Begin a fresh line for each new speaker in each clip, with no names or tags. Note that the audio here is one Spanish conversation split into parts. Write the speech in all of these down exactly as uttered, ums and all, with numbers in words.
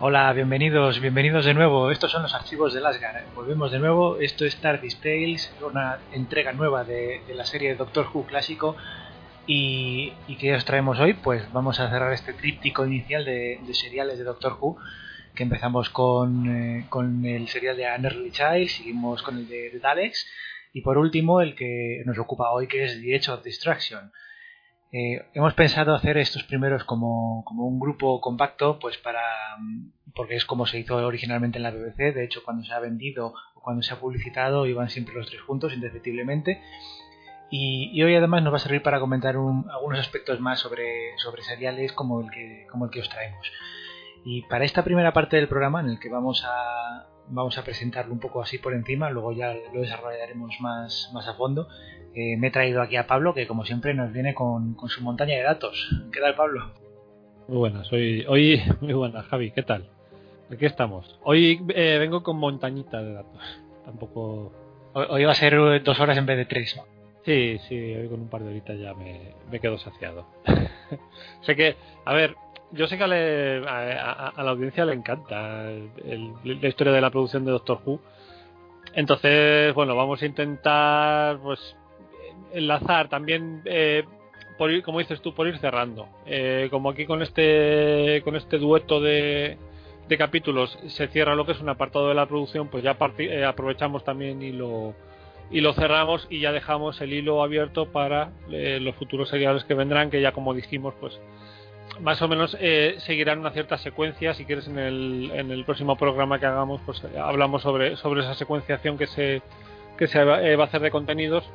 Hola, bienvenidos, bienvenidos de nuevo. Estos son los archivos de Asgard. Volvemos de nuevo. Esto es TARDIS Tales, una entrega nueva de, de la serie de Doctor Who clásico. Y, y ¿qué os traemos hoy? Pues vamos a cerrar este tríptico inicial de, de seriales de Doctor Who, que empezamos con, eh, con el serial de An Early Child, seguimos con el de, de Daleks, y por último el que nos ocupa hoy, que es The Edge of Destruction. Eh, hemos pensado hacer estos primeros como, como un grupo compacto, pues para porque es como se hizo originalmente en la B B C. De hecho, cuando se ha vendido o cuando se ha publicitado iban siempre los tres juntos, indefectiblemente. Y, y hoy además nos va a servir para comentar un, algunos aspectos más sobre, sobre seriales como el que como el que os traemos. Y para esta primera parte del programa, en el que vamos a vamos a presentarlo un poco así por encima, luego ya lo desarrollaremos más, más a fondo. Eh, me he traído aquí a Pablo, que como siempre nos viene con, con su montaña de datos. ¿Qué tal, Pablo?
Muy buenas, hoy, hoy muy buenas, Javi, ¿qué tal? Aquí estamos. Hoy eh, vengo con montañita de datos. Tampoco.
Hoy, hoy va a ser dos horas en vez de tres, ¿no?
Sí, sí, hoy con un par de horitas ya me, me quedo saciado. Sé que, a ver, yo sé que a, le, a, a, a la audiencia le encanta el, el, la historia de la producción de Doctor Who. Entonces, bueno, vamos a intentar, pues, enlazar también, eh, por ir, como dices tú, por ir cerrando. Eh, como aquí con este, con este dueto de, de capítulos se cierra lo que es un apartado de la producción, pues ya parti- eh, aprovechamos también y lo y lo cerramos y ya dejamos el hilo abierto para eh, los futuros seriales que vendrán, que ya como dijimos, pues más o menos eh, seguirán una cierta secuencia. Si quieres, en el, en el próximo programa que hagamos, pues eh, hablamos sobre, sobre esa secuenciación que se, que se va, eh, va a hacer de contenidos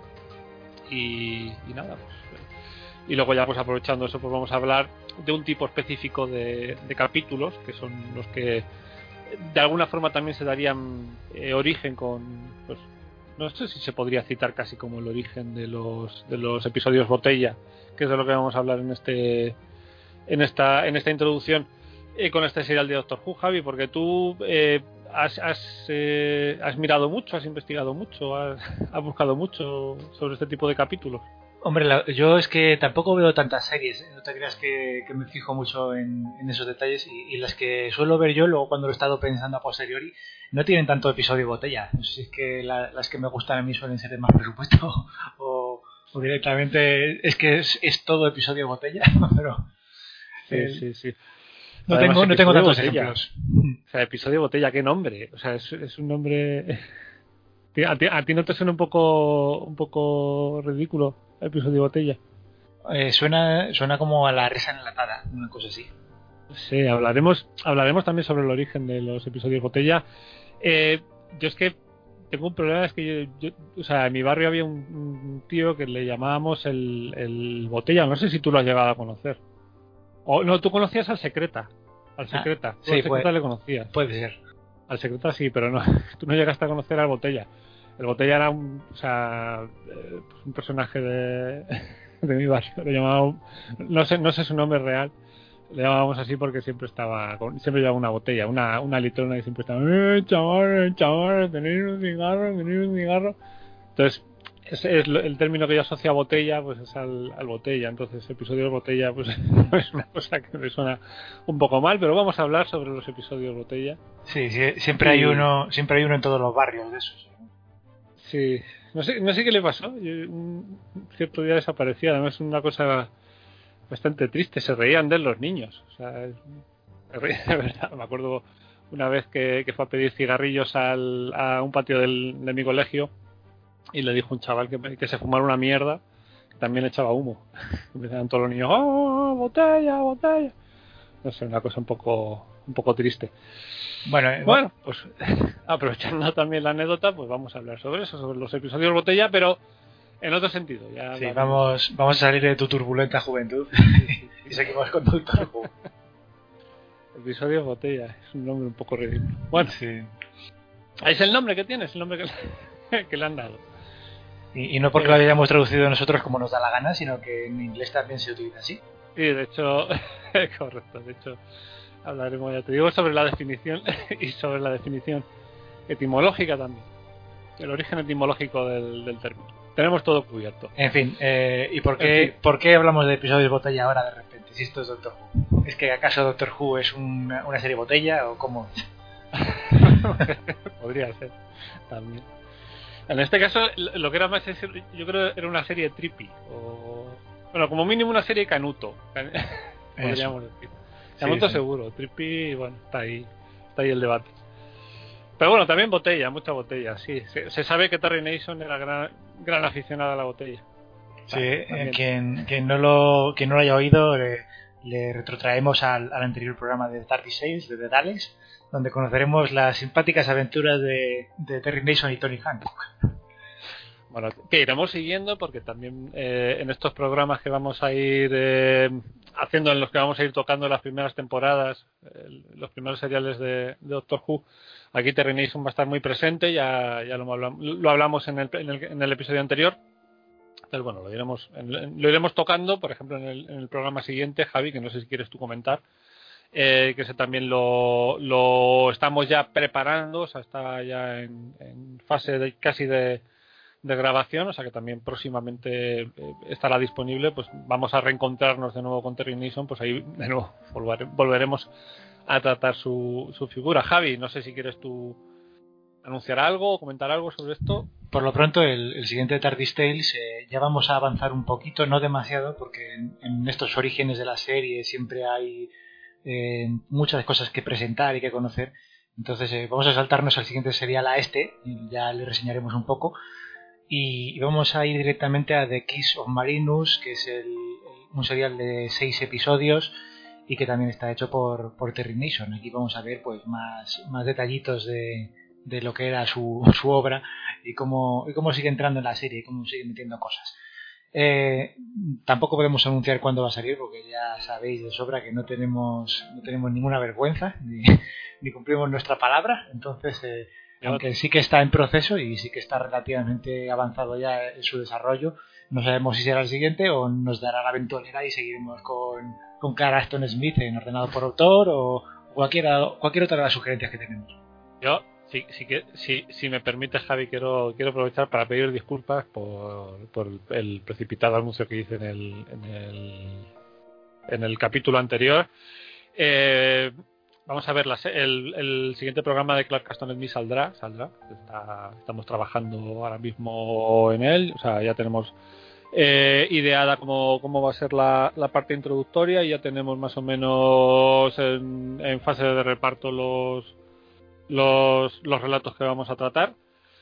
y, y nada, pues, y luego ya pues aprovechando eso, pues vamos a hablar de un tipo específico de, de capítulos, que son los que de alguna forma también se darían eh, origen con, pues no sé si se podría citar casi como el origen de los de los episodios botella, que es de lo que vamos a hablar en este en esta en esta introducción eh, con este serial de Doctor Who, Javi, porque tú eh, has has, eh, has mirado mucho, has investigado mucho, has, has buscado mucho sobre este tipo de capítulos.
Hombre, la, yo es que tampoco veo tantas series, ¿eh? No te creas que, que me fijo mucho en, en esos detalles, y, y las que suelo ver yo, luego cuando lo he estado pensando a posteriori, no tienen tanto episodio botella. No sé si es que la, las que me gustan a mí suelen ser de más presupuesto o, o directamente es que es, es todo episodio botella, pero
Sí,
eh,
sí, sí.
no
Además,
tengo no tengo tantos
botella.
ejemplos.
O sea, episodio botella, qué nombre. O sea, es, es un nombre. ¿A ti, ¿A ti no te suena un poco un poco ridículo episodio botella?
Eh, suena suena como a la risa enlatada, una cosa así.
Sí, hablaremos hablaremos también sobre el origen de los episodios botella. Eh, yo es que tengo un problema, es que yo, yo, o sea, en mi barrio había un, un tío que le llamábamos el, el botella. No sé si tú lo has llegado a conocer. O no, tú conocías al secreta. Al secreta.
Ah,
Tú
sí,
al secreta
puede,
le conocías.
puede ser.
Al secreta sí, pero no, tú no llegaste a conocer al botella. El botella era un, o sea, eh, pues un personaje de, de mi barrio. Le llamábamos, no sé, no sé su nombre real. Le llamábamos así porque siempre estaba, con, siempre llevaba una botella, una, una litrona, y siempre estaba, eh, chaval, chaval, tenéis un cigarro, tenéis un cigarro. Entonces, ese es el término que yo asocio a botella, pues es al, al botella. Entonces, episodios de botella, pues es una cosa que me suena un poco mal, pero vamos a hablar sobre los episodios botella.
Sí, sí, siempre y... hay uno, siempre hay uno en todos los barrios de esos.
Sí, no sé, no sé qué le pasó. Yo, un cierto día desaparecía. Además, es una cosa bastante triste. Se reían de él los niños. O sea, es, se reían de verdad. Me acuerdo una vez que, que fue a pedir cigarrillos al, a un patio del, de mi colegio y le dijo un chaval que, que se fumara una mierda, que también echaba humo. Empezaron todos los niños, ¡oh, botella, botella! No sé, una cosa un poco, un poco triste.
Bueno, eh,
bueno, pues aprovechando también la anécdota, pues vamos a hablar sobre eso, sobre los episodios botella, pero en otro sentido. Ya
sí, vamos, vamos a salir de tu turbulenta juventud y seguimos con Doctor Who.
Episodios botella, es un nombre un poco ridículo. Bueno,
sí.
Es el nombre que tiene, es el nombre que le, que le han dado.
Y, y no porque eh, lo hayamos traducido nosotros como nos da la gana, sino que en inglés también se utiliza así.
Sí, de hecho, correcto, de hecho hablaremos, ya te digo, sobre la definición y sobre la definición etimológica también, el origen etimológico del, del término. Tenemos todo cubierto.
En fin, eh, ¿y por qué, fin. por qué hablamos de episodios botella ahora de repente? exactamente, si esto es Doctor Who. ¿Es que acaso Doctor Who es una, una serie botella o cómo?
Podría ser también. En este caso, lo que era más, es, yo creo que era una serie trippy, o bueno, como mínimo una serie Canuto, podríamos decir. Canuto sí, sí. Seguro, trippy, bueno, está ahí, está ahí el debate. Pero bueno, también botella, mucha botella, sí. Se, se sabe que Terry Nation era gran, gran aficionada a la botella.
Sí, eh, quien, quien, no lo, quien no lo haya oído, le, le retrotraemos al, al anterior programa de Darty Sales, de The Daleks, donde conoceremos las simpáticas aventuras de, de Terry Nation y Tony Hancock.
Bueno, que iremos siguiendo porque también eh, en estos programas que vamos a ir eh, haciendo, en los que vamos a ir tocando las primeras temporadas, eh, los primeros seriales de, de Doctor Who, aquí Terry Nation va a estar muy presente, ya, ya lo, hablamos, lo hablamos en el, en, el, en el episodio anterior. Entonces, bueno, lo iremos, lo iremos tocando, por ejemplo, en el, en el programa siguiente, Javi, que no sé si quieres tú comentar, eh, que ese también lo, lo estamos ya preparando, o sea, está ya en, en fase de, casi de de grabación, o sea que también próximamente eh, estará disponible. Pues vamos a reencontrarnos de nuevo con Terry Nation, pues ahí de nuevo volvere, volveremos a tratar su, su figura. Javi, no sé si quieres tú anunciar algo o comentar algo sobre esto.
Por lo pronto, el, el siguiente TARDIS Tales eh, ya vamos a avanzar un poquito, no demasiado, porque en, en estos orígenes de la serie siempre hay eh, muchas cosas que presentar y que conocer. Entonces eh, vamos a saltarnos al siguiente serial, a este, y ya le reseñaremos un poco. Y vamos a ir directamente a The Kiss of Marinus, que es el, un serial de seis episodios y que también está hecho por, por Terry Nation. Aquí vamos a ver pues más, más detallitos de, de lo que era su, su obra y cómo, y cómo sigue entrando en la serie y cómo sigue metiendo cosas. Eh, tampoco podemos anunciar cuándo va a salir porque ya sabéis de sobra que no tenemos, no tenemos ninguna vergüenza ni, ni cumplimos nuestra palabra. Entonces... Eh, aunque sí que está en proceso y sí que está relativamente avanzado ya en su desarrollo, no sabemos si será el siguiente o nos dará la ventolera y seguiremos con, con Clara Aston Smith en ordenado por autor o cualquiera, cualquier otra de las sugerencias que tenemos.
Yo, sí, sí que, si, si me permite, Javi, quiero, quiero aprovechar para pedir disculpas por, por el precipitado anuncio que hice en el, en el, en el capítulo anterior. Eh, Vamos a ver, la, el, el siguiente programa de Clark Aston Smith saldrá, saldrá. Está, estamos trabajando ahora mismo en él, o sea, ya tenemos eh, ideada cómo, cómo va a ser la, la parte introductoria y ya tenemos más o menos en, en fase de reparto los, los, los relatos que vamos a tratar.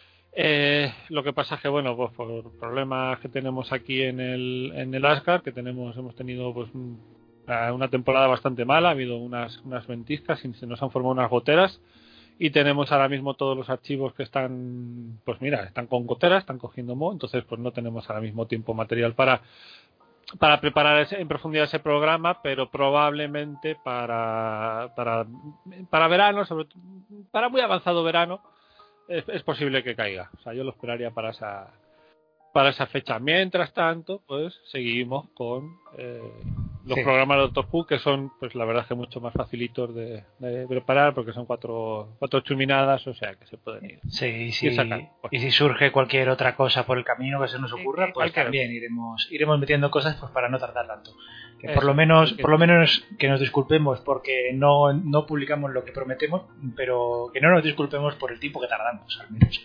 Eh, lo que pasa es que, bueno, pues por problemas que tenemos aquí en el, en el Asgard, que tenemos, hemos tenido pues una temporada bastante mala, ha habido unas, unas ventiscas y se nos han formado unas goteras y tenemos ahora mismo todos los archivos que están, pues mira, están con goteras, están cogiendo moho, entonces pues no tenemos ahora mismo tiempo material para para preparar ese, en profundidad ese programa, pero probablemente para para, para verano, sobre para muy avanzado verano, es, es posible que caiga. O sea, yo lo esperaría para esa para esa fecha. Mientras tanto, pues seguimos con eh, los sí. programas de Doctor Who, que son, pues la verdad, que mucho más facilitos de, de preparar, porque son cuatro cuatro chuminadas, o sea que se pueden ir.
Sí, y si, sacar, pues. y si surge cualquier otra cosa por el camino que se nos ocurra, pues también iremos iremos metiendo cosas pues para no tardar tanto. Que Eso, por lo menos que... por lo menos que nos disculpemos porque no no publicamos lo que prometemos, pero que no nos disculpemos por el tiempo que tardamos, al menos.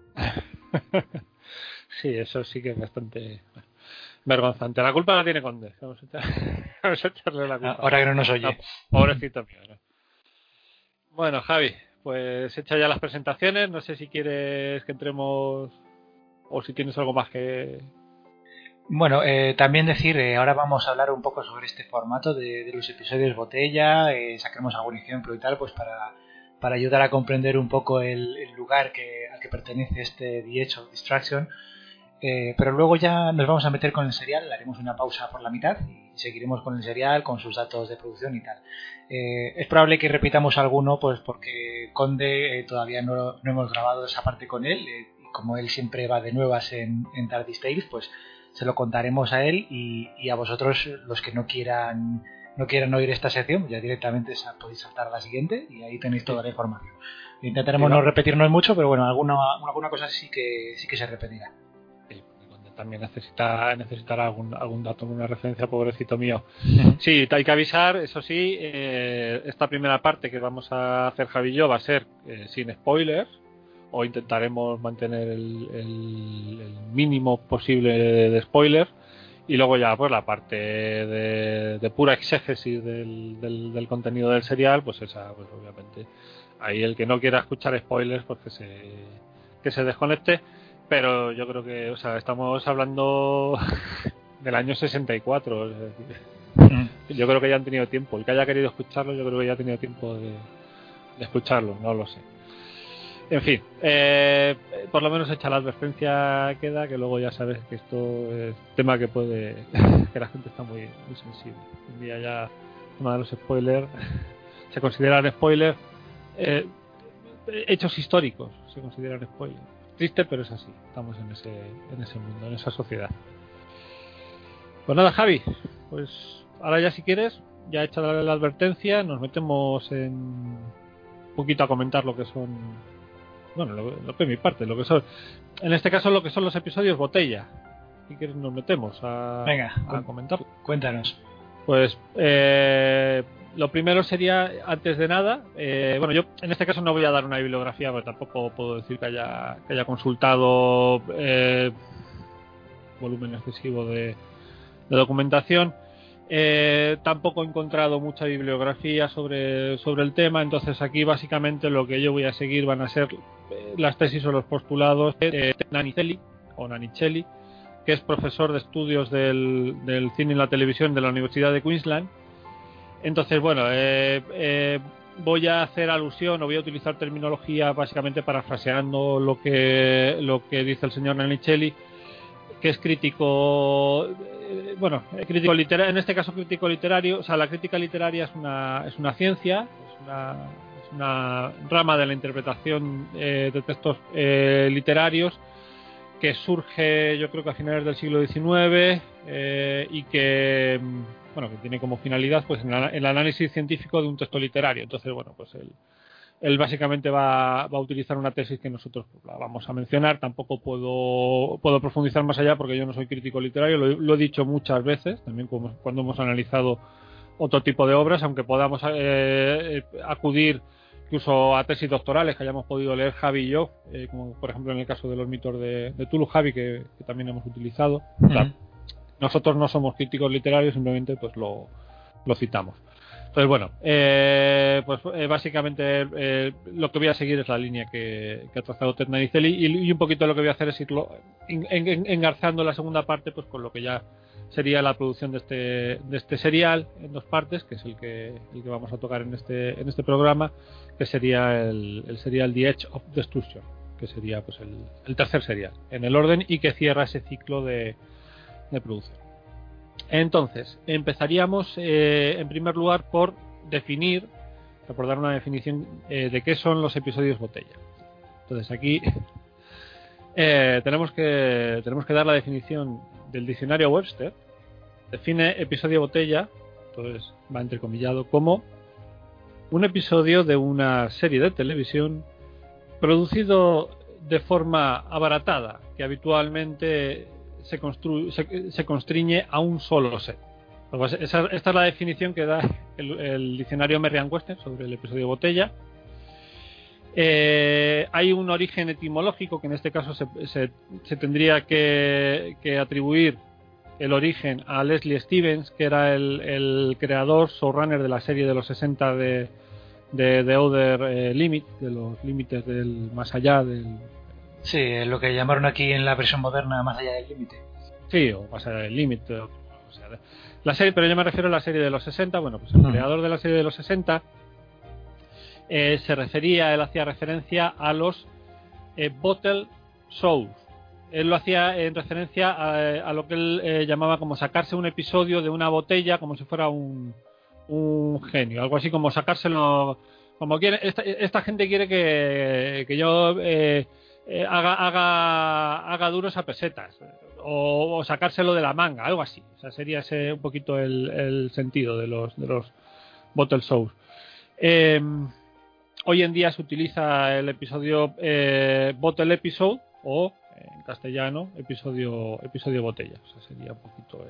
Sí, eso sí que es bastante vergonzante. La culpa la tiene Conde. Vamos a, echar, vamos a echarle la culpa.
Ahora que no nos oye. No,
pobrecito mío. ¿No? Bueno, Javi, pues hecha ya las presentaciones. No sé si quieres que entremos o si tienes algo más que...
Bueno, eh, también decir, eh, ahora vamos a hablar un poco sobre este formato de, de los episodios botella. Eh, saquemos algún ejemplo y tal, pues para... para ayudar a comprender un poco el, el lugar que, al que pertenece este The Edge of Distraction. Eh, pero luego ya nos vamos a meter con el serial, le haremos una pausa por la mitad y seguiremos con el serial, con sus datos de producción y tal. Eh, es probable que repitamos alguno, pues porque Conde eh, todavía no, no hemos grabado esa parte con él, eh, y como él siempre va de nuevas en, en TARDIS Tales, pues se lo contaremos a él y, y a vosotros, los que no quieran no quieran oír esta sección, ya directamente podéis saltar a la siguiente y ahí tenéis toda la información. Intentaremos sí, no repetirnos mucho, pero bueno, alguna, alguna cosa sí que sí que se repetirá.
también necesita necesitará algún, algún dato, una referencia, pobrecito mío.
Uh-huh.
Sí, hay que avisar, eso sí, eh, esta primera parte que vamos a hacer Javi y yo va a ser eh, sin spoilers, o intentaremos mantener el, el, el mínimo posible de spoilers, y luego ya pues la parte de, de pura exégesis del, del, del contenido del serial, pues esa, pues obviamente ahí el que no quiera escuchar spoilers pues que se, que se desconecte. Pero yo creo que, o sea, estamos hablando del año sesenta y cuatro, es decir, mm. yo creo que ya han tenido tiempo, el que haya querido escucharlo yo creo que ya ha tenido tiempo de, de escucharlo, no lo sé. En fin, eh, por lo menos hecha la advertencia queda, que luego ya sabes que esto es tema que puede, que la gente está muy, muy sensible. Un día ya, tema de los spoilers, se consideran spoilers, eh, hechos históricos se consideran spoilers. Triste, pero es así, estamos en ese, en ese mundo, en esa sociedad. Pues nada, Javi, pues ahora ya si quieres, ya hecha la, la advertencia, nos metemos en un poquito a comentar lo que son, bueno, lo, lo que es mi parte, lo que son, en este caso lo que son los episodios botella. Si quieres nos metemos a,
Venga,
a cu- comentarlo.
Cuéntanos.
Pues eh, lo primero sería, antes de nada, eh, bueno, yo en este caso no voy a dar una bibliografía, porque tampoco puedo decir que haya, que haya consultado eh, volumen excesivo de, de documentación. Eh, tampoco he encontrado mucha bibliografía sobre, sobre el tema, entonces aquí básicamente lo que yo voy a seguir van a ser eh, las tesis o los postulados de Nanicelli o Nanicelli, que es profesor de estudios del, del cine y la televisión de la Universidad de Queensland. Entonces, bueno, eh, eh, voy a hacer alusión o voy a utilizar terminología básicamente parafraseando lo que, lo que dice el señor Nanicelli, que es crítico, eh, bueno, crítico literario, en este caso crítico literario. O sea, la crítica literaria es una, es una ciencia, es una, es una rama de la interpretación eh, de textos eh, literarios, que surge yo creo que a finales del siglo diecinueve eh, y que bueno que tiene como finalidad pues el, el análisis científico de un texto literario. Entonces bueno pues él, él básicamente va, va a utilizar una tesis que nosotros la vamos a mencionar. Tampoco puedo puedo profundizar más allá porque yo no soy crítico literario, lo, lo he dicho muchas veces también como, cuando hemos analizado otro tipo de obras, aunque podamos eh, acudir incluso a tesis doctorales que hayamos podido leer Javi y yo, eh, como por ejemplo en el caso de los mitos de, de Tulu, Javi, que, que también hemos utilizado. Uh-huh. O sea, nosotros no somos críticos literarios, simplemente pues lo, lo citamos. Entonces bueno, eh, pues eh, básicamente eh, lo que voy a seguir es la línea que, que ha trazado Ted Nanicelli, y, y un poquito lo que voy a hacer es irlo en, en, engarzando la segunda parte pues con lo que ya sería la producción de este, de este serial en dos partes, que es el que, el que vamos a tocar en este, en este programa, que sería el, el serial The Edge of Destruction, que sería pues el, el tercer serial en el orden y que cierra ese ciclo de, de producción. Entonces, empezaríamos eh, en primer lugar por definir, por dar una definición eh, de qué son los episodios botella. Entonces aquí eh, tenemos que tenemos que dar la definición del diccionario Webster. Define episodio botella, entonces va entrecomillado, como un episodio de una serie de televisión producido de forma abaratada, que habitualmente se, constru- se, se constriñe a un solo set. Pues esa, esta es la definición que da el, el diccionario Merriam-Webster sobre el episodio botella. Eh, hay un origen etimológico que en este caso se, se, se tendría que, que atribuir el origen a Leslie Stevens, que era el, el creador, showrunner de la serie de los sesenta de, de, de Outer eh, Limit, de los límites del más allá del...
Sí, lo que llamaron aquí en la versión moderna Más allá del límite.
Sí, o Más allá del límite. O, o sea, la serie, pero yo me refiero a la serie de los sesenta. Bueno, pues el uh-huh. creador de la serie de los sesenta eh, se refería, él hacía referencia a los eh, bottle shows. Él lo hacía en referencia a, a lo que él eh, llamaba como sacarse un episodio de una botella como si fuera un, un genio, algo así como sacárselo, como quiere, esta, esta gente quiere que, que yo eh, eh, haga, haga, haga duros a pesetas, o, o sacárselo de la manga, algo así. O sea, sería ese un poquito el, el sentido de los, de los bottle shows. Eh, hoy en día se utiliza el episodio eh, bottle episode o en castellano, episodio episodio botella. O sea, sería un poquito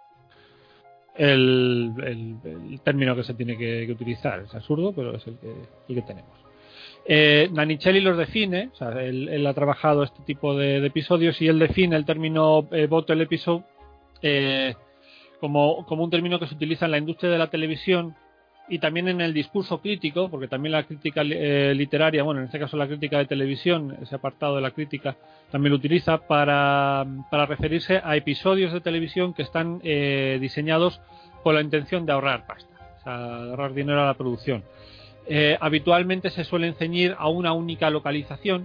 el, el, el, el término que se tiene que, que utilizar. Es absurdo, pero es el que, el que tenemos. Eh, Nanichelli los define, o sea, él, él ha trabajado este tipo de, de episodios y él define el término eh, bottle episode eh, como, como un término que se utiliza en la industria de la televisión y también en el discurso crítico, porque también la crítica eh, literaria, bueno, en este caso la crítica de televisión, ese apartado de la crítica, también lo utiliza para, para referirse a episodios de televisión que están eh, diseñados con la intención de ahorrar pasta, o sea, de ahorrar dinero a la producción. Eh, habitualmente se suelen ceñir a una única localización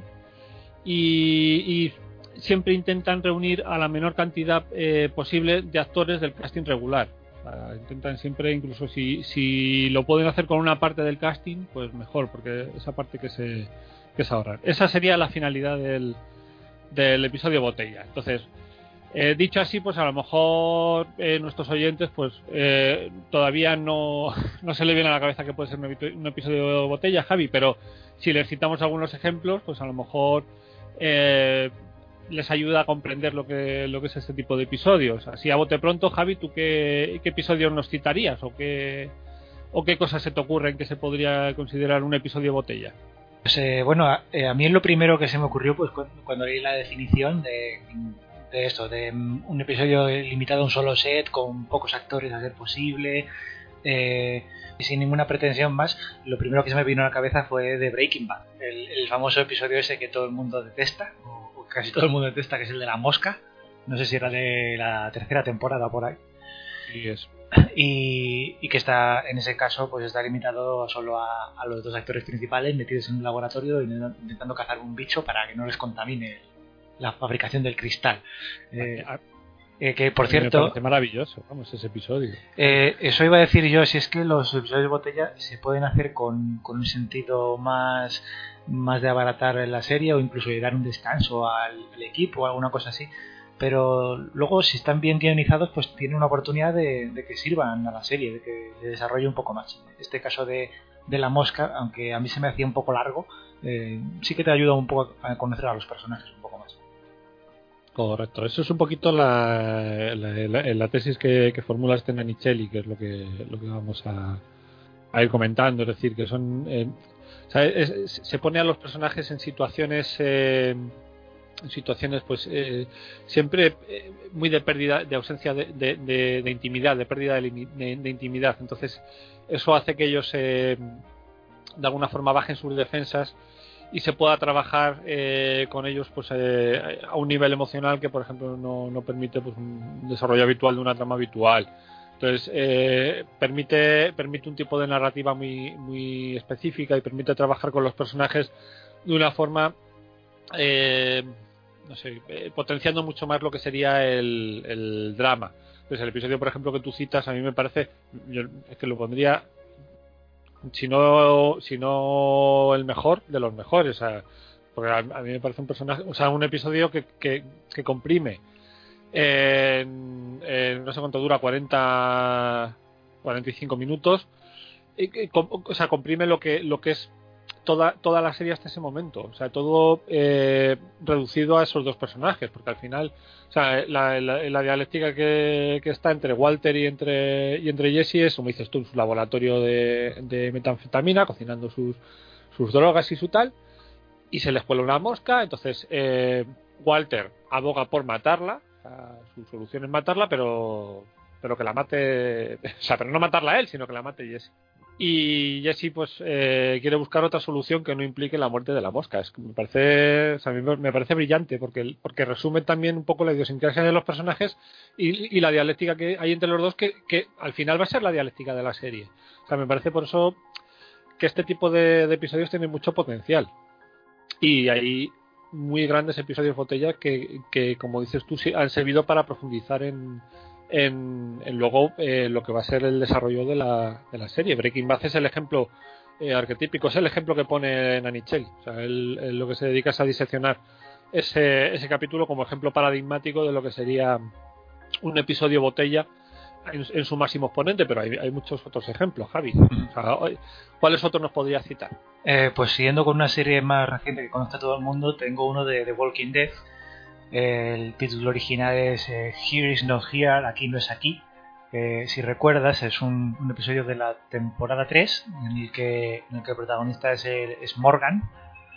y, y siempre intentan reunir a la menor cantidad eh, posible de actores del casting regular. O sea, intentan siempre, incluso si, si lo pueden hacer con una parte del casting, pues mejor, porque esa parte que se que es ahorrar. Esa sería la finalidad del, del episodio botella. Entonces, Eh, dicho así, pues a lo mejor eh, nuestros oyentes pues eh, todavía no, no se le viene a la cabeza que puede ser un, un episodio de botella, Javi, pero si les citamos algunos ejemplos, pues a lo mejor eh, les ayuda a comprender lo que, lo que es este tipo de episodios. Así a bote pronto, Javi, ¿tú qué, qué episodios nos citarías o qué, o qué cosas se te ocurren que se podría considerar un episodio botella?
Pues eh, bueno, a, eh, a mí es lo primero que se me ocurrió pues cuando, cuando leí la definición de... de esto, de un episodio limitado a un solo set con pocos actores a ser posible, eh, sin ninguna pretensión más. Lo primero que se me vino a la cabeza fue de Breaking Bad, el, el famoso episodio ese que todo el mundo detesta, o, o casi todo el mundo detesta, que es el de la mosca. No sé si era de la tercera temporada por ahí.
Sí, es.
Y, y que está, en ese caso, pues está limitado solo a, a los dos actores principales metidos en un laboratorio intentando cazar un bicho para que no les contamine la fabricación del cristal. Eh, eh, que por cierto, me
parece maravilloso, vamos, ese episodio.
Eh, eso iba a decir yo, si es que los episodios de botella se pueden hacer con, con un sentido más, más de abaratar la serie o incluso de dar un descanso al, al equipo o alguna cosa así. Pero luego, si están bien guionizados, pues tienen una oportunidad de, de que sirvan a la serie, de que se desarrolle un poco más. Este caso de, de la mosca, aunque a mí se me hacía un poco largo, eh, sí que te ayuda un poco a conocer a los personajes un poco más.
Correcto, eso es un poquito la, la, la, la tesis que, que formula este Nanichelli, que es lo que, lo que vamos a, a ir comentando, es decir, que son... Eh, o sea, es, se pone a los personajes en situaciones... Eh, en situaciones pues eh, siempre eh, muy de pérdida, de ausencia de, de, de, de intimidad, de pérdida de, de, de intimidad. Entonces eso hace que ellos eh, de alguna forma bajen sus defensas y se pueda trabajar eh, con ellos pues eh, a un nivel emocional que por ejemplo no, no permite pues un desarrollo habitual de una trama habitual. Entonces eh, permite permite un tipo de narrativa muy muy específica y permite trabajar con los personajes de una forma eh, no sé, eh, potenciando mucho más lo que sería el, el drama. Entonces el episodio por ejemplo que tú citas a mí me parece, yo es que lo pondría si no si no el mejor de los mejores, o sea, porque a, a mí me parece un personaje, o sea, un episodio que, que, que comprime en, en no sé cuánto dura, cuarenta cuarenta y cinco minutos, y, y, o sea, comprime lo que lo que es toda toda la serie hasta ese momento, o sea, todo eh, reducido a esos dos personajes, porque al final, o sea, la, la, la dialéctica que, que está entre Walter y entre y entre Jesse es, como dices tú, en su laboratorio de, de metanfetamina, cocinando sus sus drogas y su tal, y se les cuela una mosca. Entonces eh, Walter aboga por matarla, o sea, su solución es matarla, pero pero que la mate, o sea, pero no matarla a él, sino que la mate Jesse. Y Jesse pues eh, quiere buscar otra solución que no implique la muerte de la mosca. Es que me parece, o sea, a mí me parece brillante porque, porque resume también un poco la idiosincrasia de los personajes y, y la dialéctica que hay entre los dos, que, que al final va a ser la dialéctica de la serie. O sea, me parece por eso que este tipo de, de episodios tienen mucho potencial. Y hay muy grandes episodios botella que, que como dices tú, sí, han servido para profundizar en En, en luego eh, lo que va a ser el desarrollo de la, de la serie. Breaking Bad es el ejemplo eh, arquetípico, es el ejemplo que pone Nanichelli. O sea, él, él lo que se dedica es a diseccionar ese, ese capítulo como ejemplo paradigmático de lo que sería un episodio botella en, en su máximo exponente, pero hay, hay muchos otros ejemplos, Javi. O sea, ¿cuáles otros nos podrías citar?
Eh, pues siguiendo con una serie más reciente que conoce todo el mundo, tengo uno de The Walking Dead, El título original es eh, Here is not here, aquí no es aquí. Eh, si recuerdas, es un, un episodio de la temporada tres en el que, en el, que el protagonista es, el, es Morgan,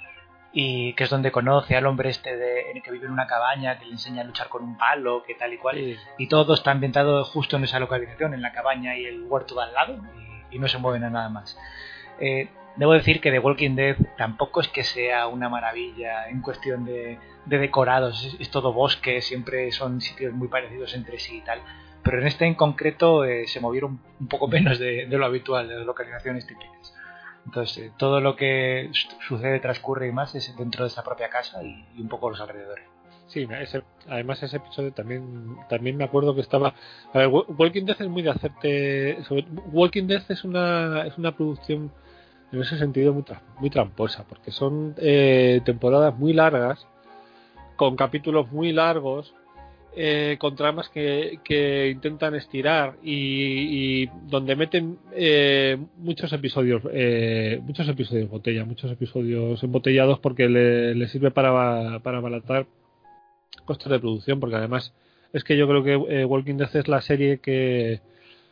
y que es donde conoce al hombre este de, en el que vive en una cabaña, que le enseña a luchar con un palo, que tal y cual, sí. Y todo está ambientado justo en esa localización, en la cabaña y el huerto de al lado, y, y no se mueven a nada más. Eh, debo decir que The Walking Dead tampoco es que sea una maravilla en cuestión de, de decorados, es, es todo bosque, siempre son sitios muy parecidos entre sí y tal, pero en este en concreto eh, se movieron un poco menos de, de lo habitual, de las localizaciones típicas. Entonces, eh, todo lo que sucede, transcurre y más es dentro de esa propia casa y, y un poco los alrededores.
Sí, ese, además ese episodio también también me acuerdo que estaba... A ver, Walking Dead es muy de hacerte... Sobre, Walking Dead es una es una producción en ese sentido muy, muy tramposa, porque son eh, temporadas muy largas, con capítulos muy largos, Eh, con tramas que, que intentan estirar y, y donde meten eh, muchos episodios eh, muchos episodios botella, muchos episodios embotellados porque le, le sirve para, para abaratar costes de producción, porque además es que yo creo que eh, Walking Dead es la serie que,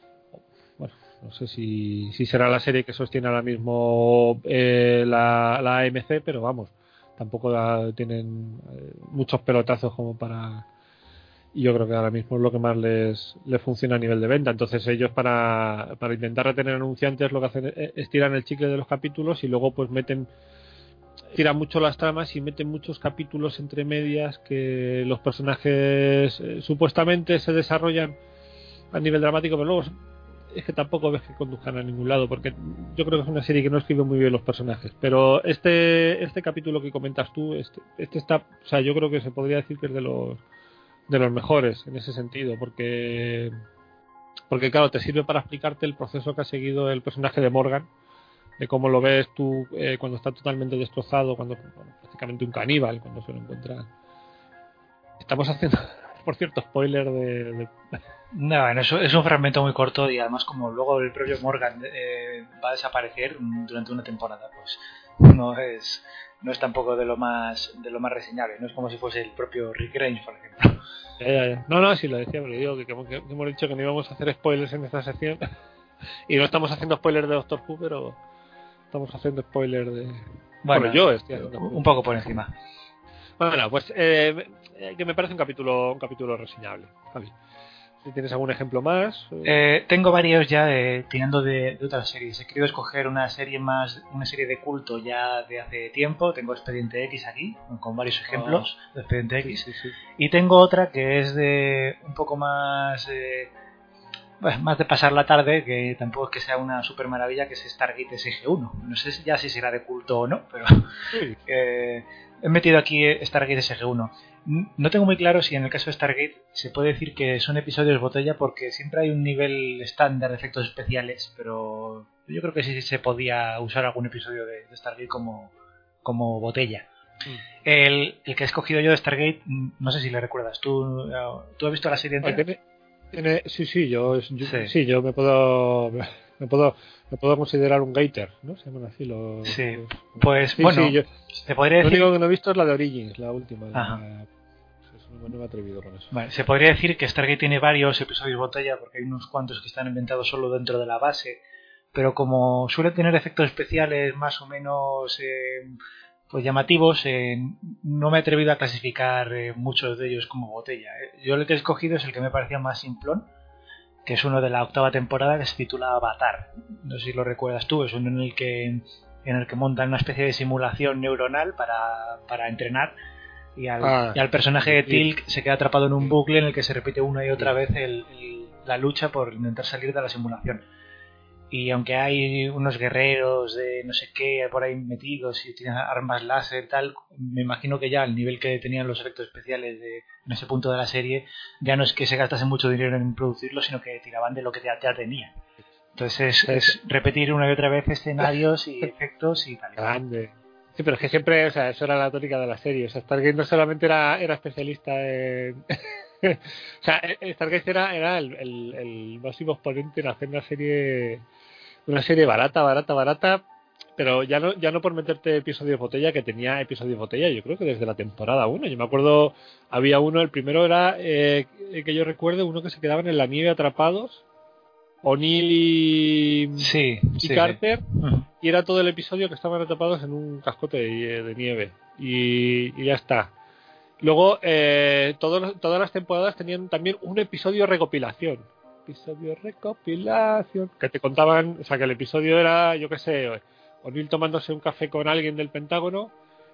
bueno, no sé si, si será la serie que sostiene ahora mismo eh, la, la A M C, pero vamos, tampoco la, tienen eh, muchos pelotazos como para... Y yo creo que ahora mismo es lo que más les, les funciona a nivel de venta. Entonces ellos para, para intentar retener anunciantes lo que hacen es estiran el chicle de los capítulos y luego pues meten, tiran mucho las tramas y meten muchos capítulos entre medias que los personajes eh, supuestamente se desarrollan a nivel dramático, pero luego es que tampoco ves que conduzcan a ningún lado, porque yo creo que es una serie que no escribe muy bien los personajes. Pero este este capítulo que comentas tú, este, este está, o sea, yo creo que se podría decir que es de los de los mejores en ese sentido, porque porque claro, te sirve para explicarte el proceso que ha seguido el personaje de Morgan, de cómo lo ves tú eh, cuando está totalmente destrozado, cuando bueno, prácticamente un caníbal, cuando se lo encuentra. Estamos haciendo, por cierto, spoiler de, de...
No, bueno, es, es un fragmento muy corto y además como luego el propio Morgan eh, va a desaparecer durante una temporada, pues no es no es tampoco de lo más de lo más reseñable, no es como si fuese el propio Rick Grimes, por ejemplo.
Ya, ya, ya. No, no, sí lo decía, pero digo que, que, que hemos dicho que no íbamos a hacer spoilers en esta sección y no estamos haciendo spoilers de Doctor Who, pero estamos haciendo spoilers de...
Bueno,
bueno, yo estoy haciendo
un poco por encima.
Bueno, pues eh, que me parece un capítulo un capítulo reseñable, Javi. Si tienes algún ejemplo más.
Eh, tengo varios ya eh, tirando de, de otras series. He querido escoger una serie más, una serie de culto ya de hace tiempo. Tengo Expediente X aquí, con varios ejemplos oh. de Expediente X. Sí, sí, sí. Y tengo otra que es de un poco más, eh, bueno, más de pasar la tarde, que tampoco es que sea una super maravilla, que es Stargate S G uno. No sé ya si será de culto o no, pero sí. eh, he metido aquí Stargate S G uno. No tengo muy claro si en el caso de Stargate se puede decir que son episodios botella, porque siempre hay un nivel estándar de efectos especiales, pero yo creo que sí se podía usar algún episodio de, de Stargate como, como botella. Mm. El, el que he escogido yo de Stargate, no sé si le recuerdas. ¿Tú, ¿tú has visto la serie entera?
¿Tiene, tiene, sí, sí, yo, yo sí. sí, yo me puedo... Me puedo, me puedo considerar un gaiter, ¿no? Se llaman así los...
Sí,
los,
pues
sí,
bueno,
sí, yo,
te podría decir...
Lo único que no he visto es la de Origins, la última. La, no, no me he atrevido con eso.
Vale, se podría decir que Stargate tiene varios episodios botella, porque hay unos cuantos que están inventados solo dentro de la base, pero como suele tener efectos especiales más o menos eh, pues llamativos, eh, no me he atrevido a clasificar eh, muchos de ellos como botella. Yo el que he escogido es el que me parecía más simplón, que es uno de la octava temporada, que se titula Avatar. No sé si lo recuerdas tú, es uno en el que, en el que montan una especie de simulación neuronal para, para entrenar, y al, ah, y al personaje de Teal'c se queda atrapado en un bucle en el que se repite una y otra vez el, el, la lucha por intentar salir de la simulación. Y aunque hay unos guerreros de no sé qué por ahí metidos y tienen armas láser y tal, me imagino que ya al nivel que tenían los efectos especiales de, en ese punto de la serie, ya no es que se gastase mucho dinero en producirlo, sino que tiraban de lo que ya, ya tenían. Entonces es, es repetir una y otra vez escenarios y efectos y tal.
Grande. Sí, pero es que siempre, o sea, eso era la tónica de la serie. O sea, Stargate no solamente era, era especialista en... o sea, Stargate era, era el, el, el máximo exponente en hacer una serie una serie barata, barata, barata, pero ya no ya no por meterte episodios botella, que tenía episodios botella, yo creo que desde la temporada uno. Yo me acuerdo, había uno, el primero era, eh, que yo recuerdo, uno que se quedaban en la nieve atrapados, O'Neill y,
sí,
y
sí,
Carter,
sí. Uh-huh.
Y era todo el episodio que estaban atrapados en un cascote de, de nieve. Y, y ya está. Luego, eh, todos, todas las temporadas tenían también un episodio recopilación. Episodio recopilación. Que te contaban, o sea, que el episodio era, yo qué sé, O'Neill tomándose un café con alguien del Pentágono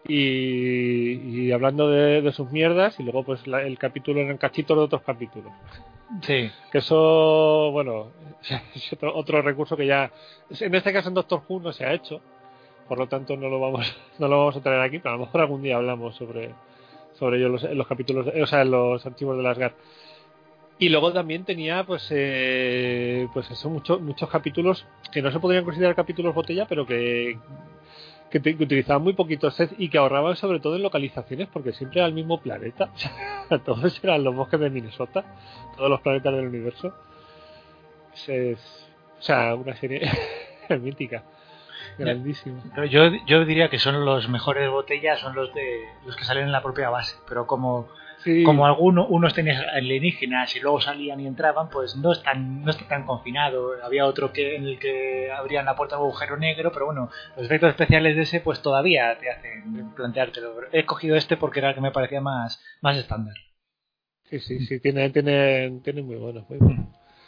y, y hablando de, de sus mierdas, y luego pues la, el capítulo eran cachitos de otros capítulos.
Sí.
Que eso, bueno, es otro, otro recurso que ya, en este caso en Doctor Who no se ha hecho, por lo tanto no lo vamos, no lo vamos a traer aquí, pero a lo mejor algún día hablamos sobre, sobre ello en los, en los capítulos, o sea, en los archivos de Asgard. Y luego también tenía, pues, eh, pues eso, muchos muchos capítulos que no se podrían considerar capítulos botella, pero que que, te, que utilizaban muy poquitos sets y que ahorraban sobre todo en localizaciones, porque siempre era el mismo planeta. Todos eran los bosques de Minnesota, todos los planetas del universo. Es, es, o sea, una serie mítica, grandísima.
Yo, yo diría que son los mejores botellas, son los de los que salen en la propia base, pero como sí. como algunos unos tenían alienígenas y luego salían y entraban, pues no es tan no está tan confinado. Había otro que en el que abrían la puerta a un agujero negro, pero bueno, los efectos especiales de ese pues todavía te hacen planteártelo. He cogido este porque era el que me parecía más más estándar.
Sí, sí, sí, tiene tiene tiene muy buenos, muy buenos.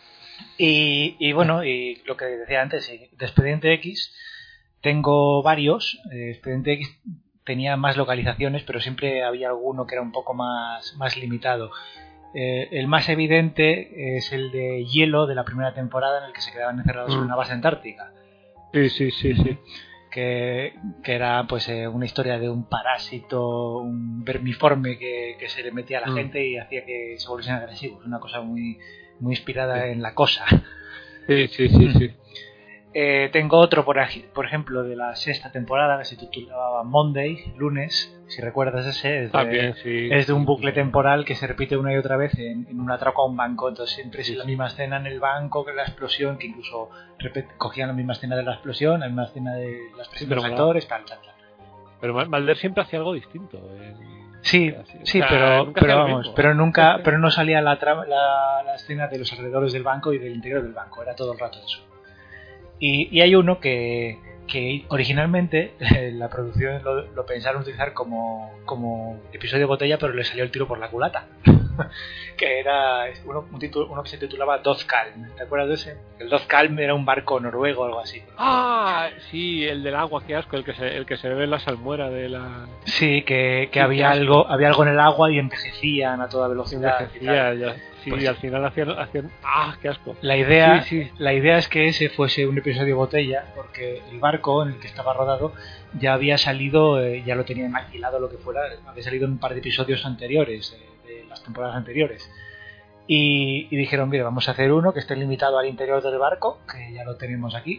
Y, y bueno, y lo que decía antes, de Expediente X tengo varios. eh, Expediente X tenía más localizaciones, pero siempre había alguno que era un poco más, más limitado. Eh, el más evidente es el de Hielo, de la primera temporada, en el que se quedaban encerrados mm. en una base antártica.
Sí, sí, sí, sí.
Que, que era pues eh, una historia de un parásito, un vermiforme que, que se le metía a la mm. gente y hacía que se volviesen agresivos. Una cosa muy, muy inspirada sí. en la cosa.
Sí, sí, sí, sí.
Eh, tengo otro, por, por ejemplo, de la sexta temporada que se titulaba Monday, lunes, si recuerdas ese, es de,
También, sí,
es de un bucle
sí.
temporal que se repite una y otra vez en, en un atraco a un banco. Entonces siempre es la misma escena en el banco que la explosión, que incluso repet, cogían la misma escena de la explosión, la misma escena de las presiones de los actores, tal, tal, tal.
Pero Mulder siempre hacía algo distinto. Eh.
Sí, sí, o sea, pero, pero vamos, mismo, pero nunca, pero no salía la, tra- la, la escena de los alrededores del banco y del interior del banco, era todo el rato eso. Y, y hay uno que, que originalmente eh, la producción lo, lo pensaron utilizar como, como episodio botella, pero le salió el tiro por la culata. Que era uno, un título, uno que se titulaba Dovecalm. ¿Te acuerdas de ese? El Dovecalm era un barco noruego o algo así.
Ah, sí, el del agua, qué asco, el que se, el que se ve en la salmuera de la...
Sí, que, que sí, había algo había algo en el agua y envejecían a toda velocidad.
Envejecía, ya. Sí, pues, y al final hacían, hacían... ¡Ah, qué asco!
La idea,
sí, sí.
la idea es que ese fuese un episodio botella, porque el barco en el que estaba rodado ya había salido, eh, ya lo tenían alquilado, lo que fuera, había salido en un par de episodios anteriores, eh, de las temporadas anteriores. Y, y dijeron, mira, vamos a hacer uno que esté limitado al interior del barco, que ya lo tenemos aquí.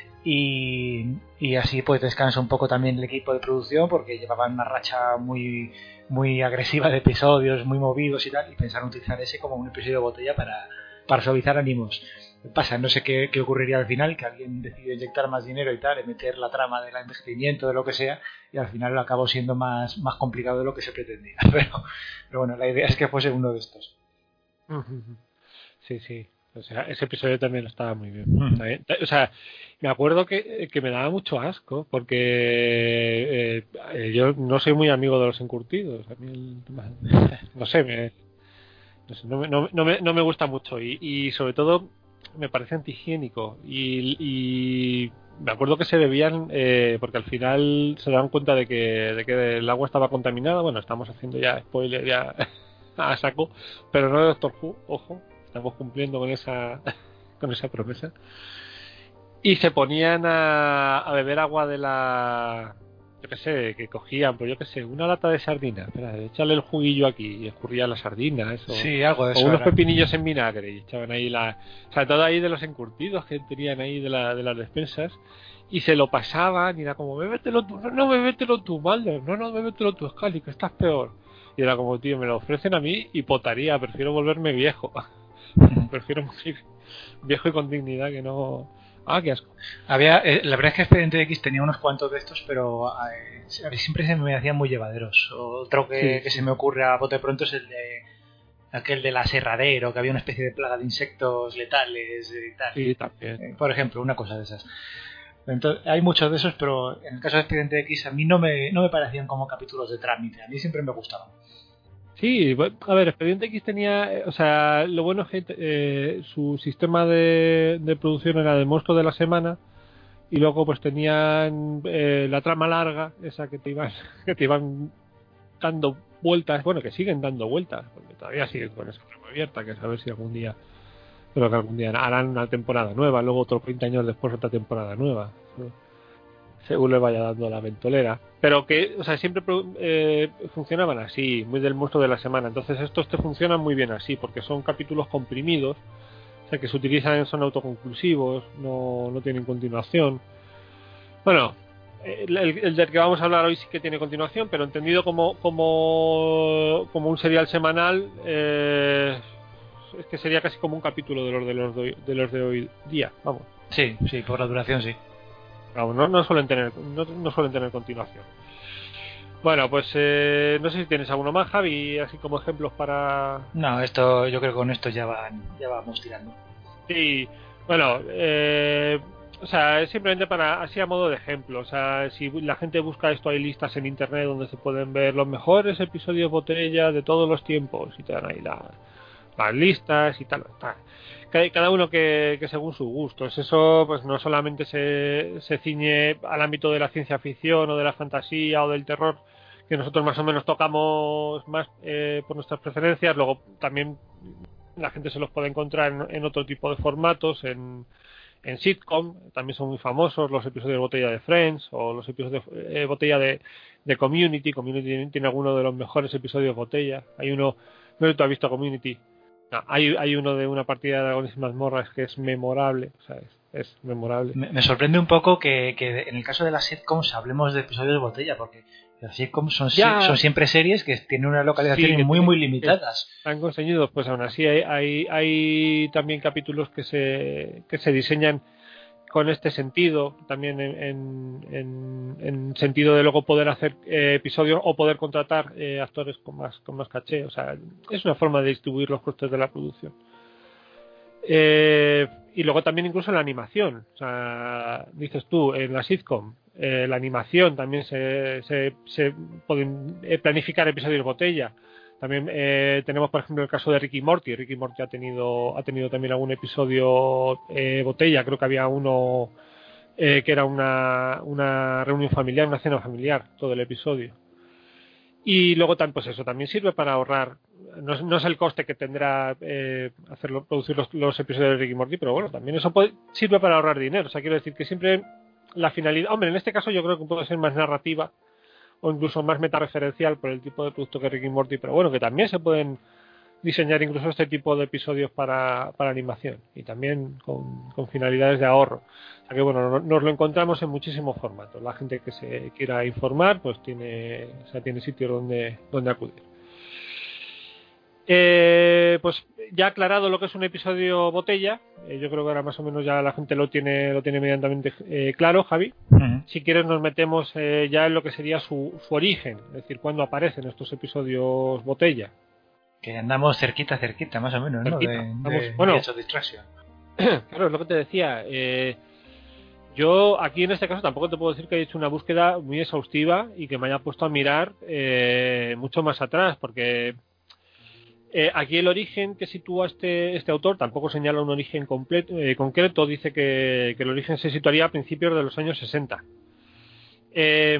Y, y así pues descansa un poco también el equipo de producción, porque llevaban una racha muy muy agresiva de episodios, muy movidos y tal, y pensaron utilizar ese como un episodio de botella para, para suavizar ánimos. Pasa, no sé qué, qué ocurriría al final, que alguien decidió inyectar más dinero y tal, y meter la trama del envejecimiento, de lo que sea, y al final acabó siendo más, más complicado de lo que se pretendía. Pero, pero bueno, la idea es que fuese uno de estos.
Sí, sí. O sea, ese episodio también estaba muy bien. Mm. ¿También? O sea, me acuerdo que, que me daba mucho asco, porque eh, yo no soy muy amigo de los encurtidos. A mí el, no sé, me, no, sé no, me, no, no, me, no me gusta mucho. Y, y sobre todo me parece antihigiénico. Y, y me acuerdo que se debían, eh, porque al final se daban cuenta de que, de que el agua estaba contaminada. Bueno, estamos haciendo ya spoiler ya a saco, pero no de Doctor Who, ojo. Estamos cumpliendo con esa con esa promesa. Y se ponían a, a beber agua de la... Yo qué sé, que cogían, pues yo qué sé, una lata de sardinas. Espera, echarle el juguillo aquí y escurrían las sardinas. O,
sí, algo de eso.
O unos
era.
pepinillos en vinagre y echaban ahí la... O sea, todo ahí de los encurtidos que tenían ahí de, la, de las despensas. Y se lo pasaban y era como, bébetelo tú, no, no, bébetelo tú, Mulder, no, no, bébetelo tú, Scully, que estás peor. Y era como, tío, me lo ofrecen a mí y potaría, prefiero volverme viejo. Prefiero morir viejo y con dignidad que no Ah, qué asco.
Había, eh, la verdad es que Expediente X tenía unos cuantos de estos, pero eh, siempre se me hacían muy llevaderos. Otro que,
Sí,
que
sí.
se me ocurre a bote pronto es el de aquel del aserradero, que había una especie de plaga de insectos letales y tal.
Sí, también.
Eh, por ejemplo, una cosa de esas. Entonces, hay muchos de esos, pero en el caso de Expediente X a mí no me, no me parecían como capítulos de trámite. A mí siempre me gustaban.
Sí, bu- a ver, Expediente X tenía, eh, o sea, lo bueno es que eh, su sistema de, de producción era de monstruo de la semana y luego pues tenían eh, la trama larga, esa que te iban, que te iban dando vueltas, bueno, que siguen dando vueltas, porque todavía siguen con esa trama abierta, que es a ver si algún día, pero que algún día harán una temporada nueva, luego otros veinte años después otra temporada nueva, ¿no? Según le vaya dando la ventolera. Pero que, o sea, siempre eh, funcionaban así, muy del monstruo de la semana. Entonces estos te funcionan muy bien así, porque son capítulos comprimidos, o sea, que se utilizan, son autoconclusivos, no, no tienen continuación. Bueno, el, el del que vamos a hablar hoy sí que tiene continuación, pero entendido como, como, como un serial semanal, eh, es que sería casi como un capítulo de los de los de, de los de hoy día, vamos.
Sí, sí, por la duración sí.
Vamos, no, no suelen tener no, no suelen tener continuación. Bueno, pues eh, no sé si tienes alguno más, Javi, así como ejemplos para...
No, esto yo creo que con esto ya van, ya vamos tirando.
Sí, bueno, eh, o sea, simplemente para, así a modo de ejemplo, o sea, si la gente busca esto, hay listas en internet donde se pueden ver los mejores episodios botella de todos los tiempos y te dan ahí la, las listas y tal, tal. Cada uno que, que según sus gustos. Eso pues no solamente se, se ciñe al ámbito de la ciencia ficción o de la fantasía o del terror, que nosotros más o menos tocamos más eh, por nuestras preferencias. Luego también la gente se los puede encontrar en, en otro tipo de formatos, en, en sitcom. También son muy famosos los episodios de botella de Friends o los episodios de eh, botella de, de Community. Community tiene algunos de los mejores episodios botella. Hay uno, no sé si tú has visto Community. No, hay, hay uno de una partida de dragones y mazmorras que es memorable, o sea, es, es memorable.
Me, me sorprende un poco que, que en el caso de las sitcoms hablemos de episodios de botella, porque las sitcoms son,
Ya,
son siempre series que tienen unas localizaciones
sí,
muy,
tiene,
muy limitadas.
están conseguidos, pues aún así hay, hay, hay también capítulos que se, que se diseñan con este sentido, también en, en, en, en sentido de luego poder hacer eh, episodios o poder contratar eh, actores con más, con más caché, o sea, es una forma de distribuir los costes de la producción. Eh, y luego también incluso en la animación, o sea, dices tú, en la sitcom, eh, la animación también se, se, se pueden planificar episodios botella. También eh, tenemos, por ejemplo, el caso de Ricky Morty. Ricky Morty ha tenido ha tenido también algún episodio eh, botella. Creo que había uno eh, que era una, una reunión familiar, una cena familiar, todo el episodio. Y luego pues eso también sirve para ahorrar. No es, no es el coste que tendrá eh, hacerlo, producir los, los episodios de Ricky Morty, pero bueno, también eso puede, sirve para ahorrar dinero. O sea, quiero decir que siempre la finalidad, hombre, en este caso yo creo que puede ser más narrativa o incluso más metareferencial por el tipo de producto que Ricky Morty, pero bueno, que también se pueden diseñar incluso este tipo de episodios para, para animación y también con, con finalidades de ahorro. O sea que bueno, nos lo encontramos en muchísimos formatos. La gente que se quiera informar, pues tiene, o sea, tiene sitios donde, donde acudir. Eh, pues ya aclarado lo que es un episodio botella, eh, yo creo que ahora más o menos ya la gente lo tiene, lo tiene medianamente eh, claro, Javi. Uh-huh. Si quieres nos metemos eh, ya en lo que sería su, su origen, es decir, cuándo aparecen estos episodios botella.
Que andamos cerquita, cerquita, más o menos,
cerquita.
¿no? De,
Vamos,
de,
bueno,
de Distraction.
Claro, es lo que te decía. Eh, yo aquí en este caso tampoco te puedo decir que he hecho una búsqueda muy exhaustiva y que me haya puesto a mirar eh, mucho más atrás, porque eh, aquí el origen que sitúa este, este autor tampoco señala un origen completo, eh, concreto. Dice que, que el origen se situaría a principios de los años sesenta. Eh,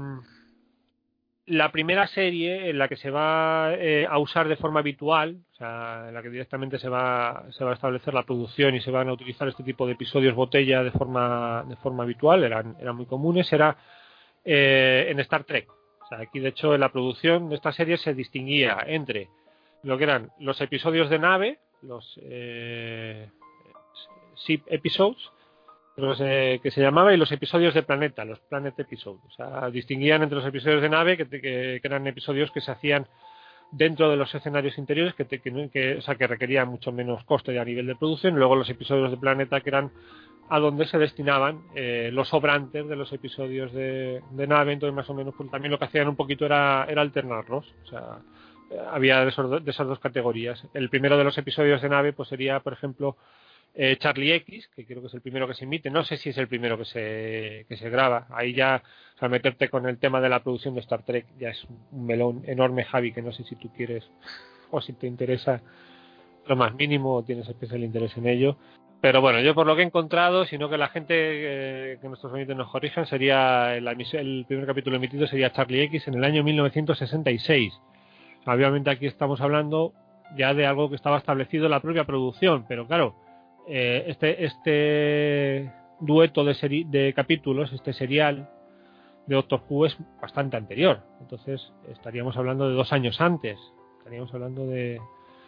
La primera serie en la que se va eh, a usar de forma habitual, o sea, en la que directamente se va, se va a establecer la producción y se van a utilizar este tipo de episodios botella de forma, de forma habitual, eran, eran muy comunes, era eh, en Star Trek. O sea, aquí de hecho en la producción de esta serie se distinguía entre lo que eran los episodios de nave, los eh, ship episodes, los, eh, que se llamaba, y los episodios de planeta, los planet episodes. O sea, distinguían entre los episodios de nave, que, que, que eran episodios que se hacían dentro de los escenarios interiores, que, que, que, o sea, que requerían mucho menos coste a nivel de producción, y luego los episodios de planeta, que eran a donde se destinaban eh, los sobrantes de los episodios de, de nave. Entonces más o menos pues, también lo que hacían un poquito era, era alternarlos, o sea, eh, había de, esos, de esas dos categorías. El primero de los episodios de nave pues sería, por ejemplo, eh, Charlie X, que creo que es el primero que se emite, no sé si es el primero que se, que se graba, ahí ya, o sea, meterte con el tema de la producción de Star Trek ya es un melón enorme, Javi, que no sé si tú quieres o si te interesa lo más mínimo o tienes especial interés en ello. Pero bueno, yo por lo que he encontrado, sino que la gente, eh, que nuestros oyentes nos corrijan, sería el, el primer capítulo emitido sería Charlie X en el año mil novecientos sesenta y seis. Obviamente aquí estamos hablando ya de algo que estaba establecido en la propia producción, pero claro, eh, este este dueto de, seri de capítulos, este serial de Doctor Who es bastante anterior. Entonces estaríamos hablando de dos años antes. Estaríamos hablando de...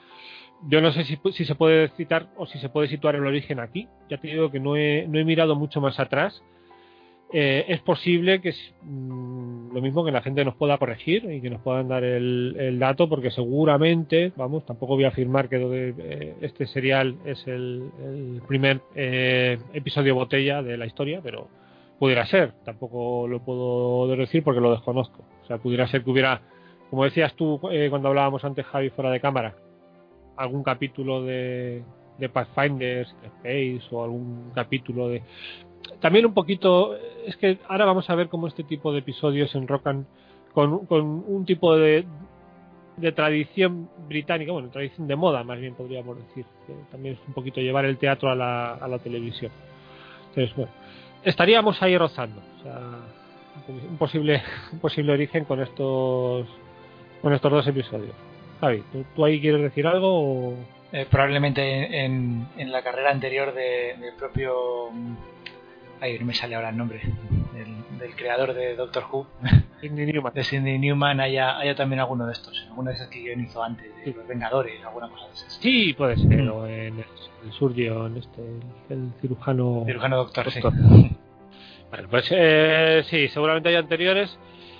Yo no sé si, si se puede citar o si se puede situar el origen aquí. Ya te digo que no he, no he mirado mucho más atrás. Eh, es posible que mmm, lo mismo que la gente nos pueda corregir y que nos puedan dar el, el dato, porque seguramente, vamos, tampoco voy a afirmar que eh, este serial es el, el primer eh, episodio botella de la historia, pero pudiera ser. Tampoco lo puedo decir porque lo desconozco. O sea, pudiera ser que hubiera, como decías tú eh, cuando hablábamos antes, Javi, fuera de cámara, algún capítulo de, de Pathfinders Space o algún capítulo de... También un poquito... Es que ahora vamos a ver cómo este tipo de episodios se enrocan con, con un tipo de, de tradición británica, bueno, tradición de moda más bien podríamos decir, que también es un poquito llevar el teatro a la, a la televisión. Entonces, bueno, estaríamos ahí rozando, o sea, un posible, un posible origen con estos, con estos dos episodios. Javi, ¿tú, tú ahí quieres decir algo? O...
Eh, probablemente en, en la carrera anterior de, del propio... Ay, no me sale ahora el nombre. Del, del creador de Doctor Who.
Sidney Newman.
De Sidney Newman haya, haya también alguno de estos. Alguno de esos que guion hizo antes. De sí. Los Vengadores, alguna cosa de esas.
Sí, puede ser. Mm. O en el, el Surgeon, este, el, el cirujano...
Cirujano Doctor, doctor.
Sí. Bueno, pues eh, sí, seguramente hay anteriores.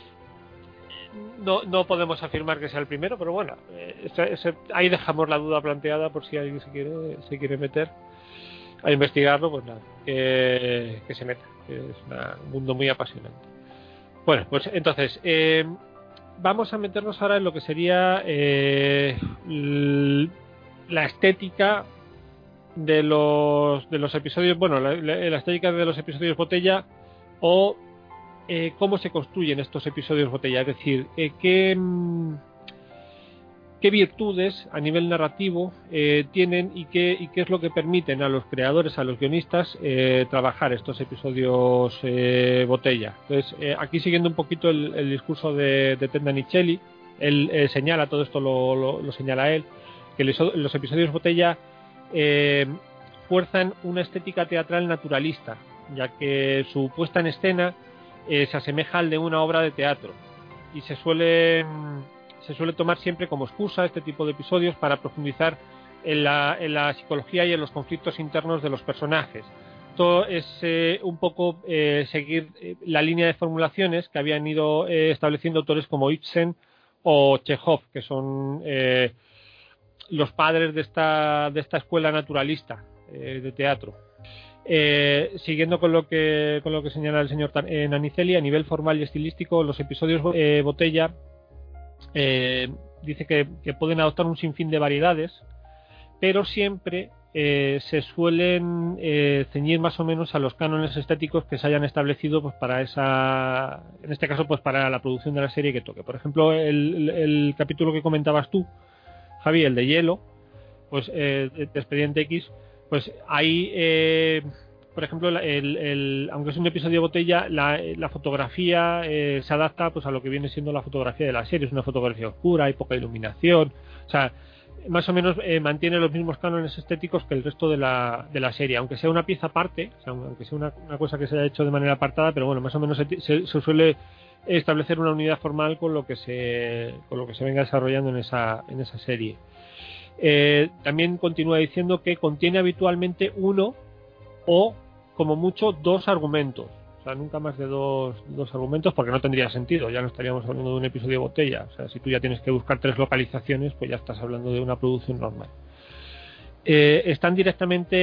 No, no podemos afirmar que sea el primero, pero bueno, ese, ese, ahí dejamos la duda planteada por si alguien se quiere, se quiere meter a investigarlo, pues nada, que, que se meta, que es una, un mundo muy apasionante. Bueno, pues entonces, eh, vamos a meternos ahora en lo que sería eh, la estética de los, de los episodios, bueno, la, la estética de los episodios botella o Eh, cómo se construyen estos episodios botella, es decir, eh, qué, qué virtudes a nivel narrativo eh, tienen y qué, y qué es lo que permiten a los creadores, a los guionistas, eh, trabajar estos episodios eh, botella. Entonces, eh, aquí siguiendo un poquito el, el discurso de, de Ted Danicelli, él eh, señala, todo esto lo, lo, lo señala él, que les, los episodios botella eh, fuerzan una estética teatral naturalista, ya que su puesta en escena Eh, se asemeja al de una obra de teatro y se suele se suele tomar siempre como excusa este tipo de episodios para profundizar en la, en la psicología y en los conflictos internos de los personajes. Esto es eh, un poco eh, seguir eh, la línea de formulaciones que habían ido eh, estableciendo autores como Ibsen o Chekhov, que son eh, los padres de esta, de esta escuela naturalista eh, de teatro. Eh, siguiendo con lo que con lo que señala el señor eh, Danicelli, a nivel formal y estilístico, los episodios eh, botella eh, dice que, que pueden adoptar un sinfín de variedades, pero siempre eh, se suelen eh, ceñir más o menos a los cánones estéticos que se hayan establecido pues para esa, en este caso pues para la producción de la serie que toque. Por ejemplo, el, el, el capítulo que comentabas tú, Javi, el de hielo, pues eh, de Expediente X, pues ahí, eh, por ejemplo, el, el, aunque es un episodio botella, la, la fotografía eh, se adapta pues a lo que viene siendo la fotografía de la serie. Es una fotografía oscura, hay poca iluminación, o sea, más o menos eh, mantiene los mismos cánones estéticos que el resto de la, de la serie, aunque sea una pieza aparte, o sea, aunque sea una, una cosa que se haya hecho de manera apartada, pero bueno, más o menos se, se, se suele establecer una unidad formal con lo que se, con lo que se venga desarrollando en esa, en esa serie. Eh, también continúa diciendo que contiene habitualmente uno o como mucho dos argumentos, o sea, nunca más de dos, dos argumentos, porque no tendría sentido, ya no estaríamos hablando de un episodio botella, o sea, si tú ya tienes que buscar tres localizaciones, pues ya estás hablando de una producción normal. Eh, están directamente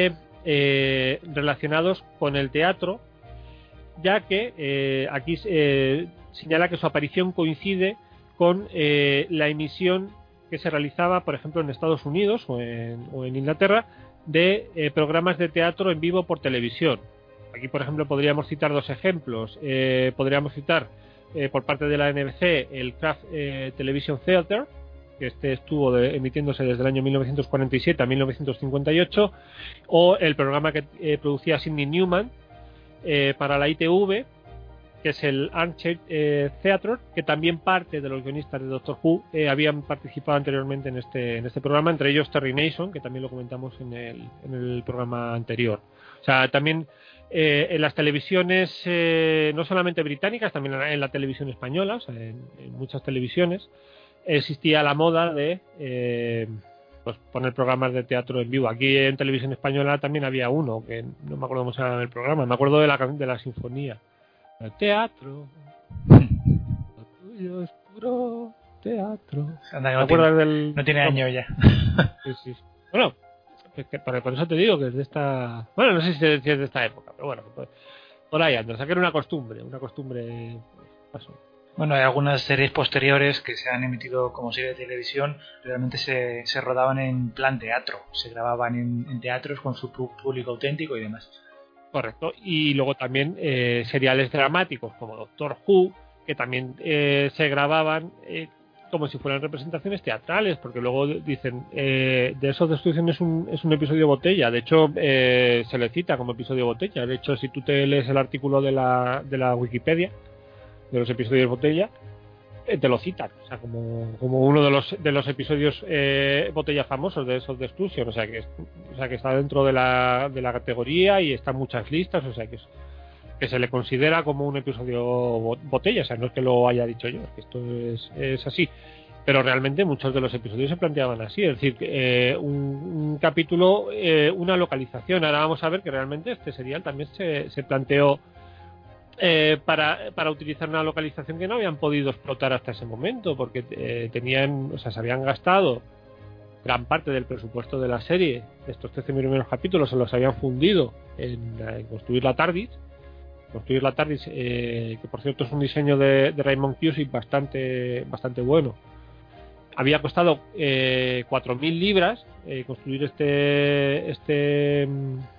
eh, relacionados con el teatro, ya que eh, aquí eh, señala que su aparición coincide con eh, la emisión que se realizaba, por ejemplo, en Estados Unidos o en, o en Inglaterra, de eh, programas de teatro en vivo por televisión. Aquí, por ejemplo, podríamos citar dos ejemplos. Eh, podríamos citar eh, por parte de la N B C el Kraft eh, Television Theater, que este estuvo de, emitiéndose desde el año mil novecientos cuarenta y siete a mil novecientos cincuenta y ocho, o el programa que eh, producía Sidney Newman eh, para la I T V, que es el Armchair eh, Theatre, que también parte de los guionistas de Doctor Who eh, habían participado anteriormente en este en este programa, entre ellos Terry Nation, que también lo comentamos en el, en el programa anterior. O sea, también eh, en las televisiones, eh, no solamente británicas, también en la televisión española, o sea, en, en muchas televisiones, existía la moda de eh, pues poner programas de teatro en vivo. Aquí en televisión española también había uno, que no me acuerdo cómo se llama el programa, me acuerdo de la, de la sinfonía. El teatro, lo tuyo es puro teatro.
Anda,
¿Te
no,
acuerdas
tiene,
del...?
no tiene año ya.
Sí, sí. Bueno, es que por eso te digo que es de esta... Bueno, no sé si es de esta época, pero bueno, pues, por ahí anda. O sea, que era una costumbre, una costumbre... Pasó.
Bueno, hay algunas series posteriores que se han emitido como serie de televisión, realmente se, se rodaban en plan teatro, se grababan en, en teatros con su público auténtico y demás.
Correcto, y luego también eh, seriales dramáticos como Doctor Who, que también eh, se grababan eh, como si fueran representaciones teatrales, porque luego dicen, eh, de esos Destruction es un, es un episodio botella, de hecho eh, se le cita como episodio botella, de hecho si tú te lees el artículo de la, de la Wikipedia, de los episodios botella, eh, te lo citan, o sea, como, como uno de los de los episodios eh, botella famosos de esos Destruction, o sea que o sea que está dentro de la, de la categoría y está en muchas listas, o sea que es, que se le considera como un episodio botella, o sea, no es que lo haya dicho yo, es que esto es, es así, pero realmente muchos de los episodios se planteaban así, es decir, eh, un, un capítulo, eh, una localización. Ahora vamos a ver que realmente este serial también se, se planteó Eh, para, para utilizar una localización que no habían podido explotar hasta ese momento, porque eh, tenían, o sea, se habían gastado gran parte del presupuesto de la serie, de estos trece primeros capítulos, se los habían fundido en, en construir la TARDIS, construir la TARDIS, eh, que por cierto es un diseño de, de Raymond Cusick bastante, bastante bueno. Había costado eh, cuatro mil libras eh, construir este, este,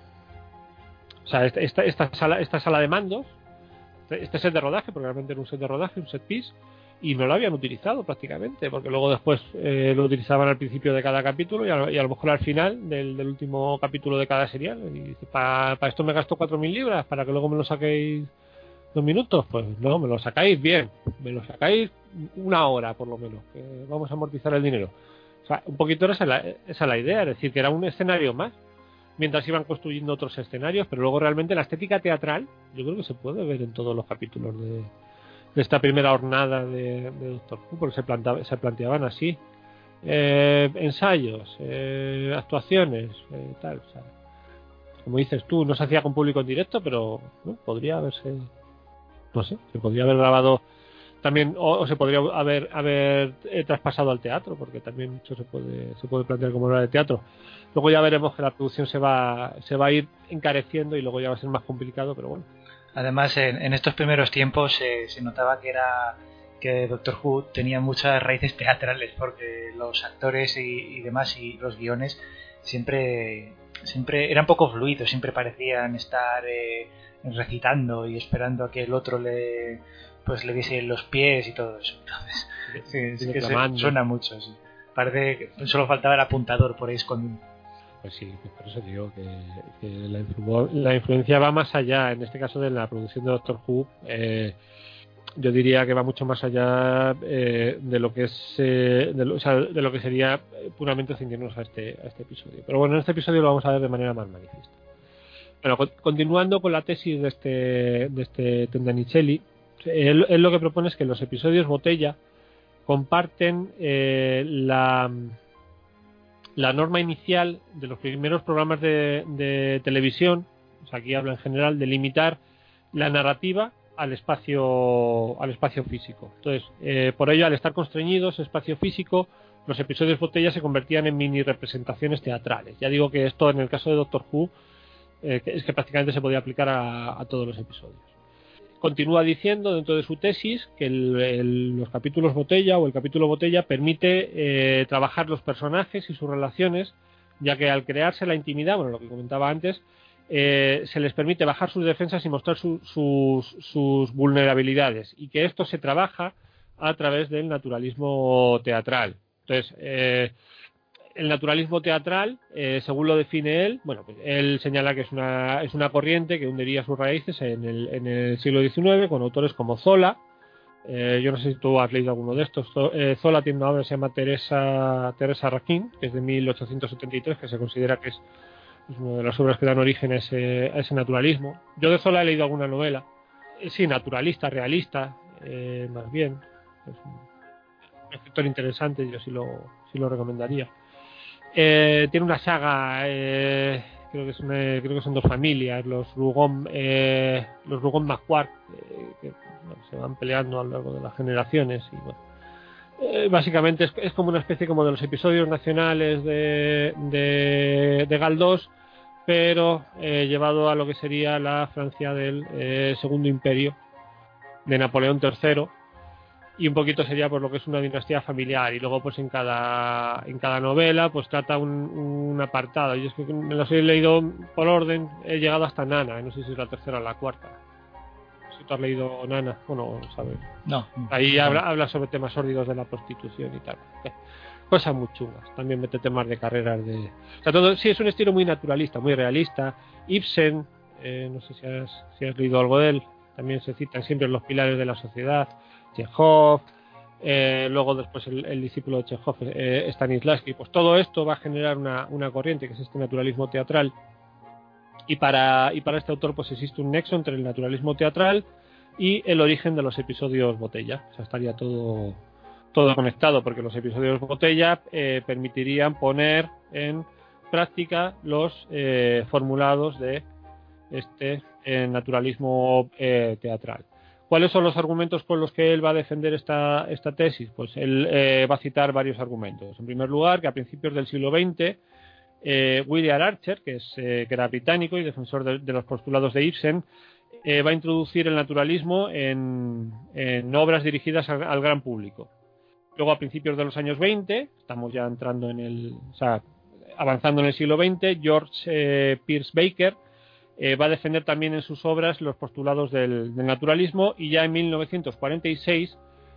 o sea, esta, esta sala, esta sala de mandos. Este set de rodaje, porque realmente era un set de rodaje, un set piece, y no lo habían utilizado prácticamente, porque luego después eh, lo utilizaban al principio de cada capítulo y a, y a lo mejor al final del, del último capítulo de cada serial. Y dice, para pa esto me gasto cuatro mil libras, para que luego me lo saquéis dos minutos. Pues no, me lo sacáis bien, me lo sacáis una hora por lo menos, que vamos a amortizar el dinero. O sea, un poquito esa es la, esa es la idea, es decir, que era un escenario más, mientras iban construyendo otros escenarios, pero luego realmente la estética teatral yo creo que se puede ver en todos los capítulos de, de esta primera jornada de, de Doctor Who, porque se, plantaba, se planteaban así, eh, ensayos, eh, actuaciones, eh, tal, o sea, como dices tú, no se hacía con público en directo, pero ¿no? podría haberse, no sé, se podría haber grabado también, o, o se podría haber haber eh, traspasado al teatro, porque también mucho se puede se puede plantear como obra de teatro. Luego ya veremos que la producción se va se va a ir encareciendo y luego ya va a ser más complicado, pero bueno.
Además, en, en estos primeros tiempos eh, se notaba que era que Doctor Who tenía muchas raíces teatrales, porque los actores y, y demás y los guiones siempre siempre eran poco fluidos, siempre parecían estar eh, recitando y esperando a que el otro le pues le diese los pies y todo eso. Entonces, sí, sí que se, suena mucho, sí. Parece que solo faltaba el apuntador por ahí escondido.
Pues sí, por eso digo que, que la, influ la influencia va más allá, en este caso de la producción de Doctor Who. Eh, yo diría que va mucho más allá eh, de lo que es eh, de, lo, o sea, de lo que sería puramente ceñirnos a este, a este episodio. Pero bueno, en este episodio lo vamos a ver de manera más manifiesta. Bueno, con, continuando con la tesis de este, de este Tendanicelli, él, él lo que propone es que los episodios botella comparten eh, la, la norma inicial de los primeros programas de, de televisión, o sea, aquí hablo en general, de limitar la narrativa al espacio al espacio físico. Entonces, eh, por ello, al estar constreñidos espacio físico, los episodios botella se convertían en mini representaciones teatrales. Ya digo que esto en el caso de Doctor Who eh, que es que prácticamente se podía aplicar a, a todos los episodios. Continúa diciendo dentro de su tesis que el, el, los capítulos botella o el capítulo botella permite eh, trabajar los personajes y sus relaciones, ya que al crearse la intimidad, bueno, lo que comentaba antes, eh, se les permite bajar sus defensas y mostrar su, sus, sus vulnerabilidades, y que esto se trabaja a través del naturalismo teatral. Entonces, eh, el naturalismo teatral, eh, según lo define él, bueno, pues él señala que es una, es una corriente que hundiría sus raíces en el, en el siglo diecinueve con autores como Zola. Eh, yo no sé si tú has leído alguno de estos. Eh, Zola tiene una obra que se llama Teresa, Teresa Raquin, que es de mil ochocientos setenta y tres, que se considera que es, es una de las obras que dan origen a ese, a ese naturalismo. Yo de Zola he leído alguna novela. Eh, sí, naturalista, realista, eh, más bien. Es un, un escritor interesante, yo sí lo, sí lo recomendaría. Eh, tiene una saga, eh, creo que es una, creo que son dos familias, los Rougon, eh, los Rougon Macquart, eh, que bueno, se van peleando a lo largo de las generaciones y bueno, eh, básicamente es, es como una especie como de los episodios nacionales de de, de Galdós, pero eh, llevado a lo que sería la Francia del eh, Segundo Imperio de Napoleón tercero. Y un poquito sería por lo que es una dinastía familiar, y luego pues en cada en cada novela pues trata un, un apartado. Yo es que me los he leído por orden, he llegado hasta Nana, no sé si es la tercera o la cuarta. Si tú has leído Nana, bueno, sabes.
No.
Ahí
no.
habla, habla sobre temas sórdidos de la prostitución y tal. Cosas muy chungas. También mete temas de carreras de... O sea, todo, sí, es un estilo muy naturalista, muy realista. Ibsen, eh, no sé si has, si has leído algo de él, también se citan siempre los pilares de la sociedad. Chekhov, eh, luego después el, el discípulo de Chekhov, eh, Stanislavski. Pues todo esto va a generar una, una corriente que es este naturalismo teatral, y para, y para este autor pues existe un nexo entre el naturalismo teatral y el origen de los episodios botella. O sea, estaría todo, todo conectado, porque los episodios botella eh, permitirían poner en práctica los eh, formulados de este eh, naturalismo eh, teatral. ¿Cuáles son los argumentos con los que él va a defender esta, esta tesis? Pues él eh, va a citar varios argumentos. En primer lugar, que a principios del siglo veinte, eh, William Archer, que, es, eh, que era británico y defensor de, de los postulados de Ibsen, eh, va a introducir el naturalismo en, en obras dirigidas al, al gran público. Luego, a principios de los años veinte, estamos ya entrando en el... O sea, avanzando en el siglo veinte, George eh, Pierce Baker Eh, va a defender también en sus obras los postulados del, del naturalismo, y ya en mil novecientos cuarenta y seis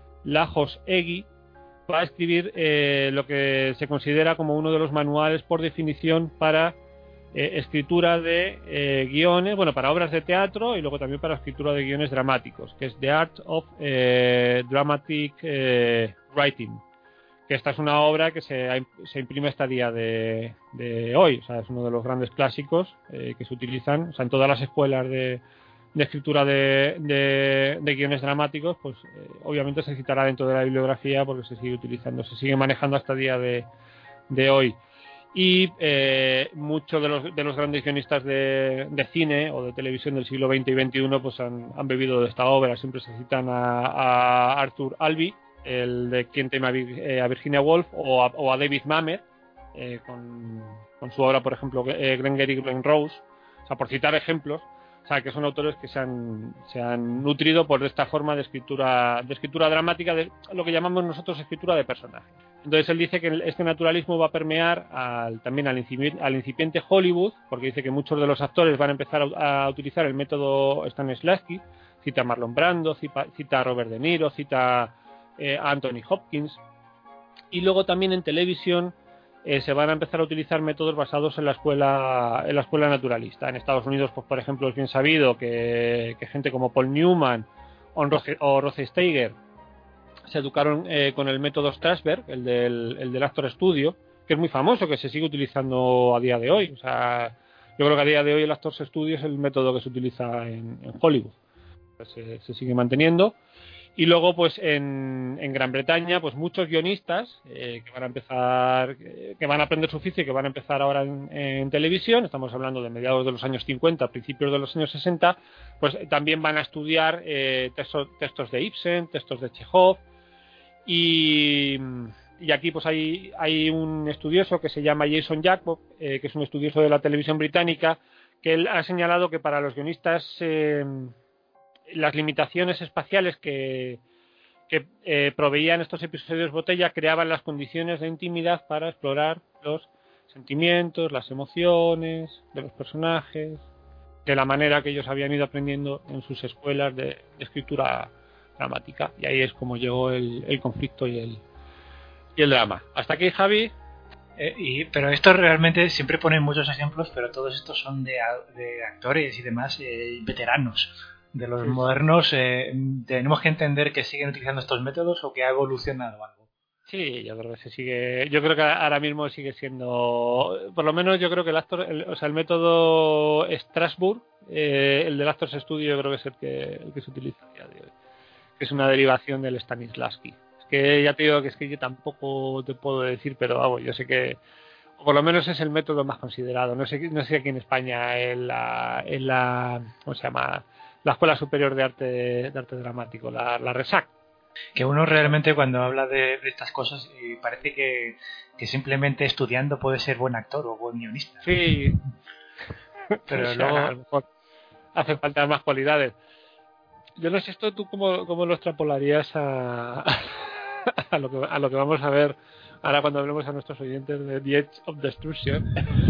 Lajos Egui va a escribir eh, lo que se considera como uno de los manuales por definición para eh, escritura de eh, guiones, bueno, para obras de teatro y luego también para escritura de guiones dramáticos, que es The Art of eh, Dramatic eh, Writing, que esta es una obra que se, se imprime hasta el día de, de hoy. O sea, es uno de los grandes clásicos eh, que se utilizan, o sea, en todas las escuelas de, de escritura de, de, de guiones dramáticos, pues eh, obviamente se citará dentro de la bibliografía porque se sigue utilizando, se sigue manejando hasta el día de, de hoy. Y eh, muchos de los, de los grandes guionistas de, de cine o de televisión del siglo veinte y veintiuno pues han, han bebido de esta obra. Siempre se citan a, a Arthur Albee, el de Quien teme a Virginia Woolf, o a, o a David Mamet, eh, con, con su obra, por ejemplo, eh, Glengarry Glen Rose, o sea, por citar ejemplos. O sea, que son autores que se han, se han nutrido por esta forma de escritura, de escritura dramática, de lo que llamamos nosotros escritura de personaje. Entonces él dice que este naturalismo va a permear al, también al incipiente, al incipiente Hollywood, porque dice que muchos de los actores van a empezar a, a utilizar el método Stanislavski. Cita a Marlon Brando, cita, cita a Robert De Niro, cita eh, a Anthony Hopkins. Y luego también en televisión eh, se van a empezar a utilizar métodos basados en la escuela en la escuela naturalista. En Estados Unidos, pues por ejemplo, es bien sabido que, que gente como Paul Newman o Roger, o Roger Steiger se educaron eh, con el método Strasberg, el del, el del Actor Studio, que es muy famoso, que se sigue utilizando a día de hoy. O sea, yo creo que a día de hoy el Actor Studio es el método que se utiliza en, en Hollywood. Pues, se, se sigue manteniendo. Y luego, pues en, en Gran Bretaña, pues muchos guionistas eh, que van a empezar, eh, que van a aprender su oficio y que van a empezar ahora en, en televisión, estamos hablando de mediados de los años cincuenta, principios de los años sesenta, pues también van a estudiar eh, textos, textos de Ibsen, textos de Chekhov, y, y aquí pues hay, hay un estudioso que se llama Jason Jacob, eh, que es un estudioso de la televisión británica, que él ha señalado que para los guionistas eh, las limitaciones espaciales que, que eh, proveían estos episodios botella creaban las condiciones de intimidad para explorar los sentimientos, las emociones de los personajes, de la manera que ellos habían ido aprendiendo en sus escuelas de, de escritura dramática. Y ahí es como llegó el, el conflicto y el, y el drama. Hasta aquí, Javi.
Eh, y, pero esto realmente siempre ponen muchos ejemplos, pero todos estos son de, de actores y demás eh, veteranos. De los sí, modernos, eh, tenemos que entender que siguen utilizando estos métodos o que ha evolucionado algo.
Sí, yo creo que se sigue. Yo creo que ahora mismo sigue siendo, por lo menos yo creo que el actor, el, o sea, el método Strasbourg, eh, el del Actors Studio, yo creo que es el que, el que se utiliza a día de hoy, que es una derivación del Stanislavski. Es que ya te digo que es que yo tampoco te puedo decir, pero vamos, yo sé que o por lo menos es el método más considerado. No sé, no sé aquí en España en la, en la, ¿cómo se llama? La Escuela Superior de Arte, de Arte Dramático, la, la RESAC.
Que uno realmente cuando habla de, de estas cosas eh, parece que, que simplemente estudiando puede ser buen actor o buen guionista.
Sí,
pero
o sea,
luego
a lo mejor hace falta más cualidades. Yo no sé esto tú cómo, cómo lo extrapolarías a, a, lo que, a lo que vamos a ver ahora cuando hablemos a nuestros oyentes de The Edge of Destruction.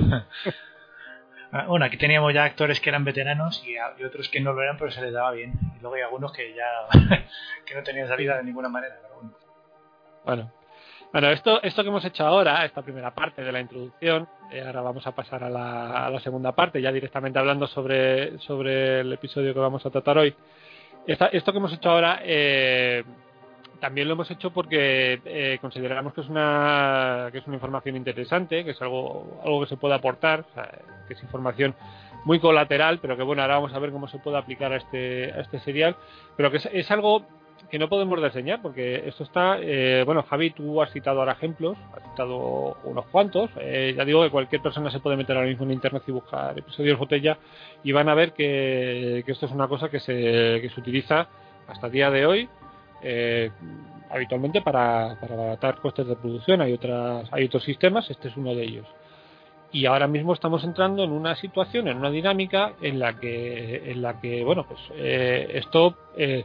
Bueno, aquí teníamos ya actores que eran veteranos y, y otros que no lo eran, pero se les daba bien. Y luego hay algunos que ya que no tenían salida de ninguna manera. Pero bueno.
Bueno, bueno esto, esto que hemos hecho ahora, esta primera parte de la introducción, eh, ahora vamos a pasar a la, a la segunda parte, ya directamente hablando sobre, sobre el episodio que vamos a tratar hoy. Esta, esto que hemos hecho ahora eh, también lo hemos hecho porque eh, consideramos que es una que es una información interesante, que es algo algo que se puede aportar, o sea, que es información muy colateral, pero que bueno, ahora vamos a ver cómo se puede aplicar a este a este serial, pero que es, es algo que no podemos reseñar porque esto está eh, bueno, Javi, tú has citado ahora ejemplos, has citado unos cuantos, eh, ya digo que cualquier persona se puede meter ahora mismo en internet y buscar episodios botella y van a ver que, que esto es una cosa que se que se utiliza hasta el día de hoy. Eh, habitualmente para, para abaratar costes de producción. Hay otras hay otros sistemas, este es uno de ellos, y ahora mismo estamos entrando en una situación, en una dinámica en la que en la que bueno, pues eh, esto eh,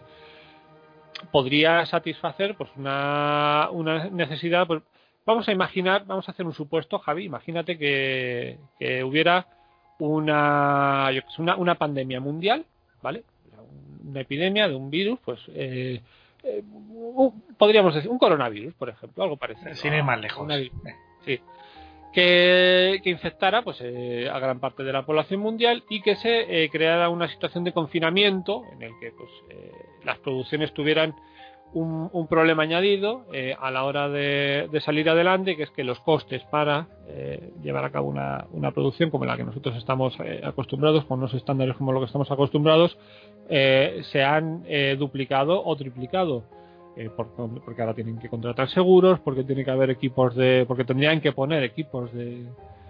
podría satisfacer pues una, una necesidad. Pues, vamos a imaginar, vamos a hacer un supuesto, Javi, imagínate que, que hubiera una, yo que sé, una una pandemia mundial, ¿vale? Una epidemia de un virus, pues eh, Eh, podríamos decir un coronavirus, por ejemplo, algo parecido.
Sin ir más lejos.
Una, sí, que, que infectara pues eh, a gran parte de la población mundial y que se eh, creara una situación de confinamiento en el que pues eh, las producciones tuvieran un, un problema añadido eh, a la hora de, de salir adelante, que es que los costes para eh, llevar a cabo una, una producción como la que nosotros estamos eh, acostumbrados, con unos estándares como lo que estamos acostumbrados, eh, se han eh, duplicado o triplicado. Eh, por, porque ahora tienen que contratar seguros, porque tiene que haber equipos de, porque tendrían que poner equipos de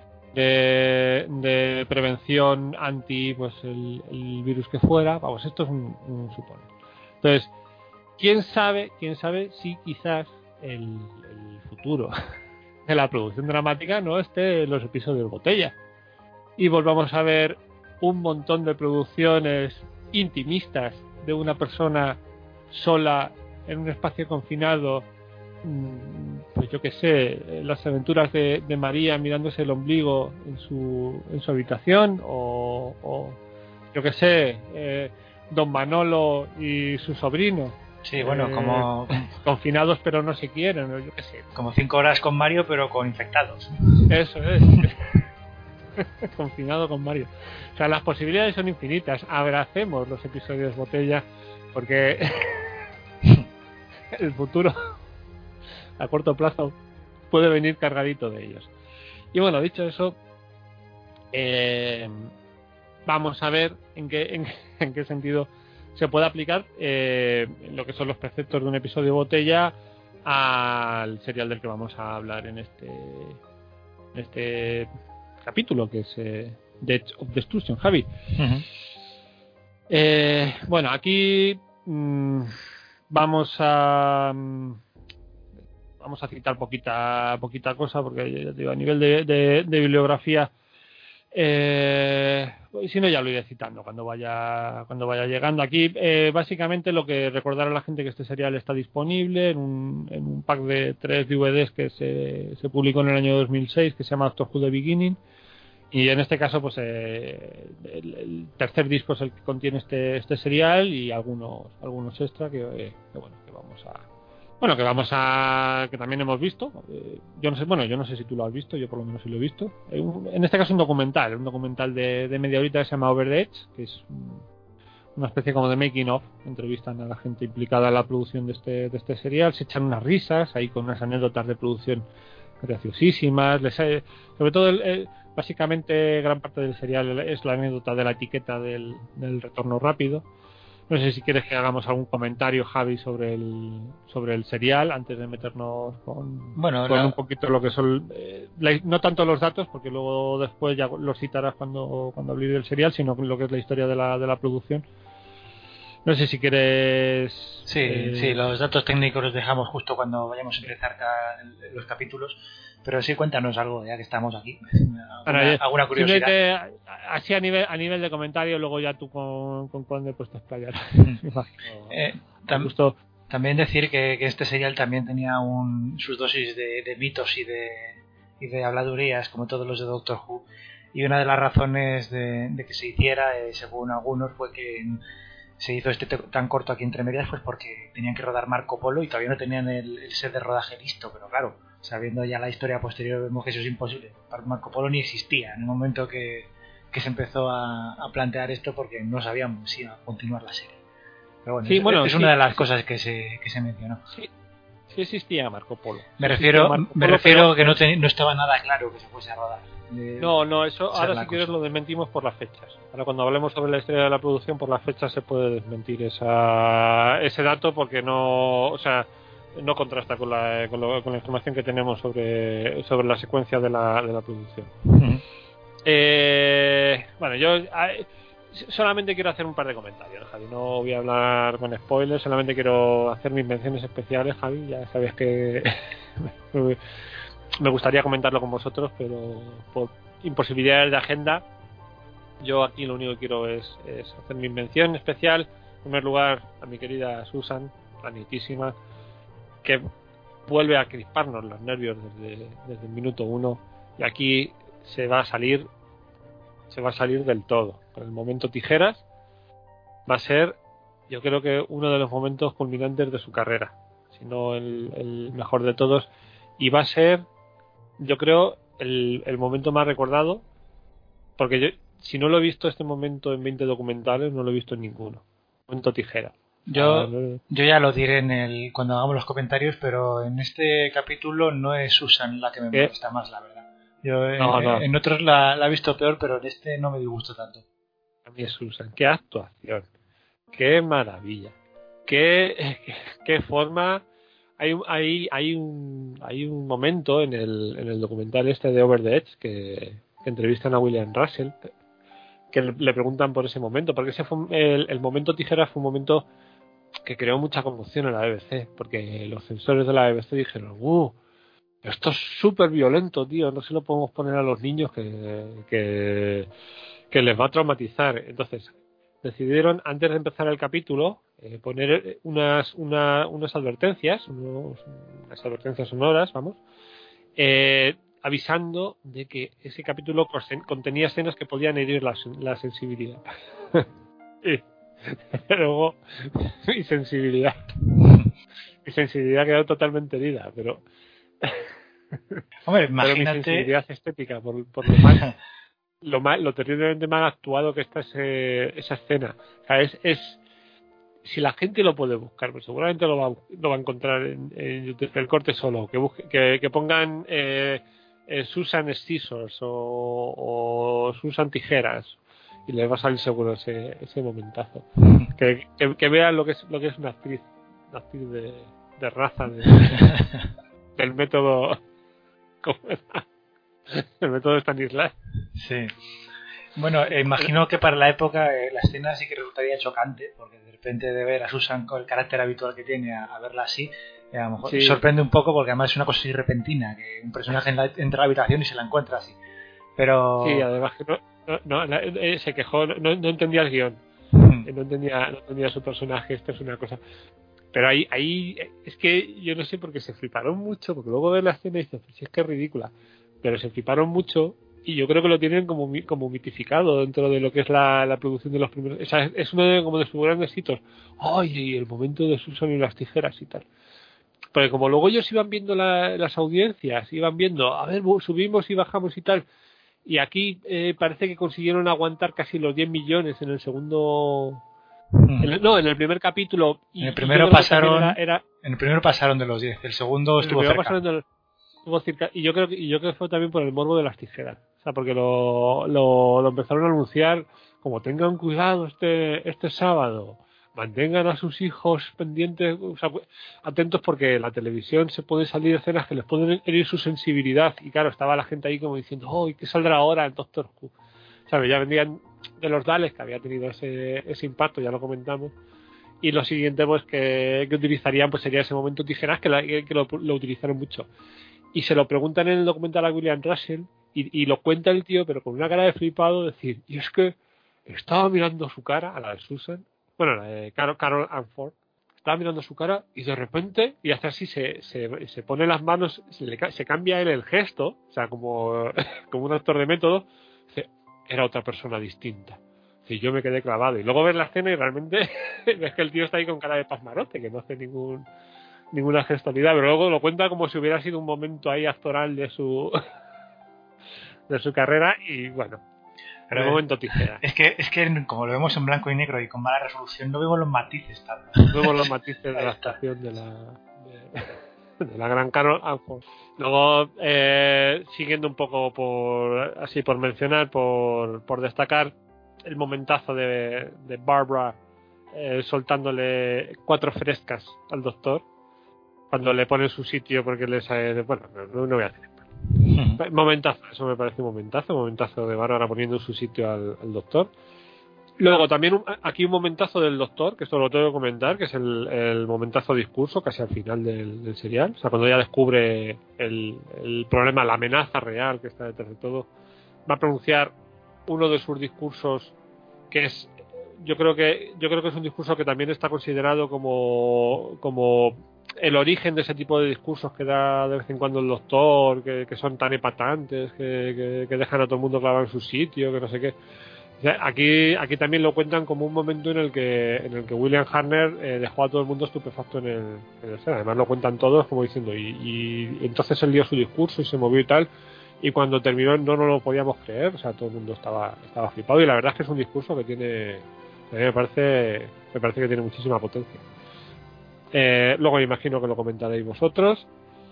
de, de prevención anti pues el, el virus que fuera. Vamos, esto es un, un suponer. Entonces, quién sabe, quién sabe si quizás el, el futuro de la producción dramática no esté en los episodios botella y volvamos a ver un montón de producciones intimistas de una persona sola en un espacio confinado, pues yo que sé, las aventuras de, de María mirándose el ombligo en su en su habitación, o, o yo que sé, eh, Don Manolo y su sobrino.
Sí, bueno, eh, como
confinados pero no se quieren, ¿no? Yo qué sé.
Como cinco horas con Mario pero con infectados.
Eso es. Confinado con Mario. O sea, las posibilidades son infinitas. Abracemos los episodios botella porque el futuro a corto plazo puede venir cargadito de ellos. Y bueno, dicho eso, eh, vamos a ver en qué en, en qué sentido se puede aplicar eh, lo que son los preceptos de un episodio botella al serial del que vamos a hablar en este en este capítulo, que es eh, The Edge of Destruction, Javi. Uh-huh. Eh, bueno, aquí mmm, vamos a mmm, vamos a citar poquita poquita cosa porque ya digo, a nivel de, de, de bibliografía Eh, si no, ya lo iré citando cuando vaya cuando vaya llegando. Aquí, eh, básicamente, lo que recordar a la gente que este serial está disponible en un, en un pack de tres D V Ds que se, se publicó en el año dos mil seis, que se llama Doctor Who The Beginning. Y en este caso, pues eh, el, el tercer disco es el que contiene este este serial y algunos algunos extra que, eh, que bueno que vamos a bueno que vamos a que también hemos visto. Eh, yo no sé bueno yo no sé si tú lo has visto, yo por lo menos sí lo he visto. Eh, un, en este caso un documental, un documental de, de media horita que se llama Over the Edge, que es un, una especie como de making of. Entrevistan a la gente implicada en la producción de este de este serial, se echan unas risas ahí con unas anécdotas de producción graciosísimas. Les, eh, sobre todo el, el básicamente gran parte del serial es la anécdota de la etiqueta del, del retorno rápido. No sé si quieres que hagamos algún comentario, Javi, sobre el sobre el serial antes de meternos con,
bueno,
con
la...
un poquito lo que son eh, la, no tanto los datos, porque luego después ya los citarás cuando cuando hable del serial, sino lo que es la historia de la de la producción. No sé si quieres...
Sí,
eh...
sí, los datos técnicos los dejamos justo cuando vayamos a empezar cada, los capítulos, pero sí, cuéntanos algo, ya que estamos aquí. ¿Alguna,
bueno,
alguna curiosidad?
Así a nivel a nivel de comentario, luego ya tú con, con Conde pues te explayarás.
eh, tam, también decir que, que este serial también tenía un, sus dosis de, de mitos y de, y de habladurías, como todos los de Doctor Who, y una de las razones de, de que se hiciera, eh, según algunos, fue que se hizo este tan corto aquí entre medias, pues porque tenían que rodar Marco Polo y todavía no tenían el, el set de rodaje listo, pero claro, sabiendo ya la historia posterior vemos que eso es imposible. Marco Polo ni existía en el momento que, que se empezó a, a plantear esto, porque no sabían si iba a continuar la serie. Pero bueno,
sí,
es,
bueno,
es
sí,
una de las
sí,
cosas que se, que se mencionó.
Sí, sí existía Marco Polo.
Me refiero,
Marco
me
Polo,
refiero
pero...
que no, te, no estaba nada claro que se fuese a rodar. De,
no, no, eso ahora si
cosa.
quieres lo desmentimos por las fechas. Ahora cuando hablemos sobre la historia de la producción, por las fechas se puede desmentir esa, ese dato, porque no, o sea, no contrasta con la, con, lo, con la información que tenemos sobre, sobre la secuencia de la, de la producción. Uh-huh. Eh, bueno, yo eh, solamente quiero hacer un par de comentarios, Javi. No voy a hablar con spoilers, solamente quiero hacer mis menciones especiales, Javi. Ya sabes que me gustaría comentarlo con vosotros, pero por imposibilidades de agenda, yo aquí lo único que quiero es, es hacer mi mención especial. En primer lugar, a mi querida Susan, la nietísima, que vuelve a crisparnos los nervios desde, desde el minuto uno, y aquí se va a salir se va a salir del todo. Con el momento tijeras va a ser, yo creo que uno de los momentos culminantes de su carrera, si no el, el mejor de todos, y va a ser, yo creo, el, el momento más recordado, porque yo, si no lo he visto este momento en veinte documentales, no lo he visto en ninguno. Momento tijera.
Yo, ah, no... yo ya lo diré en el cuando hagamos los comentarios, pero en este capítulo no es Susan la que me molesta más, la verdad. Yo
no,
en,
no.
en otros la, la he visto peor, pero en este no me disgusto tanto.
A mí es Susan. Qué actuación. Qué maravilla. Qué, qué, qué forma... Hay, hay, hay, un, hay un momento en el, en el documental este de Over the Edge que, que entrevistan a William Russell, que le, le preguntan por ese momento, porque ese fue el, el momento tijera fue un momento que creó mucha conmoción en la B B C, porque los censores de la B B C dijeron, ¡uh! Esto es súper violento, tío, no se lo podemos poner a los niños que, que, que les va a traumatizar. Entonces decidieron, antes de empezar el capítulo, eh, poner unas, una, unas advertencias, unos, unas advertencias sonoras, vamos, eh, avisando de que ese capítulo contenía escenas que podían herir la, la sensibilidad. y luego, mi sensibilidad, mi sensibilidad quedó totalmente herida, pero...
Hombre, imagínate...
Pero mi sensibilidad estética, por, por lo mal, lo mal, lo terriblemente mal actuado que está ese, esa escena. O sea, es, es, si la gente lo puede buscar, pues seguramente lo va, lo va a encontrar en, en YouTube, el corte solo, que busque, que, que pongan eh, eh, Susan Scissors o, o Susan Tijeras y les va a salir seguro ese, ese momentazo. Que, que, que vean lo que es lo que es una actriz, una actriz de, de raza, de, del método. ¿Cómo era? El método de Stanislas.
Sí. Bueno, eh, imagino que para la época eh, la escena sí que resultaría chocante, porque de repente de ver a Susan con el carácter habitual que tiene a, a verla así, eh, a lo mejor sí. sorprende un poco, porque además es una cosa así repentina, que un personaje en la, entra a la habitación y se la encuentra así. Pero...
Sí, además que no, no, no la, eh, se quejó, no, no entendía el guión.
Mm.
No entendía, no entendía su personaje, esto es una cosa. Pero ahí, ahí es que yo no sé por qué se fliparon mucho, porque luego ves la escena y dices, pues es que es ridícula. Pero se fliparon mucho y yo creo que lo tienen como como mitificado dentro de lo que es la, la producción de los primeros. O sea, es uno de, como de sus grandes hitos. ¡Ay! El momento de Susan y las tijeras y tal. Porque como luego ellos iban viendo la, las audiencias, iban viendo, a ver, subimos y bajamos y tal. Y aquí eh, parece que consiguieron aguantar casi los diez millones en el segundo.
Mm.
En el, no, en el primer capítulo. Y,
en el primero
y
pasaron.
Era, era,
en el primero pasaron de los diez. El segundo estuvo
el
cerca.
Del, estuvo cerca. Y yo creo que y yo creo que fue también por el morbo de las tijeras. O sea, porque lo, lo, lo empezaron a anunciar como tengan cuidado este este sábado. Mantengan a sus hijos pendientes, o sea, atentos porque en la televisión se pueden salir escenas que les pueden herir su sensibilidad. Y claro, estaba la gente ahí como diciendo, oh, ¿y qué saldrá ahora el Doctor Who? ¿Sabes? Ya vendían de los Daleks, que había tenido ese, ese impacto, ya lo comentamos. Y lo siguiente pues que, que utilizarían pues sería ese momento tijeras, que, la, que lo, lo utilizaron mucho. Y se lo preguntan en el documental a William Russell y, y lo cuenta el tío, pero con una cara de flipado, decir, y es que estaba mirando su cara, a la de Susan, bueno, la de Carol, Carol Anford, estaba mirando su cara y de repente, y hace así, se, se, se pone las manos, se, le, se cambia él el gesto, o sea, como, como un actor de método, dice, era otra persona distinta. Sí, yo me quedé clavado. Y luego ves la escena y realmente ves que el tío está ahí con cara de pasmarote, que no hace ningún ninguna gestualidad, pero luego lo cuenta como si hubiera sido un momento ahí actoral de su de su carrera y bueno, pero un momento tijera.
Es que, es que como lo vemos en blanco y negro y con mala resolución, no vemos los matices tanto.
No vemos los matices de la actuación de la de, de la gran Carol Anford. Luego, eh, siguiendo un poco por así por mencionar, por, por destacar el momentazo de, de Barbara eh, soltándole cuatro frescas al doctor cuando le pone en su sitio porque les eh, bueno, no, no voy a hacer uh-huh. Momentazo, eso me parece un momentazo, momentazo de Bárbara poniendo en su sitio al, al doctor. Luego también un, aquí un momentazo del doctor, que esto lo tengo que comentar, que es el, el momentazo discurso casi al final del, del serial, o sea, cuando ya descubre el, el problema, la amenaza real que está detrás de todo, va a pronunciar uno de sus discursos que es yo creo que yo creo que es un discurso que también está considerado como como el origen de ese tipo de discursos que da de vez en cuando el doctor, que, que son tan epatantes, que, que, que dejan a todo el mundo clavado en su sitio, que no sé qué. O sea, aquí aquí también lo cuentan como un momento en el que en el que William Hartnell eh, dejó a todo el mundo estupefacto en el, en el set. Además lo cuentan todos como diciendo y, y, y entonces él dio su discurso y se movió y tal. Y cuando terminó no nos lo podíamos creer, o sea, todo el mundo estaba estaba flipado y la verdad es que es un discurso que tiene, a mí me parece me parece que tiene muchísima potencia. Eh, luego me imagino que lo comentaréis vosotros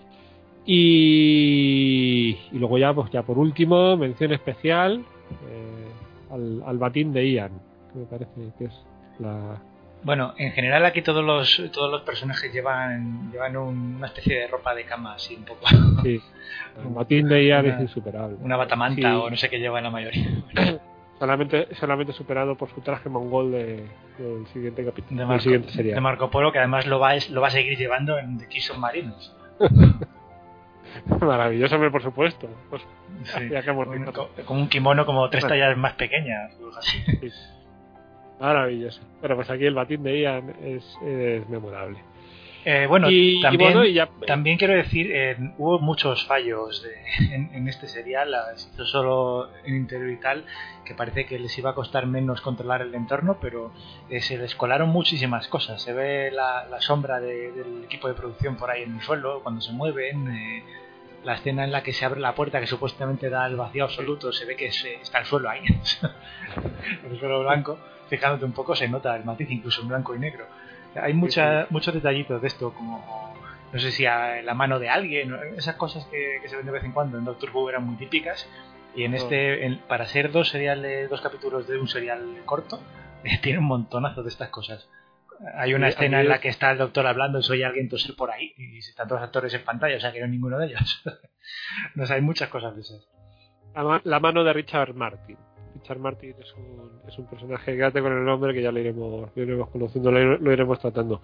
y, y luego ya pues ya por último mención especial eh, al, al batín de Ian, que me parece que es la...
Bueno, en general aquí todos los todos los personajes llevan llevan un, una especie de ropa de cama así un poco.
Sí, el batín de Ian
una,
es insuperable.
Una batamanta
sí.
O no sé qué lleva la mayoría.
solamente solamente superado por su traje mongol de, del siguiente capítulo,
de, Marco,
siguiente serial.
de Marco Polo, que además lo va lo va a seguir llevando en The Kiss Submarinos.
Maravilloso, por supuesto. Pues,
sí,
ya que hemos
un, con un kimono como tres bueno. tallas más pequeñas. Así.
Sí. Maravilloso. Pero pues aquí el batín de Ian es, es memorable.
Eh, bueno,
y,
también,
y bueno, y ya...
también quiero decir, eh, hubo muchos fallos de, en, en este serial, se hizo solo en interior y tal, que parece que les iba a costar menos controlar el entorno, pero eh, se les colaron muchísimas cosas. Se ve la, la sombra de, del equipo de producción por ahí en el suelo, cuando se mueven, eh, la escena en la que se abre la puerta que supuestamente da el vacío absoluto, se ve que se, está el suelo ahí, el suelo blanco. Fijándote un poco se nota el matiz incluso en blanco y negro. Hay mucha, sí, sí. muchos detallitos de esto, como no sé si a la mano de alguien, esas cosas que, que se ven de vez en cuando en Doctor Who eran muy típicas, y en este, en, para ser dos seriales, dos capítulos de un serial corto, eh, tiene un montonazo de estas cosas. Hay una sí, escena en la que está el doctor hablando y soy alguien toser por ahí, y están todos los actores en pantalla, o sea que no hay ninguno de ellos. No sé, hay muchas cosas de esas.
La, la mano de Richard Martin. Richard Martin es un, es un personaje, quédate con el nombre que ya lo iremos, lo iremos conociendo, lo, lo iremos tratando.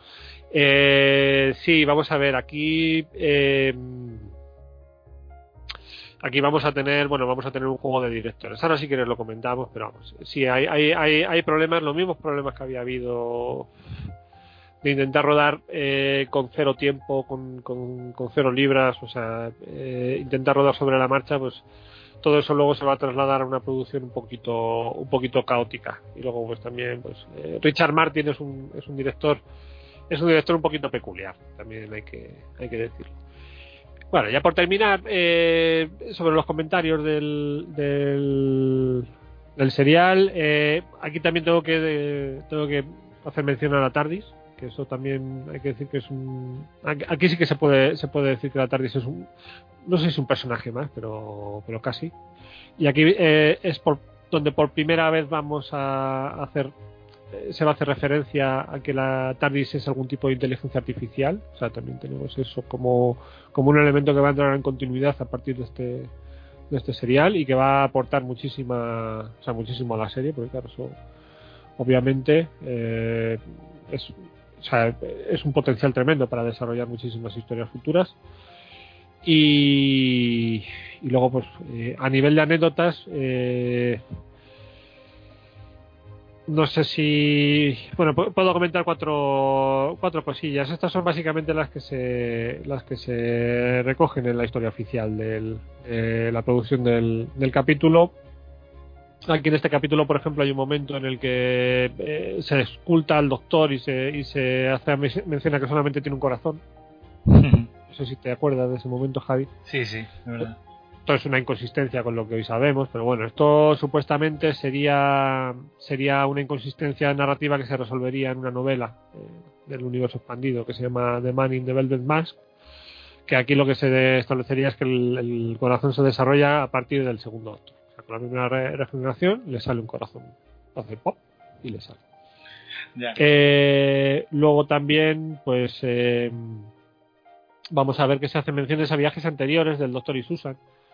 Eh, sí, vamos a ver, aquí eh, aquí vamos a tener, bueno, vamos a tener un juego de directores. Ahora si quieres lo comentamos, pero vamos, sí hay, hay, hay, hay problemas, los mismos problemas que había habido de intentar rodar eh, con cero tiempo, con, con, con cero libras, o sea, eh, intentar rodar sobre la marcha, pues todo eso luego se va a trasladar a una producción un poquito un poquito caótica. Y luego pues también pues eh, Richard Martin es un es un director es un director un poquito peculiar, también hay que hay que decirlo. Bueno, ya por terminar, eh, sobre los comentarios del del, del serial, eh, aquí también tengo que de, tengo que hacer mención a la TARDIS, que eso también hay que decir que es un, aquí sí que se puede se puede decir que la TARDIS es un, no sé si es un personaje más, pero pero casi. Y aquí eh, es por donde por primera vez vamos a hacer eh, se va a hacer referencia a que la TARDIS es algún tipo de inteligencia artificial. O sea, también tenemos eso como como un elemento que va a entrar en continuidad a partir de este de este serial y que va a aportar muchísima, o sea, muchísimo a la serie, porque claro, eso obviamente eh, es O sea, es un potencial tremendo para desarrollar muchísimas historias futuras. Y, y luego, pues, eh, a nivel de anécdotas, eh, no sé si... Bueno, puedo comentar cuatro, cuatro cosillas. Estas son básicamente las que se las que se recogen en la historia oficial de eh, la producción del, del capítulo. Aquí en este capítulo, por ejemplo, hay un momento en el que eh, se esculta al doctor y se, y se hace menciona que solamente tiene un corazón. No sé si te acuerdas de ese momento, Javi.
Sí, sí, de verdad.
Esto es una inconsistencia con lo que hoy sabemos, pero bueno, esto supuestamente sería sería una inconsistencia narrativa que se resolvería en una novela eh, del universo expandido que se llama The Man in the Velvet Mask, que aquí lo que se establecería es que el, el corazón se desarrolla a partir del segundo doctor. Con la primera re- regeneración le sale un corazón, hace pop y le sale.
Ya.
Eh, luego también, pues eh, vamos a ver que se hacen menciones a viajes anteriores del Doctor y Susan.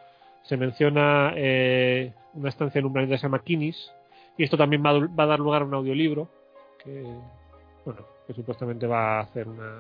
Se menciona eh, una estancia en un planeta que se llama Kinis, y esto también va a, va a dar lugar a un audiolibro que, bueno, que supuestamente va a hacer una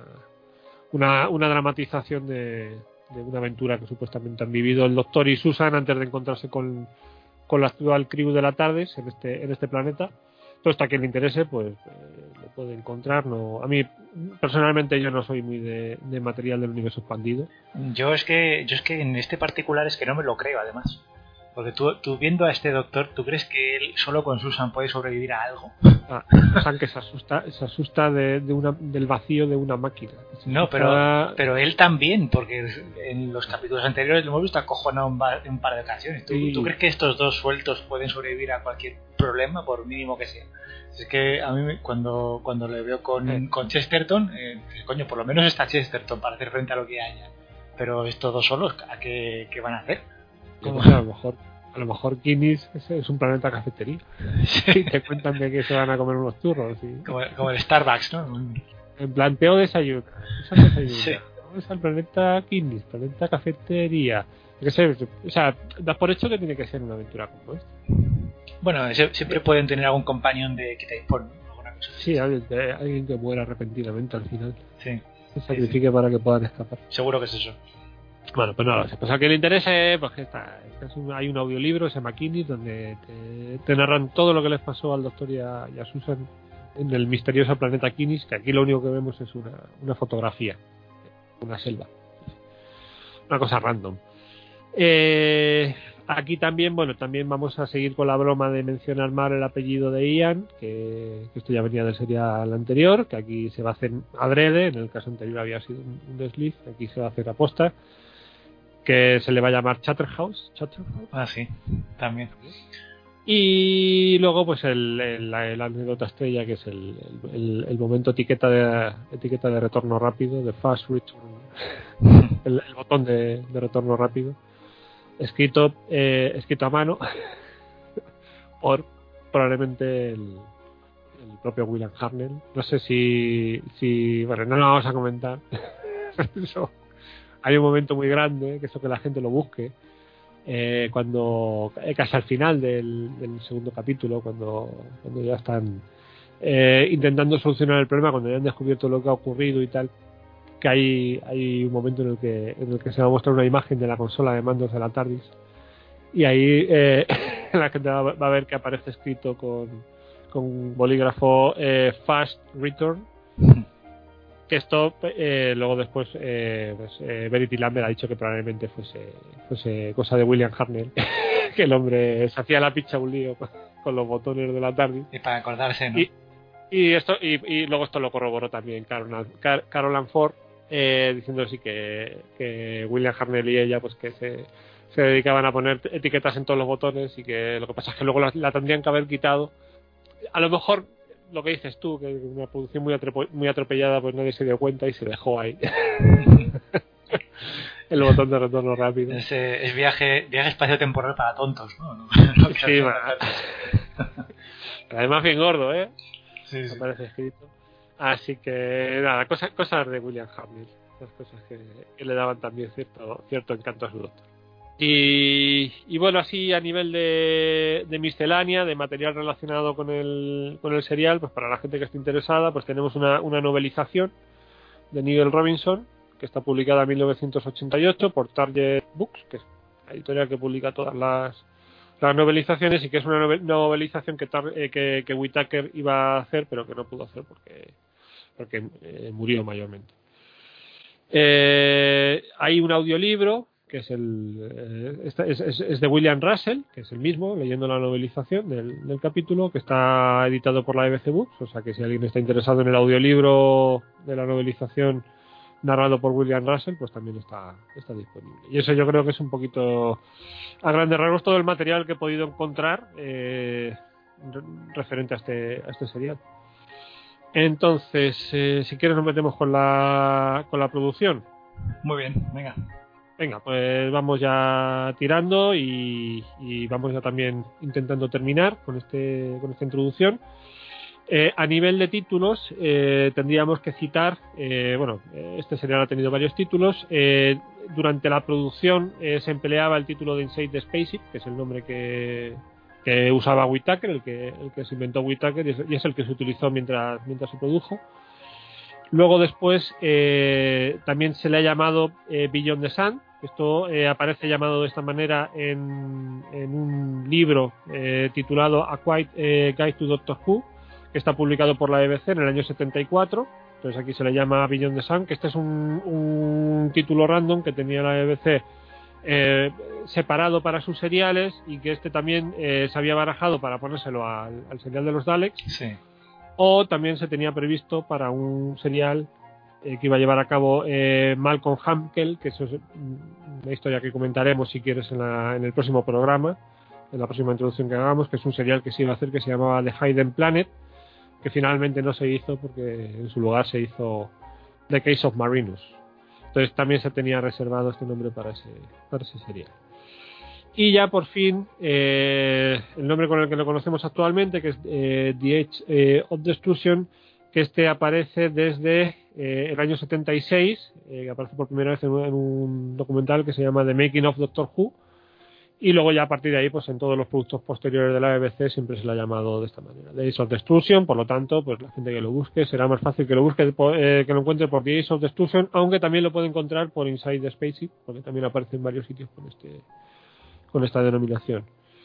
una, una dramatización de, de una aventura que supuestamente han vivido el Doctor y Susan antes de encontrarse con con la actual crew de la TARDIS en este en este planeta. Entonces, a quien le interese, pues eh, lo puede encontrar. No, a mí personalmente yo no soy muy de, de material del universo expandido.
Yo es que yo es que en este particular es que no me lo creo, además. Porque tú, tú viendo a este doctor, ¿tú crees que él solo con Susan puede sobrevivir a algo?
Ah, Susan que se asusta, se asusta de, de una, del vacío de una máquina. Se
No,
asusta...
pero pero él también, porque en los capítulos anteriores lo hemos visto acojonado un, ba- un par de ocasiones. ¿Tú,
Sí.
¿Tú crees que estos dos sueltos pueden sobrevivir a cualquier problema, por mínimo que sea? Es que a mí me- cuando, cuando le veo con,
Eh.
con Chesterton, eh, coño, por lo menos está Chesterton para hacer frente a lo que haya. Pero estos dos solos, ¿a qué, qué van a hacer?
Como a lo mejor a lo mejor Kinis es, es un planeta cafetería. Sí, te cuentan de que se van a comer unos churros. ¿Sí?
Como, como el Starbucks, ¿no? Un-
En planteo desayuno. Esa desayuno.
Sí.
Vamos al planeta Kinis, planeta cafetería. Yo qué sé, o sea, das por hecho que tiene que ser una aventura como esta.
Bueno, se- siempre pueden tener algún compañón de que te impone, ¿no? Alguna cosa así.
Sí, alguien, eh, alguien que muera repentinamente al final.
Sí,
Se sacrifique para que puedan escapar.
seguro que es eso.
Bueno, pues nada, si pasa que le interese, pues que está, es un- hay un audiolibro, ese McKinney, donde te, te narran todo lo que les pasó al doctor y a, y a Susan en el misterioso planeta Kinis, que aquí lo único que vemos es una, una fotografía, una selva. Una cosa random. Eh, aquí también, bueno, también vamos a seguir con la broma de mencionar mal el apellido de Ian, que, que esto ya venía del serial anterior, que aquí se va a hacer adrede, en el caso anterior había sido un, un desliz, aquí se va a hacer aposta, que se le va a llamar Chatterhouse, Chatterhouse.
Ah, sí, también.
Y luego pues el, el- la, la anécdota estrella, que es el, el, el momento etiqueta de etiqueta de retorno rápido, de fast return, el, el botón de, de retorno rápido, escrito eh, escrito a mano por probablemente el, el propio William Hartnell. No sé si si bueno, no lo vamos a comentar. Eso, hay un momento muy grande que eso que la gente lo busque. Eh, cuando eh, casi al final del, del segundo capítulo, cuando, cuando ya están eh, intentando solucionar el problema, cuando ya han descubierto lo que ha ocurrido y tal, que hay, hay un momento en el que en el que se va a mostrar una imagen de la consola de mandos de la TARDIS y ahí eh, la gente va, va a ver que aparece escrito con, con bolígrafo eh, Fast Return, que esto eh, luego después eh, pues, eh, Verity Lambert ha dicho que probablemente fuese, fuese cosa de William Hartnell, que el hombre se hacía la picha un lío con, con los botones de la TARDIS.
Y para acordarse, ¿no?
Y, y esto y, y luego esto lo corroboró también Carol, Car, Carol Ann Ford, eh, diciendo sí que, que William Hartnell y ella pues que se, se dedicaban a poner etiquetas en todos los botones y que lo que pasa es que luego la, la tendrían que haber quitado. A lo mejor lo que dices tú, que una producción muy, atropo, muy atropellada, pues nadie se dio cuenta y se dejó ahí el botón de retorno rápido.
Es, eh, es viaje viaje espacio-temporal para tontos, ¿no? no, no
sí, además bien gordo, ¿eh?
Sí, sí.
Aparece escrito. Así que nada, cosas, cosas de William Hartnell, esas cosas que, que le daban también cierto, cierto encanto a su doctor. Y, y bueno, así a nivel de, de miscelánea, de material relacionado con el, con el serial, pues para la gente que esté interesada, pues tenemos una, una novelización de Nigel Robinson, que está publicada en mil novecientos ochenta y ocho por Target Books, que es la editorial que publica todas las, las novelizaciones, y que es una novelización que, eh, que, que Whittaker iba a hacer, pero que no pudo hacer porque, porque eh, murió mayormente. Eh, hay un audiolibro que es el eh, es, es, es de William Russell, que es el mismo, leyendo la novelización del, del capítulo, que está editado por la B B C Books, o sea que si alguien está interesado en el audiolibro de la novelización narrado por William Russell, pues también está, está disponible. Y eso yo creo que es un poquito, a grandes rasgos, todo el material que he podido encontrar eh, referente a este, a este serial. Entonces, eh, si quieres nos metemos con la, con la producción.
Muy bien, venga.
Venga, pues vamos ya tirando y, y vamos ya también intentando terminar con este con esta introducción. Eh, a nivel de títulos, eh, tendríamos que citar, eh, bueno, este serial ha tenido varios títulos. Eh, durante la producción eh, se empleaba el título de Inside the Spaceship, que es el nombre que, que usaba Whittaker, el que, el que se inventó Whittaker, y es, y es el que se utilizó mientras, mientras se produjo. Luego después eh, también se le ha llamado eh, Beyond the Sun. Esto eh, aparece llamado de esta manera en, en un libro eh, titulado A Quiet eh, Guide to Doctor Who, que está publicado por la B B C en el año setenta y cuatro. Entonces aquí se le llama Beyond the Sun, que este es un, un título random que tenía la B B C eh, separado para sus seriales, y que este también eh, se había barajado para ponérselo al, al serial de los Daleks.
Sí.
O también se tenía previsto para un serial eh, que iba a llevar a cabo eh, Malcolm Hankel, que eso es una historia que comentaremos si quieres en, la, en el próximo programa, en la próxima introducción que hagamos, que es un serial que se iba a hacer que se llamaba The Hidden Planet, que finalmente no se hizo porque en su lugar se hizo The Case of Marinus. Entonces también se tenía reservado este nombre para ese, para ese serial. Y ya por fin eh, el nombre con el que lo conocemos actualmente, que es eh, The Age eh, of Destruction, que este aparece desde eh, el año setenta y seis, eh, que aparece por primera vez en un, en un documental que se llama The Making of Doctor Who, y luego ya a partir de ahí pues en todos los productos posteriores de la B B C siempre se lo ha llamado de esta manera, The Age of Destruction. Por lo tanto, pues la gente que lo busque será más fácil que lo busque eh, que lo encuentre por The Age of Destruction, aunque también lo puede encontrar por Inside the Spaceship, porque también aparece en varios sitios con este con esta denominación.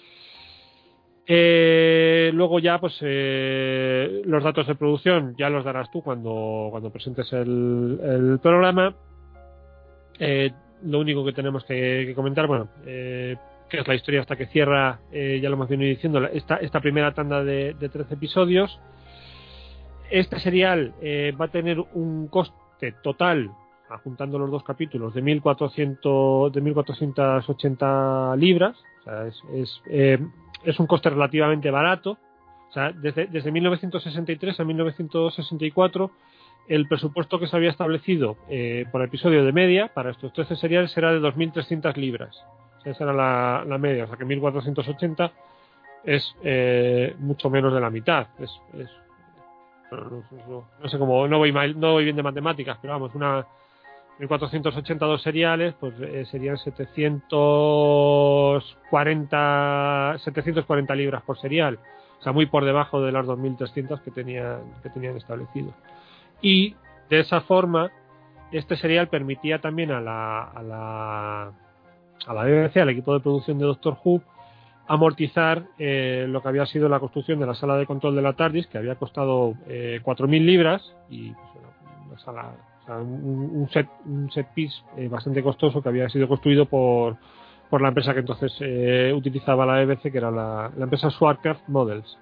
Eh, luego ya pues eh, los datos de producción ya los darás tú cuando, cuando presentes el, el programa. Eh, lo único que tenemos que, que comentar, bueno, eh, que es la historia hasta que cierra, eh, ya lo hemos venido diciendo, esta, esta primera tanda de, de trece episodios. Este serial eh, va a tener un coste total, juntando los dos capítulos, de mil cuatrocientos de mil cuatrocientas ochenta libras. O sea, es, es, eh, es un coste relativamente barato. O sea, desde, desde mil novecientos sesenta y tres a mil novecientos sesenta y cuatro el presupuesto que se había establecido eh, por episodio de media para estos trece seriales era de dos mil trescientas libras. O sea, esa era la, la media. O sea que mil cuatrocientos ochenta es eh, mucho menos de la mitad. Es, es no, no, no, no sé cómo, no voy mal, no voy bien de matemáticas, pero vamos, una mil cuatrocientos ochenta y dos seriales, pues eh, serían setecientos cuarenta libras por serial. O sea, muy por debajo de las dos mil trescientas que tenían, que tenían establecido. Y de esa forma, este serial permitía también a la, a la, a la B B C, al equipo de producción de Doctor Who, amortizar eh, lo que había sido la construcción de la sala de control de la TARDIS, que había costado eh, cuatro mil libras, y pues, una sala, o sea, un, un set un set piece eh, bastante costoso que había sido construido por, por la empresa que entonces eh, utilizaba la B B C, que era la, la empresa Swartcraft Models.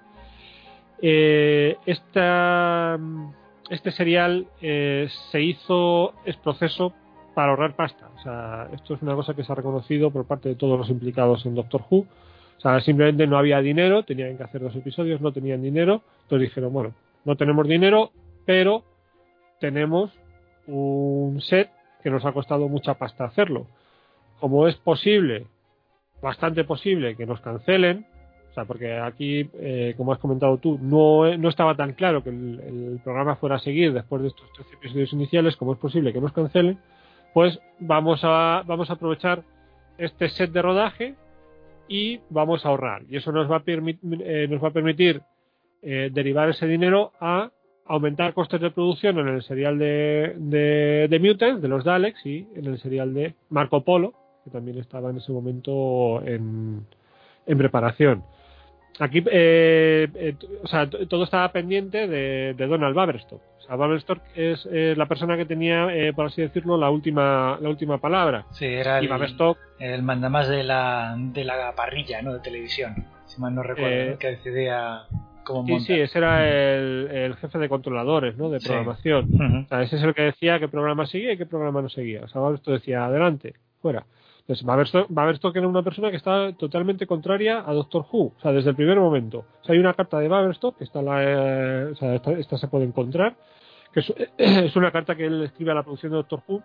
Eh, esta, este serial eh, se hizo es proceso para ahorrar pasta. O sea, esto es una cosa que se ha reconocido por parte de todos los implicados en Doctor Who. O sea, simplemente no había dinero, tenían que hacer dos episodios, no tenían dinero, entonces dijeron, bueno, no tenemos dinero, pero tenemos un set que nos ha costado mucha pasta hacerlo. Como es posible, bastante posible, que nos cancelen, o sea, porque aquí, eh, como has comentado tú, no, no estaba tan claro que el, el programa fuera a seguir después de estos trece episodios iniciales, como es posible que nos cancelen, pues vamos a, vamos a aprovechar este set de rodaje y vamos a ahorrar. Y eso nos va a, permit, eh, nos va a permitir eh, derivar ese dinero a aumentar costes de producción en el serial de, de, de Mutants, de los Daleks, y en el serial de Marco Polo, que también estaba en ese momento en, en preparación. Aquí, eh, eh, o sea, t- todo estaba pendiente de, de Donald Baverstock. O sea, Baverstock es eh, la persona que tenía, eh, por así decirlo, la última, la última palabra.
Sí, era
y
el,
Baverstock,
el mandamás de la, de la parrilla, ¿no? De televisión, si mal no recuerdo,
eh,
¿no? Que decidía cómo
sí,
montar.
sí, ese era el, el jefe de controladores, ¿no? De programación.
Sí. Uh-huh.
O sea, ese es el que decía qué programa seguía y qué programa no seguía. O sea, Baverstock decía, adelante, fuera. Entonces, Baverstock, Baverstock era una persona que estaba totalmente contraria a Doctor Who, o sea, desde el primer momento. O sea, hay una carta de Baverstock, que está la, eh, o sea, esta, esta se puede encontrar, que es, es una carta que él escribe a la producción de Doctor Who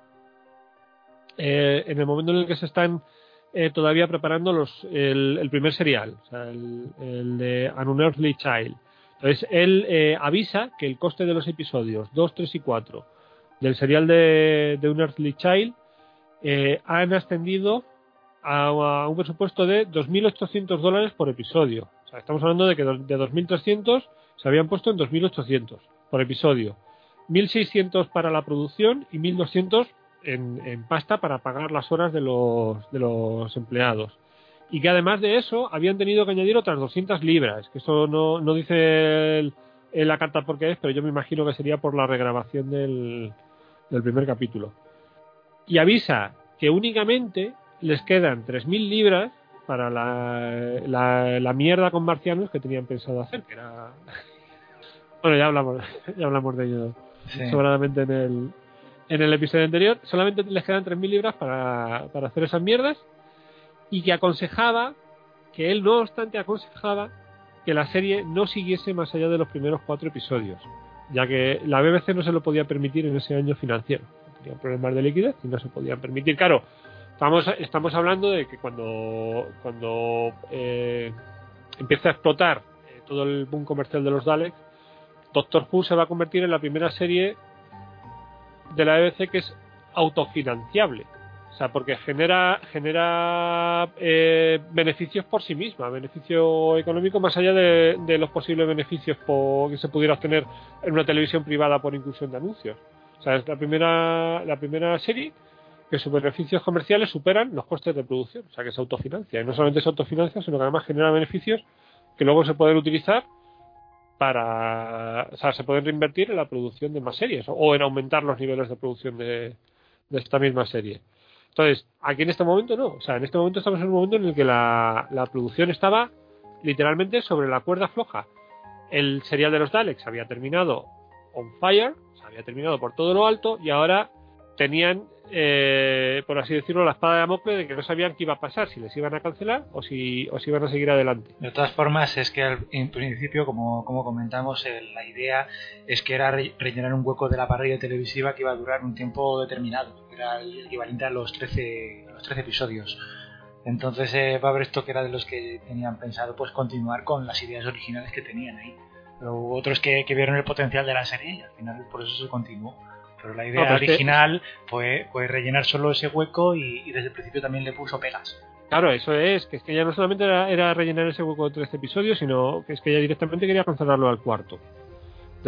eh, en el momento en el que se están eh, todavía preparando los, el, el primer serial, o sea, el, el de An Unearthly Child. Entonces, él eh, avisa que el coste de los episodios dos, tres y cuatro del serial de, de Unearthly Child Eh, han ascendido a, a un presupuesto de dos mil ochocientos dólares por episodio. O sea, estamos hablando de que de dos mil trescientos se habían puesto en dos mil ochocientos por episodio. mil seiscientos para la producción y mil doscientos en, en pasta para pagar las horas de los, de los empleados. Y que además de eso habían tenido que añadir otras doscientas libras, que eso no, no dice el, en la carta por qué es, pero yo me imagino que sería por la regrabación del, del primer capítulo. Y avisa que únicamente les quedan tres mil libras para la, la, la mierda con marcianos que tenían pensado hacer, que era... Bueno, ya hablamos, ya hablamos de ello sí. sobradamente en el, en el episodio anterior. Solamente les quedan tres mil libras para, para hacer esas mierdas, y que aconsejaba, que él no obstante aconsejaba que la serie no siguiese más allá de los primeros cuatro episodios, ya que la B B C no se lo podía permitir en ese año financiero. Tenían problemas de liquidez y no se podían permitir. Claro, estamos, estamos hablando de que cuando, cuando eh, empieza a explotar eh, todo el boom comercial de los Daleks, Doctor Who se va a convertir en la primera serie de la B B C que es autofinanciable. O sea, porque genera genera eh, beneficios por sí misma, beneficio económico más allá de, de los posibles beneficios por, que se pudiera obtener en una televisión privada por inclusión de anuncios. O sea, es la primera la primera serie que sus beneficios comerciales superan los costes de producción. O sea, que se autofinancia. Y no solamente se autofinancia, sino que además genera beneficios que luego se pueden utilizar para... O sea, se pueden reinvertir en la producción de más series o en aumentar los niveles de producción de, de esta misma serie. Entonces, aquí en este momento no. O sea, en este momento estamos en un momento en el que la, la producción estaba literalmente sobre la cuerda floja. El serial de los Daleks había terminado on fire, o sea, había terminado por todo lo alto, y ahora tenían, eh, por así decirlo, la espada de Damocles de que no sabían qué iba a pasar, si les iban a cancelar o si, o si iban a seguir adelante.
De todas formas, es que en principio, como, como comentamos, eh, la idea es que era re- rellenar un hueco de la parrilla televisiva que iba a durar un tiempo determinado. Era el equivalente a los trece, a los trece episodios. Entonces, eh, Baverstock era de los que tenían pensado pues continuar con las ideas originales que tenían ahí. Pero hubo otros que, que vieron el potencial de la serie y al final por eso se continuó. Pero la idea no, pero original que... fue, fue rellenar solo ese hueco y, y desde el principio también le puso pegas.
Claro, eso es, que es que ya no solamente era, era rellenar ese hueco de trece episodios, sino que es que ya directamente quería cancelarlo al cuarto. Entonces,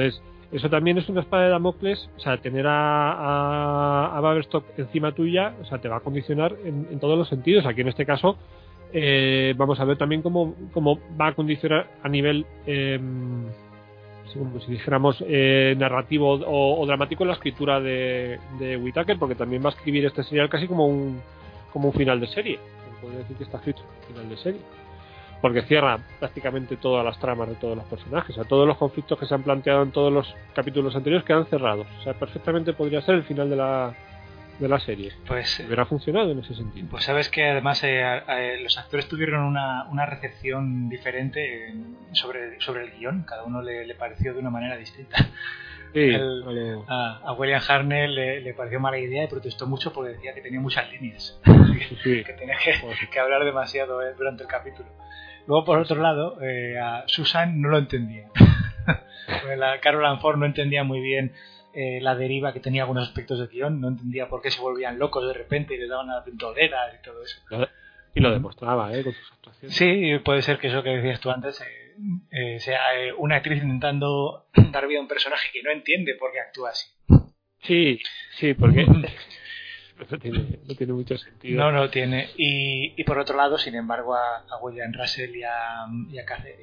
eso también es una espada de Damocles. O sea, tener a, a, a Baverstock encima tuya, o sea, te va a condicionar en, en todos los sentidos. Aquí en este caso eh, vamos a ver también cómo, cómo va a condicionar a nivel eh, como si dijéramos eh, narrativo o, o dramático la escritura de, de Whittaker, porque también va a escribir este serial casi como un como un final de serie. Se podría decir que está escrito como un final de serie, porque cierra prácticamente todas las tramas de todos los personajes. O sea, todos los conflictos que se han planteado en todos los capítulos anteriores quedan cerrados. O sea, perfectamente podría ser el final de la de la serie.
Pues
hubiera funcionado en ese sentido.
Pues sabes que además eh, eh, los actores tuvieron una, una recepción diferente sobre, sobre el guión. Cada uno le, le pareció de una manera distinta.
Sí,
el,
vale.
a, a William Hartnell le, le pareció mala idea y protestó mucho porque decía que tenía muchas líneas.
Sí, sí.
Que tenía que, que hablar demasiado eh, durante el capítulo. Luego, por otro lado, eh, a Susan no lo entendía. La Carol Ford no entendía muy bien eh, la deriva que tenía algunos aspectos de guión, no entendía por qué se volvían locos de repente y les daban a ventoleras y todo eso.
Y lo demostraba, ¿eh? Con sus actuaciones.
Sí, puede ser que eso que decías tú antes eh, eh, sea eh, una actriz intentando dar vida a un personaje que no entiende por qué actúa así.
Sí, sí, porque no tiene, no tiene mucho sentido.
No, no tiene. Y, y por otro lado, sin embargo, a, a William Russell y a, y a Catherine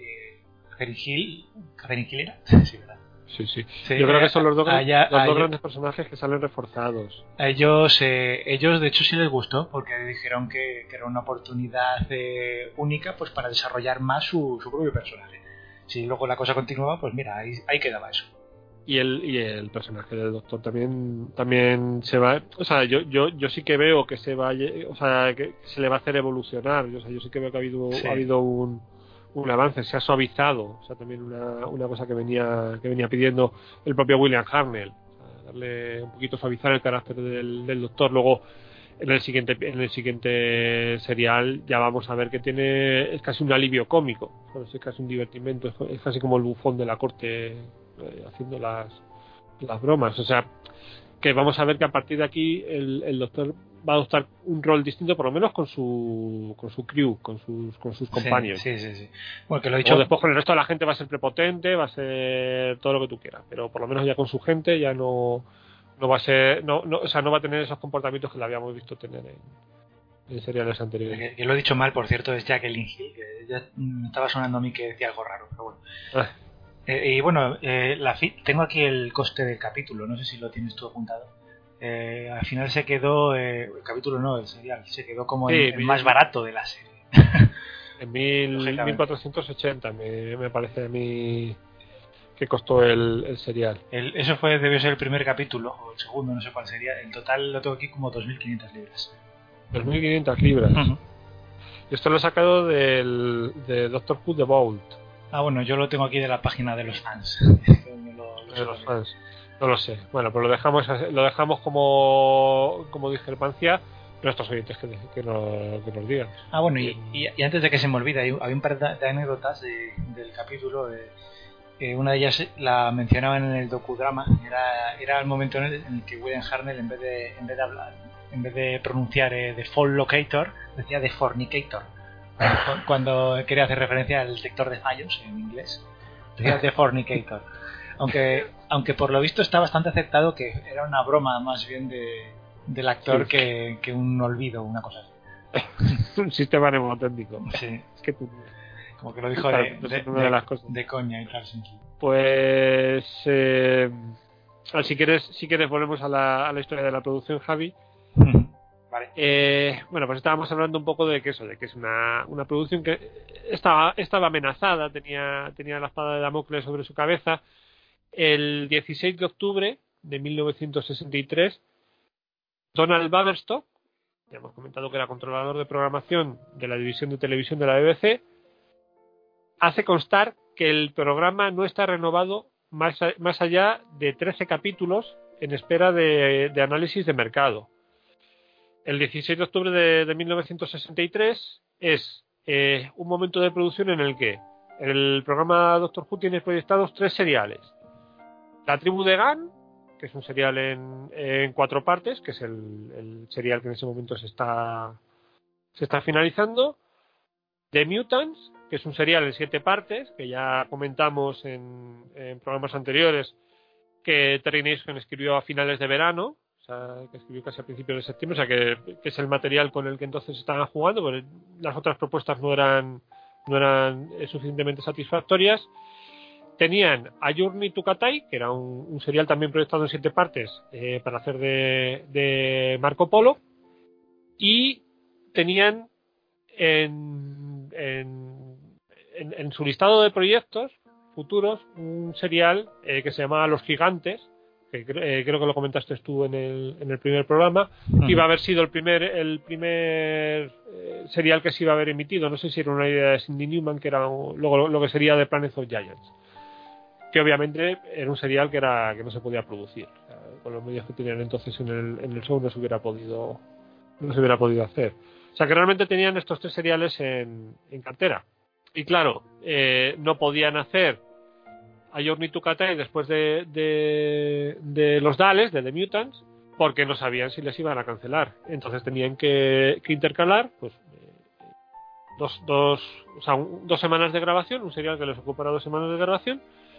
Hill, ¿Catherine Hill era? Sí, ¿verdad?
Sí, sí,
sí.
Yo creo que son los dos,
allá,
los
allá,
dos grandes personajes que salen reforzados.
A ellos, eh, ellos de hecho sí les gustó, porque dijeron que, que era una oportunidad eh, única pues para desarrollar más su, su propio personaje. Si luego la cosa continuaba, pues mira, ahí, ahí quedaba eso.
Y el, y el personaje del Doctor también también se va, o sea, yo yo yo sí que veo que se va, o sea, que se le va a hacer evolucionar. O sea, yo sí que veo que ha habido sí. ha habido un un avance, se ha suavizado. O sea, también una, una cosa que venía que venía pidiendo el propio William Hartnell, o sea, darle un poquito, suavizar el carácter del, del Doctor. Luego en el siguiente en el siguiente serial ya vamos a ver que tiene, es casi un alivio cómico, ¿sabes? Es casi un divertimento, es, es casi como el bufón de la corte eh, haciendo las las bromas. O sea, que vamos a ver que a partir de aquí el, el Doctor va a adoptar un rol distinto, por lo menos con su con su crew, con sus con sus compañeros.
Sí, sí, sí. Bueno, que lo he dicho.
O después con el resto de la gente va a ser prepotente, va a ser todo lo que tú quieras, pero por lo menos ya con su gente ya no no va a ser, no, no, o sea, no va a tener esos comportamientos que le habíamos visto tener en, en seriales anteriores.
Que, que lo he dicho mal, por cierto, es Jacqueline Hill, que ya me estaba sonando a mí que decía algo raro, pero bueno. Ah. Eh, y bueno, eh, la fi- tengo aquí el coste del capítulo, no sé si lo tienes tú apuntado. Eh, al final se quedó, eh, el capítulo no, el serial, se quedó como sí, el, el más barato de la serie.
En mil cuatrocientos ochenta me, me parece a mí que costó el, el serial.
El, eso fue, debió ser el primer capítulo, o el segundo, no sé cuál sería. En total lo tengo aquí como dos mil quinientas libras.
dos mil quinientas libras. Uh-huh. Y esto lo he sacado del de Doctor Who The Vault.
Ah, bueno, yo lo tengo aquí de la página de los fans.
lo, lo de los fans. No lo sé. Bueno, pues lo dejamos lo dejamos como, como discrepancia, pero estos oyentes que, que, nos, que nos digan.
Ah, bueno, y, y, y antes de que se me olvide, hay, hay un par de, de anécdotas de, del capítulo. De, eh, una de ellas la mencionaban en el docudrama. Era, era el momento en el, en el que William Hartnell, en vez de, en vez de hablar, en vez de pronunciar eh, The Fall Locator, decía The Fornicator. Cuando, cuando quería hacer referencia al detector de fallos en inglés, decía The Fornicator. Aunque, aunque por lo visto está bastante aceptado que era una broma más bien de, del actor sí. que, que un olvido, una cosa así.
Un sistema mnemotécnico.
Sí.
Es que tú...
Como que lo dijo de, de, de, de, las cosas. de coña y tal.
Pues eh, si quieres si quieres volvemos a la, a la historia de la producción, Javi.
Vale.
Eh, bueno, pues estábamos hablando un poco de que eso, de que es una, una producción que estaba, estaba amenazada, tenía, tenía la espada de Damocles sobre su cabeza. El dieciséis de octubre de mil novecientos sesenta y tres, Donald Baverstock, ya hemos comentado que era controlador de programación de la división de televisión de la B B C, hace constar que el programa no está renovado más, más allá de trece capítulos en espera de, de análisis de mercado. El dieciséis de octubre de, de mil novecientos sesenta y tres es eh, un momento de producción en el que el programa Doctor Who tiene proyectados tres seriales. La tribu de Gan, que es un serial en, en cuatro partes, que es el, el serial que en ese momento se está, se está finalizando. The Mutants, que es un serial en siete partes, que ya comentamos en, en programas anteriores, que Terry Nation escribió a finales de verano, o sea, que escribió casi a principios de septiembre, o sea, que, que es el material con el que entonces estaban jugando, porque las otras propuestas no eran, no eran eh, suficientemente satisfactorias. Tenían A Journey to Katai, que era un, un serial también proyectado en siete partes eh, para hacer de, de Marco Polo, y tenían en, en, en, en su listado de proyectos futuros un serial eh, que se llamaba Los Gigantes, que eh, creo que lo comentaste tú en el, en el primer programa, uh-huh. que iba a haber sido el primer el primer eh, serial que se iba a haber emitido. No sé si era una idea de Cindy Newman, que era un, luego lo que sería de Planet of Giants, que obviamente era un serial que era que no se podía producir. O sea, con los medios que tenían entonces en el, en el show no se hubiera podido no se hubiera podido hacer. O sea, que realmente tenían estos tres seriales en, en cartera. Y claro, eh, no podían hacer A Journey to Katai después de, de, de los Dales, de The Mutants, porque no sabían si les iban a cancelar. Entonces tenían que, que intercalar pues eh, dos, dos, o sea, un, dos semanas de grabación, un serial que les ocupará dos semanas de grabación.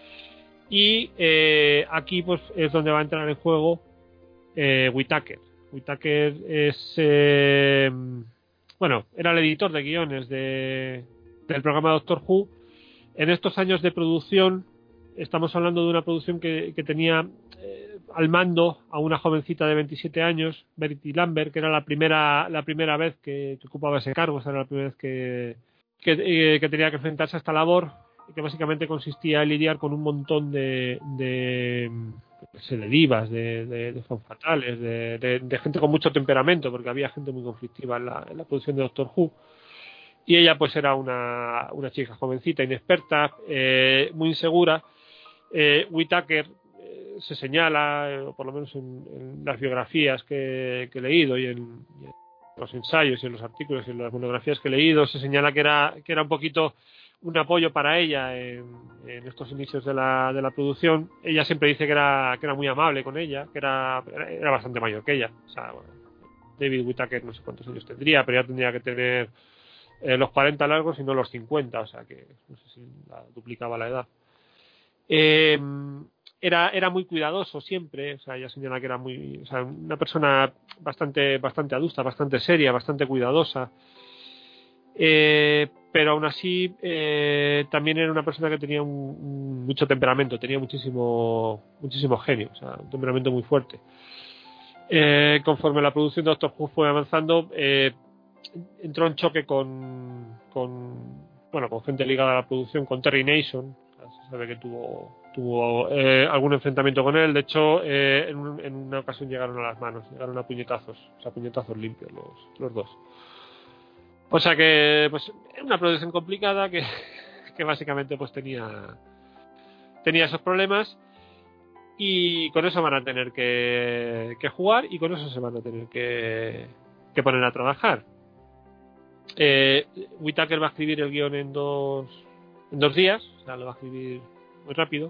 Y eh, aquí pues es donde va a entrar en juego eh, Whittaker. Whittaker es eh, bueno, era el editor de guiones de, del programa Doctor Who. En estos años de producción estamos hablando de una producción que, que tenía eh, al mando a una jovencita de veintisiete años, Verity Lambert, que era la primera la primera vez que, que ocupaba ese cargo, o sea, era la primera vez que, que, eh, que tenía que enfrentarse a esta labor, que básicamente consistía en lidiar con un montón de, de, de divas, de, de, de fanfatales, de, de, de gente con mucho temperamento, porque había gente muy conflictiva en la, en la producción de Doctor Who. Y ella pues era una, una chica jovencita, inexperta, eh, muy insegura. eh, Whittaker eh, se señala, eh, por lo menos en, en las biografías que, que he leído y en, y en los ensayos y en los artículos y en las monografías que he leído, se señala que era, que era un poquito un apoyo para ella en, en estos inicios de la, de la producción. Ella siempre dice que era, que era muy amable con ella, que era, era bastante mayor que ella. O sea, bueno, David Whittaker no sé cuántos años tendría, pero ya tendría que tener eh, los cuarenta largos y no los cincuenta, o sea que no sé si la duplicaba la edad. Eh, era, era muy cuidadoso siempre, o sea, ella señala que era muy, o sea, una persona bastante, bastante adusta, bastante seria, bastante cuidadosa. Eh, pero aún así eh, también era una persona que tenía un, un, mucho temperamento, tenía muchísimo muchísimo genio, o sea, un temperamento muy fuerte. Eh, conforme la producción de Doctor Who fue avanzando, eh, entró en choque con, con bueno con gente ligada a la producción, con Terry Nation. O sea, se sabe que tuvo tuvo eh, algún enfrentamiento con él. De hecho, eh, en, un, en una ocasión llegaron a las manos, llegaron a puñetazos, o sea, puñetazos limpios los, los dos. O sea que, pues, es una producción complicada que, que básicamente pues tenía tenía esos problemas, y con eso van a tener que, que jugar, y con eso se van a tener que, que poner a trabajar. Eh, Whittaker va a escribir el guión en dos en dos días, o sea, lo va a escribir muy rápido.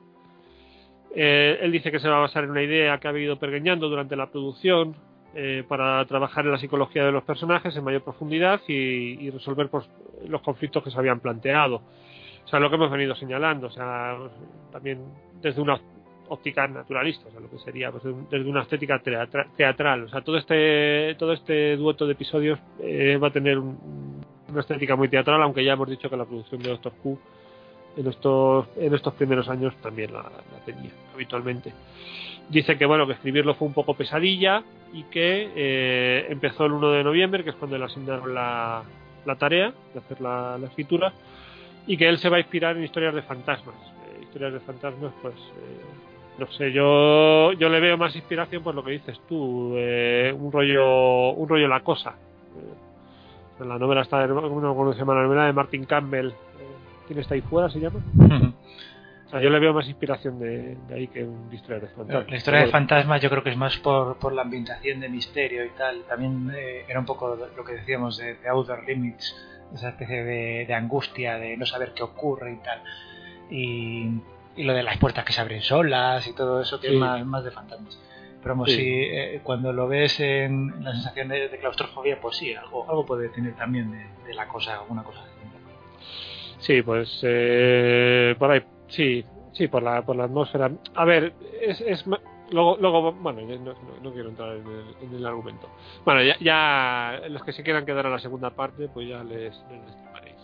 Eh, él dice que se va a basar en una idea que ha ido pergeñando durante la producción, Eh, para trabajar en la psicología de los personajes en mayor profundidad y, y resolver pues, los conflictos que se habían planteado. O sea, lo que hemos venido señalando, o sea, también desde una óptica naturalista, o sea, lo que sería pues, desde una estética teatra- teatral. O sea, todo este todo este dueto de episodios eh, va a tener un, una estética muy teatral, aunque ya hemos dicho que la producción de Doctor Who en estos en estos primeros años también la, la tenía habitualmente. Dice que bueno, que escribirlo fue un poco pesadilla, y que eh, empezó el uno de noviembre, que es cuando le asignaron la, la tarea de hacer la, la escritura, y que él se va a inspirar en historias de fantasmas. Eh, historias de fantasmas, pues eh, no sé, yo yo le veo más inspiración por lo que dices tú, eh, un rollo un rollo La Cosa. Eh, en la novela está, ¿cómo se llama la novela? De Martin Campbell, eh, ¿Quién está ahí fuera? ¿Se llama? Uh-huh. O sea, yo le veo más inspiración de, de ahí que un historia de fantasmas.
La historia de fantasmas yo creo que es más por, por la ambientación de misterio y tal. También eh, era un poco lo que decíamos de, de Outer Limits, esa especie de, de angustia de no saber qué ocurre y tal. Y, y lo de las puertas que se abren solas y todo eso, que sí. es más, más de fantasmas. Pero como sí. si eh, cuando lo ves en la sensación de, de claustrofobia, pues sí, algo, algo puede tener también de, de La Cosa, alguna cosa.
Sí, pues eh, por ahí. Sí, Sí, por la, por la atmósfera. A ver, es, es luego, luego, bueno, no, no, no quiero entrar en el, en el argumento. Bueno, ya, ya los que se quieran quedar a la segunda parte, pues ya les, les estimaréis.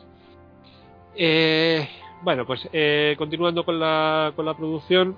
Eh, bueno, pues eh, continuando con la, con la producción,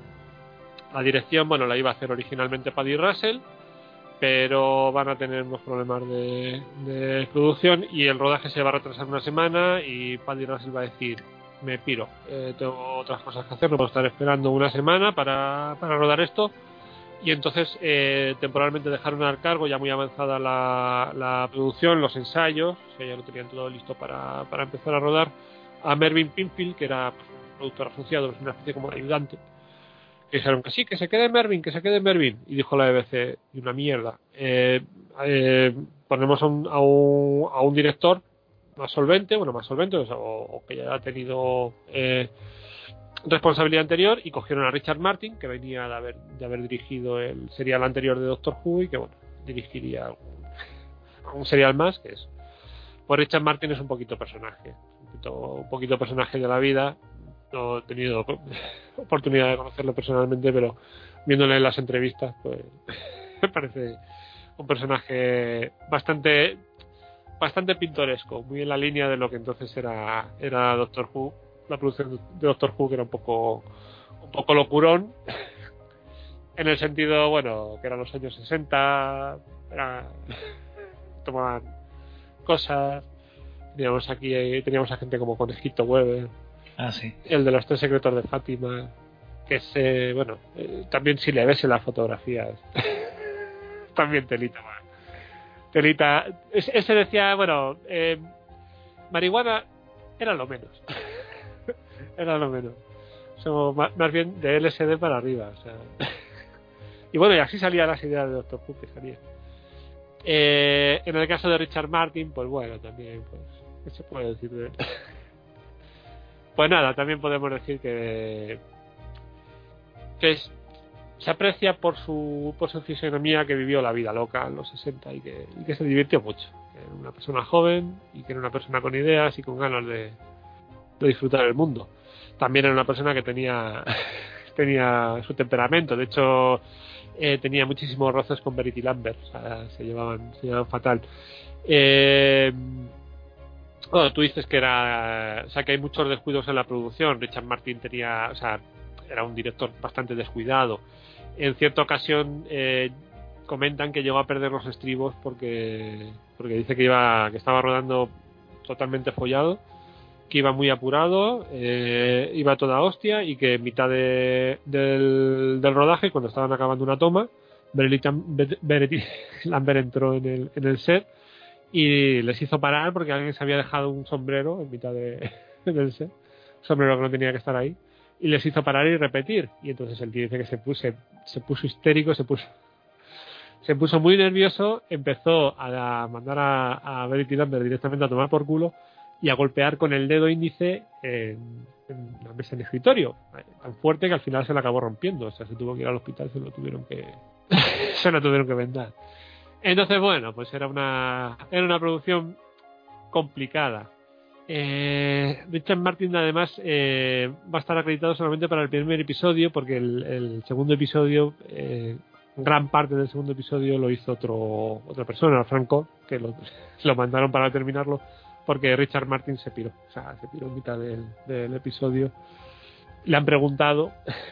la dirección, bueno, la iba a hacer originalmente Paddy Russell, pero van a tener unos problemas de, de producción y el rodaje se va a retrasar una semana y Paddy Russell va a decir: me piro, eh, tengo otras cosas que hacer, no puedo estar esperando una semana para, para rodar esto. Y entonces eh, temporalmente dejaron al cargo, ya muy avanzada la, la producción, los ensayos, o sea, ya lo tenían todo listo para, para empezar a rodar, a Mervyn Pinfield, que era pues, un productor asociado, una especie como de ayudante, que dijeron que sí, que se quede Mervyn, que se quede Mervyn, y dijo la B B C: y una mierda, eh, eh, ponemos a un, a, un, a un director más solvente, bueno, más solvente, o, sea, o, o que ya ha tenido eh, responsabilidad anterior, y cogieron a Richard Martin, que venía de haber, de haber dirigido el serial anterior de Doctor Who y que, bueno, dirigiría algún, algún serial más, que es... Pues Richard Martin es un poquito personaje, un poquito, un poquito personaje de la vida. No he tenido oportunidad de conocerlo personalmente, pero viéndole en las entrevistas, pues me parece un personaje bastante bastante pintoresco, muy en la línea de lo que entonces era era Doctor Who, la producción de Doctor Who, que era un poco un poco locurón en el sentido, bueno, que eran los años sesenta, era, tomaban cosas, teníamos aquí teníamos a gente como Conejito Weber.
Ah, sí.
El de los tres secretos de Fátima, que es, eh, bueno, eh, también si le ves en las fotografías, también telita, man. telita. Es, ese decía, bueno, eh, marihuana era lo menos, era lo menos. Somos más, más bien de L S D para arriba, o sea. Y bueno, y así salían las ideas de Doctor Who que salían. Eh, en el caso de Richard Martin, pues bueno, también, pues, ¿qué se puede decir de él? Pues nada, también podemos decir que que es, se aprecia por su por su fisonomía, que vivió la vida loca en los sesenta y que, y que se divirtió mucho, que era una persona joven y que era una persona con ideas y con ganas de, de disfrutar el mundo. También era una persona que tenía tenía su temperamento, de hecho eh, tenía muchísimos roces con Verity Lambert, o sea, se llevaban se llevaban fatal. eh Bueno, tú dices que era, o sea, que hay muchos descuidos en la producción. Richard Martin tenía, o sea, era un director bastante descuidado. En cierta ocasión eh, comentan que llegó a perder los estribos porque porque dice que iba que estaba rodando totalmente follado, que iba muy apurado, eh, iba a toda hostia, y que en mitad de, del, del rodaje, cuando estaban acabando una toma, Verity Lambert entró en el, en el set y les hizo parar porque alguien se había dejado un sombrero en mitad de, del set, un sombrero que no tenía que estar ahí, y les hizo parar y repetir. Y entonces el tío dice que se puso, se, se puso histérico, se puso se puso muy nervioso, empezó a mandar a, a Verity Lambert directamente a tomar por culo y a golpear con el dedo índice en, en la mesa del escritorio, tan fuerte que al final se la acabó rompiendo. O sea, se tuvo que ir al hospital, se lo tuvieron que se lo tuvieron que vendar. Entonces, bueno, pues era una era una producción complicada. Eh, Richard Martin, además, eh, va a estar acreditado solamente para el primer episodio, porque el, el segundo episodio, eh, gran parte del segundo episodio lo hizo otro otra persona, Franco, que lo, lo mandaron para terminarlo, porque Richard Martin se piró, o sea, se piró en mitad del, del episodio. Le han preguntado,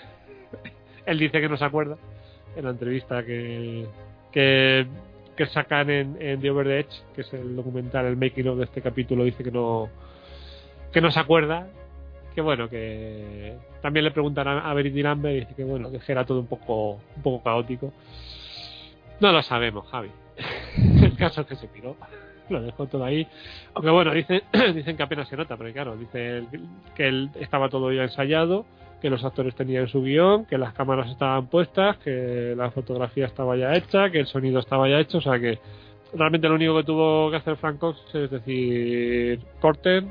él dice que no se acuerda, en la entrevista que que que sacan en, en The Over the Edge, que es el documental, el making of de este capítulo, dice que no que no se acuerda, que bueno, que también le preguntan a, a Verity Lambert y dice que bueno, que era todo un poco un poco caótico. No lo sabemos, Javi. El caso es que se piró, lo dejó todo ahí, aunque bueno, dicen dicen que apenas se nota, porque claro, dice que él estaba todo ya ensayado, que los actores tenían su guión, que las cámaras estaban puestas, que la fotografía estaba ya hecha, que el sonido estaba ya hecho, o sea que realmente lo único que tuvo que hacer Frank Cox es decir, corten,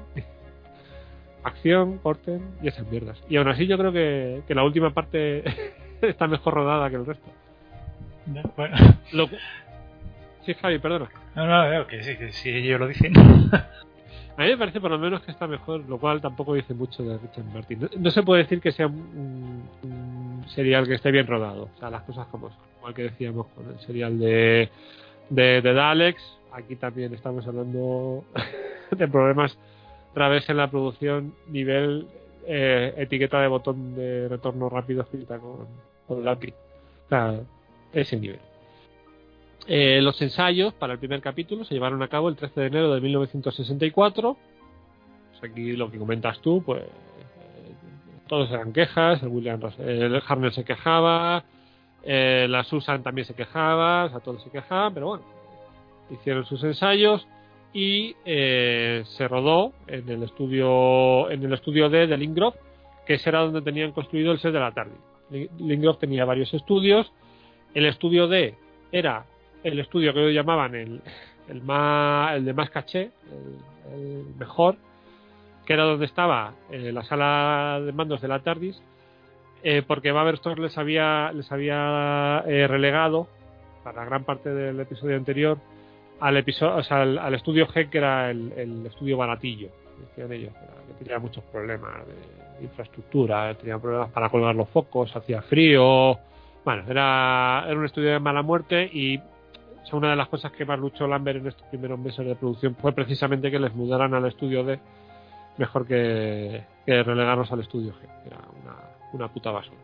acción, corten y esas mierdas. Y aún así yo creo que, que la última parte está mejor rodada que el resto.
No, bueno.
Lo... Sí, Javi, perdona.
No, no, no, que sí, que sí, ellos lo dicen.
A mí me parece por lo menos que está mejor, lo cual tampoco dice mucho de Richard Martin. No, no se puede decir que sea un, un serial que esté bien rodado, o sea, las cosas como son. Igual que decíamos con el serial de, de, de Daleks, aquí también estamos hablando de problemas otra vez en la producción, nivel eh, etiqueta de botón de retorno rápido escrita con, con lápiz. O sea, ese nivel. Eh, los ensayos para el primer capítulo se llevaron a cabo el trece de enero de mil novecientos sesenta y cuatro. Pues aquí lo que comentas tú, pues eh, todos eran quejas, el William Ros- el Harnell se quejaba, eh, la Susan también se quejaba, o sea, todos se quejaban, pero bueno, hicieron sus ensayos y eh, se rodó en el estudio en el estudio D de Lingrove, que era donde tenían construido el set de la TARDIS. Lingrove tenía varios estudios. El estudio D era el estudio que ellos llamaban el, el, más, el de más caché, el, el mejor, que era donde estaba eh, la sala de mandos de la TARDIS, eh, porque Baverstock les había, les había eh, relegado para gran parte del episodio anterior al episodio, o sea, al, al estudio G, que era el, el estudio baratillo, decían ellos, que tenía muchos problemas de infraestructura, tenía problemas para colgar los focos, hacía frío. Bueno, era, era un estudio de mala muerte y o sea, una de las cosas que más luchó Lambert en estos primeros meses de producción fue precisamente que les mudaran al estudio D, mejor que, que relegarlos al estudio G, que era una, una puta basura.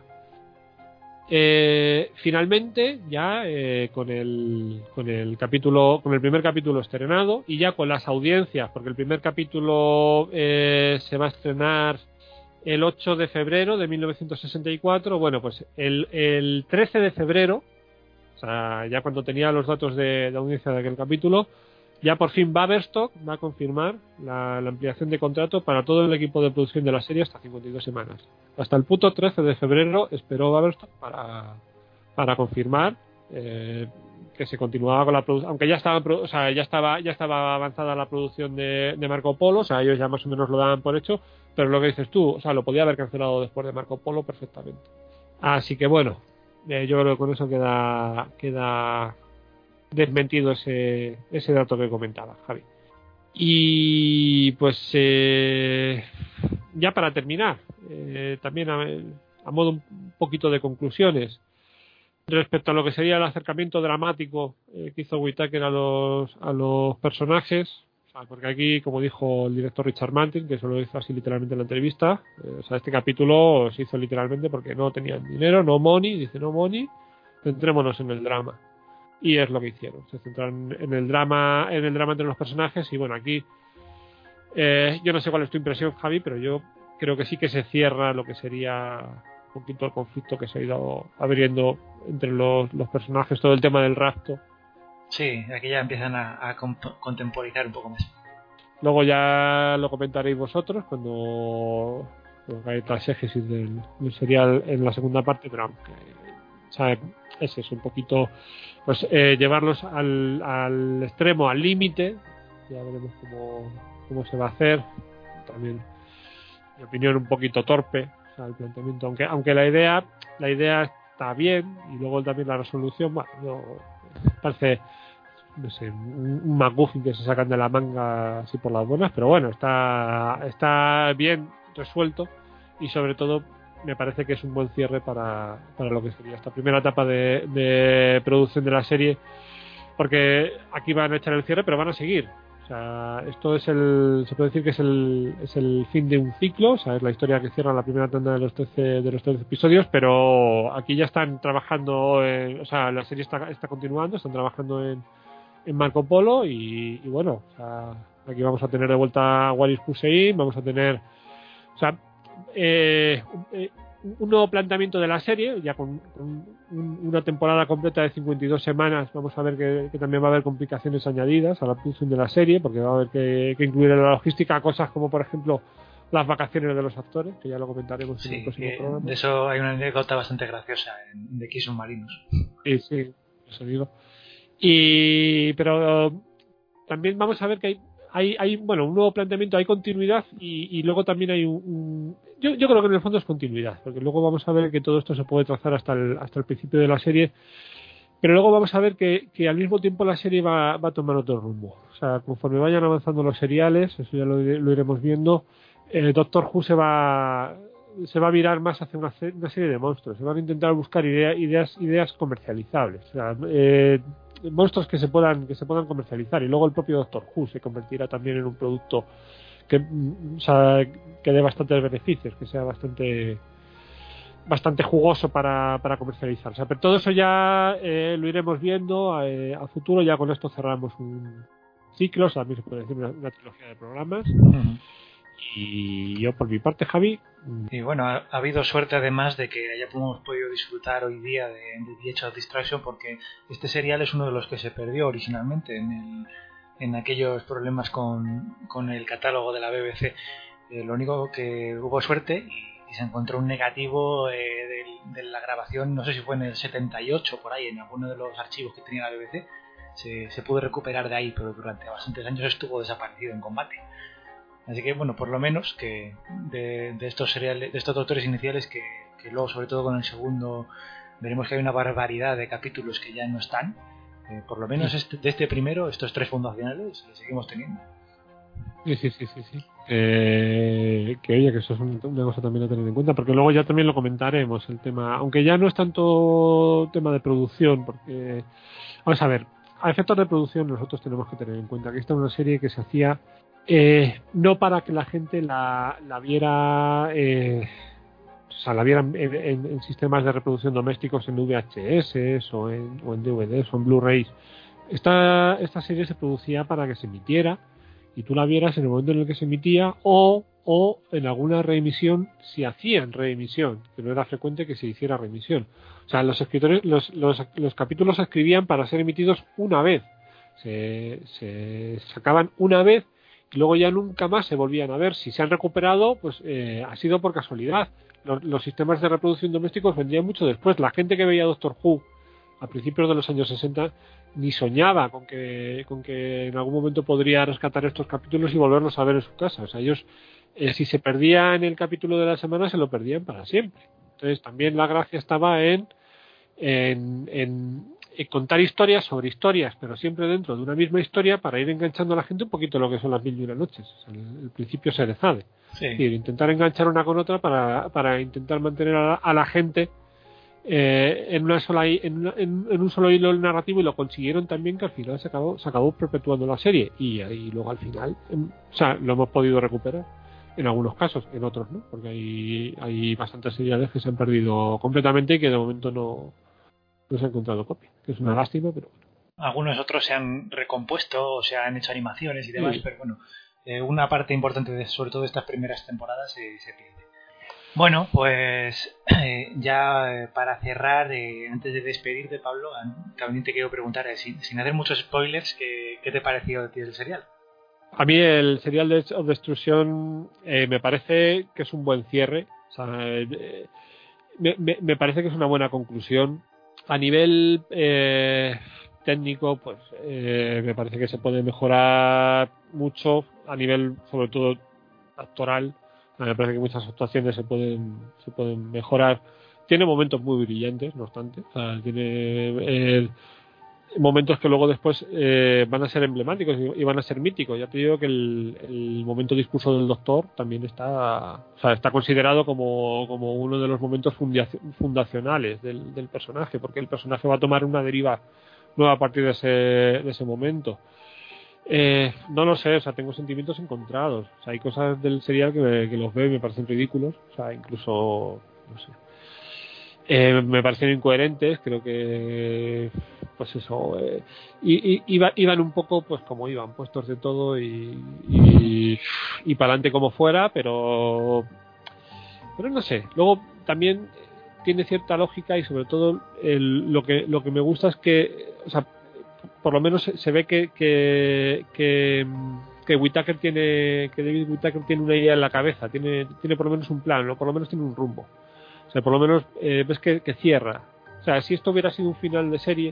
Eh, finalmente, ya eh, con el con el capítulo, con el primer capítulo estrenado y ya con las audiencias, porque el primer capítulo eh, se va a estrenar el ocho de febrero de mil novecientos sesenta y cuatro. Bueno, pues el, el trece de febrero, o sea, ya cuando tenía los datos de, de audiencia de aquel capítulo, ya por fin Baverstock va a confirmar la, la ampliación de contrato para todo el equipo de producción de la serie hasta cincuenta y dos semanas. Hasta el puto trece de febrero esperó Baverstock para, para confirmar eh, que se continuaba con la producción, aunque ya estaba, o sea, ya estaba ya estaba avanzada la producción de, de Marco Polo, o sea, ellos ya más o menos lo daban por hecho, pero lo que dices tú, o sea, lo podía haber cancelado después de Marco Polo perfectamente. Así que bueno, eh, yo creo que con eso queda queda desmentido ese, ese dato que comentaba Javi. Y pues eh, ya para terminar, eh, también a, a modo un poquito de conclusiones respecto a lo que sería el acercamiento dramático eh, que hizo Whittaker a los, a los personajes, o sea, porque aquí, como dijo el director Richard Martin, que eso lo hizo así literalmente en la entrevista, eh, o sea, este capítulo se hizo literalmente porque no tenían dinero, no money, dice no money, centrémonos en el drama. Y es lo que hicieron, se centraron en el drama en el drama entre los personajes. Y bueno, aquí eh, yo no sé cuál es tu impresión, Javi, pero yo creo que sí que se cierra lo que sería un poquito el conflicto que se ha ido abriendo entre los, los personajes, todo el tema del rapto.
Sí, aquí ya empiezan a, a comp- contemporizar un poco más.
Luego ya lo comentaréis vosotros cuando hagáis la exégesis del, del serial en la segunda parte, pero aunque, o sea, ese es un poquito pues eh, llevarlos al, al extremo, al límite. Ya veremos cómo, cómo se va a hacer. También mi opinión un poquito torpe, o sea, el planteamiento, aunque aunque la idea la idea está bien, y luego también la resolución, bueno, no, parece no sé, un, un MacGuffin que se sacan de la manga así por las buenas, pero bueno, está está bien resuelto y sobre todo me parece que es un buen cierre para, para lo que sería esta primera etapa de, de producción de la serie, porque aquí van a echar el cierre, pero van a seguir. O sea, esto es el, se puede decir que es el, es el fin de un ciclo, o sea, es la historia que cierra la primera tanda de los trece, de los trece episodios, pero aquí ya están trabajando, en, o sea, la serie está, está continuando, están trabajando en, en Marco Polo y, y bueno, o sea, aquí vamos a tener de vuelta a Wallis Hussein, vamos a tener, o sea, eh, eh, un nuevo planteamiento de la serie, ya con, con un, una temporada completa de cincuenta y dos semanas. Vamos a ver que, que también va a haber complicaciones añadidas a la producción de la serie, porque va a haber que, que incluir en la logística cosas como, por ejemplo, las vacaciones de los actores, que ya lo comentaremos
sí,
en el próximo programa.
De eso hay una anécdota bastante graciosa en de X Submarinos.
Sí, sí, eso digo. Y, pero también vamos a ver que hay Hay, hay bueno un nuevo planteamiento, hay continuidad y, y luego también hay un, un yo, yo creo que en el fondo es continuidad, porque luego vamos a ver que todo esto se puede trazar hasta el hasta el principio de la serie Pero luego vamos a ver que, que al mismo tiempo la serie va, va a tomar otro rumbo. O sea, conforme vayan avanzando los seriales, eso ya lo, lo iremos viendo, eh, Doctor Who se va se va a virar más hacia una, una serie de monstruos. Se van a intentar buscar idea, ideas ideas comercializables. O sea, eh, monstruos que se puedan que se puedan comercializar. Y luego el propio Doctor Who se convertirá también en un producto que, o sea, que dé bastantes beneficios, que sea bastante bastante jugoso para, para comercializar. O sea, pero todo eso ya eh, lo iremos viendo eh, a futuro. Ya con esto cerramos un ciclo, o sea, también se puede decir una, una trilogía de programas. Uh-huh. Y yo por mi parte, Javi.
Y bueno, ha, ha habido suerte además de que hayamos podido disfrutar hoy día de, de The Edge of Distraction, porque este serial es uno de los que se perdió originalmente en, el, en aquellos problemas con, con el catálogo de la B B C. Eh, lo único que hubo suerte y y se encontró un negativo eh, de, de la grabación, no sé si fue en el setenta y ocho, por ahí, en alguno de los archivos que tenía la B B C, se, se pudo recuperar de ahí, pero durante bastantes años estuvo desaparecido en combate. Así que, bueno, por lo menos que de, de estos seriales, de estos doctores iniciales, que, que luego, sobre todo con el segundo, veremos que hay una barbaridad de capítulos que ya no están, eh, por lo menos este, de este primero, estos tres fundacionales, los seguimos teniendo.
Sí, sí, sí, sí, sí. Eh, que oye, que eso es un, una cosa también a tener en cuenta, porque luego ya también lo comentaremos el tema, aunque ya no es tanto tema de producción, porque vamos a ver, a efectos de producción nosotros tenemos que tener en cuenta que esta es una serie que se hacía eh, no para que la gente la, la viera eh, o sea, la vieran en, en, en sistemas de reproducción domésticos en V H S o en, o en D V Ds o en Blu-rays. Esta, esta serie se producía para que se emitiera y tú la vieras en el momento en el que se emitía o, o en alguna reemisión si hacían reemisión, que no era frecuente que se hiciera reemisión. O sea, los escritores, los, los, los capítulos se escribían para ser emitidos una vez. Se, se sacaban una vez y luego ya nunca más se volvían a ver. Si se han recuperado, pues eh, ha sido por casualidad. Los, los sistemas de reproducción domésticos vendrían mucho después. La gente que veía Doctor Who a principios de los años sesenta ni soñaba con que con que en algún momento podría rescatar estos capítulos y volverlos a ver en su casa. O sea, ellos eh, si se perdían el capítulo de la semana se lo perdían para siempre. Entonces también la gracia estaba en en, en, en contar historias sobre historias, pero siempre dentro de una misma historia para ir enganchando a la gente un poquito lo que son las mil y una noches. O sea, el, el principio se sabe. Sí. Es decir, intentar enganchar una con otra para, para intentar mantener a la, a la gente Eh, en una sola en, una, en, en un solo hilo narrativo, y lo consiguieron también, que al final se acabó se acabó perpetuando la serie y, y luego al final en, o sea, lo hemos podido recuperar en algunos casos, en otros no, porque hay, hay bastantes seriales que se han perdido completamente y que de momento no, no se ha encontrado copia, que es una lástima, pero bueno.
Algunos otros se han recompuesto o se han hecho animaciones y demás, sí. Pero bueno, eh, una parte importante de, sobre todo de estas primeras temporadas se, se pierde. Bueno, pues eh, ya eh, para cerrar, eh, antes de despedirte, Pablo, también te quiero preguntar, eh, sin, sin hacer muchos spoilers, ¿qué, qué te ha parecido de ti el serial?
A mí el serial de Edge of Destruction eh, me parece que es un buen cierre, o sea, eh, me, me, me parece que es una buena conclusión. A nivel eh, técnico, pues eh, me parece que se puede mejorar mucho, a nivel sobre todo actoral. Me parece que muchas actuaciones se pueden se pueden mejorar. Tiene momentos muy brillantes, no obstante. O sea, tiene eh, momentos que luego después eh, van a ser emblemáticos y, y van a ser míticos. Ya te digo que el, el momento discurso del Doctor también está, o sea, está considerado como, como uno de los momentos fundacionales del, del personaje, porque el personaje va a tomar una deriva nueva a partir de ese, de ese momento. Eh, no lo sé, o sea, tengo sentimientos encontrados. O sea, hay cosas del serial que, me, que los veo y me parecen ridículos. O sea, incluso, no sé. Eh, me parecen incoherentes, creo que, pues eso, eh, y, y, iba, iban un poco, pues como iban, puestos de todo y, y, y para adelante como fuera, pero, pero no sé. Luego también tiene cierta lógica y sobre todo el, lo que lo que me gusta es que, o sea, por lo menos se ve que que, que, que Whittaker tiene que David Whittaker tiene una idea en la cabeza, tiene tiene por lo menos un plan, ¿no? Por lo menos tiene un rumbo. O sea, por lo menos eh, ves que, que cierra. O sea, si esto hubiera sido un final de serie,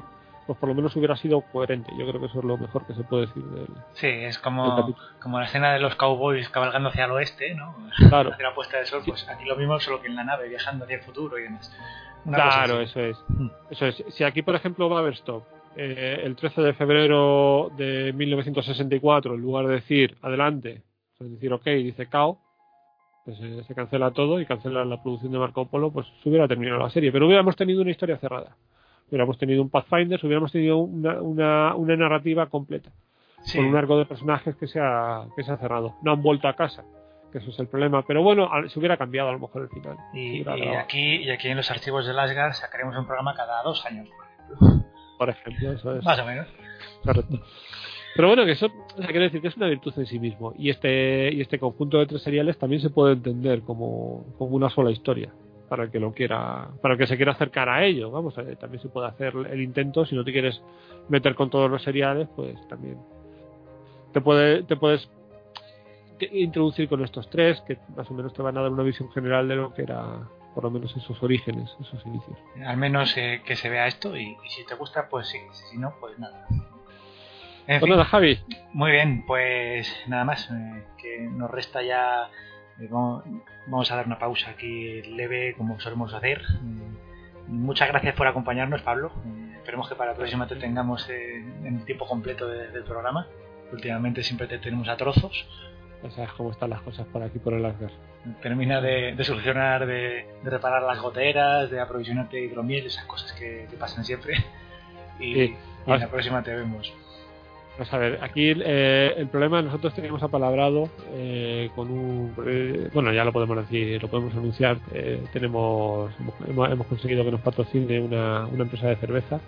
pues por lo menos hubiera sido coherente. Yo creo que eso es lo mejor que se puede decir del.
Sí, es como, como la escena de los cowboys cabalgando hacia el oeste, ¿no?
Claro.
Hacia la puesta del sol, pues aquí lo mismo, solo que en la nave, viajando hacia el futuro y demás. Una
claro, eso es. Eso es. Si aquí, por ejemplo, Baverstock, eh, el trece de febrero de mil novecientos sesenta y cuatro, en lugar de decir adelante, es decir, ok, dice cao, pues eh, se cancela todo y cancela la producción de Marco Polo, pues se hubiera terminado la serie. Pero hubiéramos tenido una historia cerrada. Hubiéramos tenido un Pathfinder, hubiéramos tenido una, una, una narrativa completa. Sí. Con un arco de personajes que se, ha, que se ha cerrado. No han vuelto a casa, que eso es el problema. Pero bueno, se hubiera cambiado a lo mejor el final.
Y, y, aquí, y aquí en los archivos de Asgard sacaremos un programa cada dos años, por ejemplo.
Por ejemplo, eso es.
Más o menos.
Correcto. Pero bueno, que eso, o sea, quiere decir que es una virtud en sí mismo. Y este, y este conjunto de tres seriales también se puede entender como, como una sola historia. Para el que lo quiera, para el que se quiera acercar a ello, vamos, eh, también se puede hacer el intento. Si no te quieres meter con todos los seriales, pues también te puede, te puedes introducir con estos tres, que más o menos te van a dar una visión general de lo que era, por lo menos, esos orígenes, esos inicios.
Al menos eh, que se vea esto y, y si te gusta, pues sí, si no, pues nada. En
pues fin, nada, Javi.
Muy bien, pues nada más, eh, que nos resta ya. Vamos a dar una pausa aquí leve, como solemos hacer. Muchas gracias por acompañarnos, Pablo. Esperemos que para la próxima te tengamos en el tiempo completo de, del programa. Últimamente siempre te tenemos a trozos.
Ya sabes cómo están las cosas por aquí, por el Asgard.
Termina de, de solucionar, de, de reparar las goteras, de aprovisionarte de hidromiel, esas cosas que, que pasan siempre. Y, sí. y en la próxima te vemos.
Pues a ver, aquí eh, el problema nosotros teníamos apalabrado eh, con un... Eh, bueno, ya lo podemos decir, lo podemos anunciar. Eh, tenemos hemos, hemos conseguido que nos patrocine una, una empresa de cerveza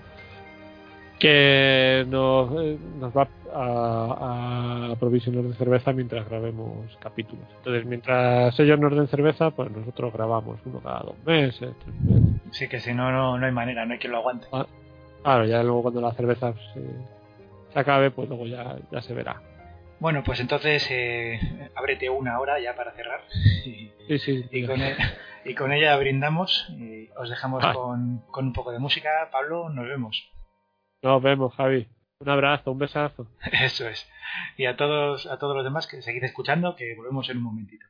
que nos, eh, nos va a, a aprovisionar de cerveza mientras grabemos capítulos. Entonces, mientras ellos nos den cerveza, pues nosotros grabamos uno cada dos meses, tres meses.
Sí, que si no, no, no hay manera, no hay quien lo aguante.
Ah, claro, ya luego cuando la cerveza se, se acabe, pues luego ya, ya se verá.
Bueno, pues entonces eh, ábrete una hora ya para cerrar. Y,
sí, sí.
Y con, el, y con ella brindamos. Y os dejamos ah. con, con un poco de música. Pablo, nos vemos.
Nos vemos, Javi. Un abrazo, un besazo.
Eso es. Y a todos, a todos los demás que seguid escuchando, que volvemos en un momentito.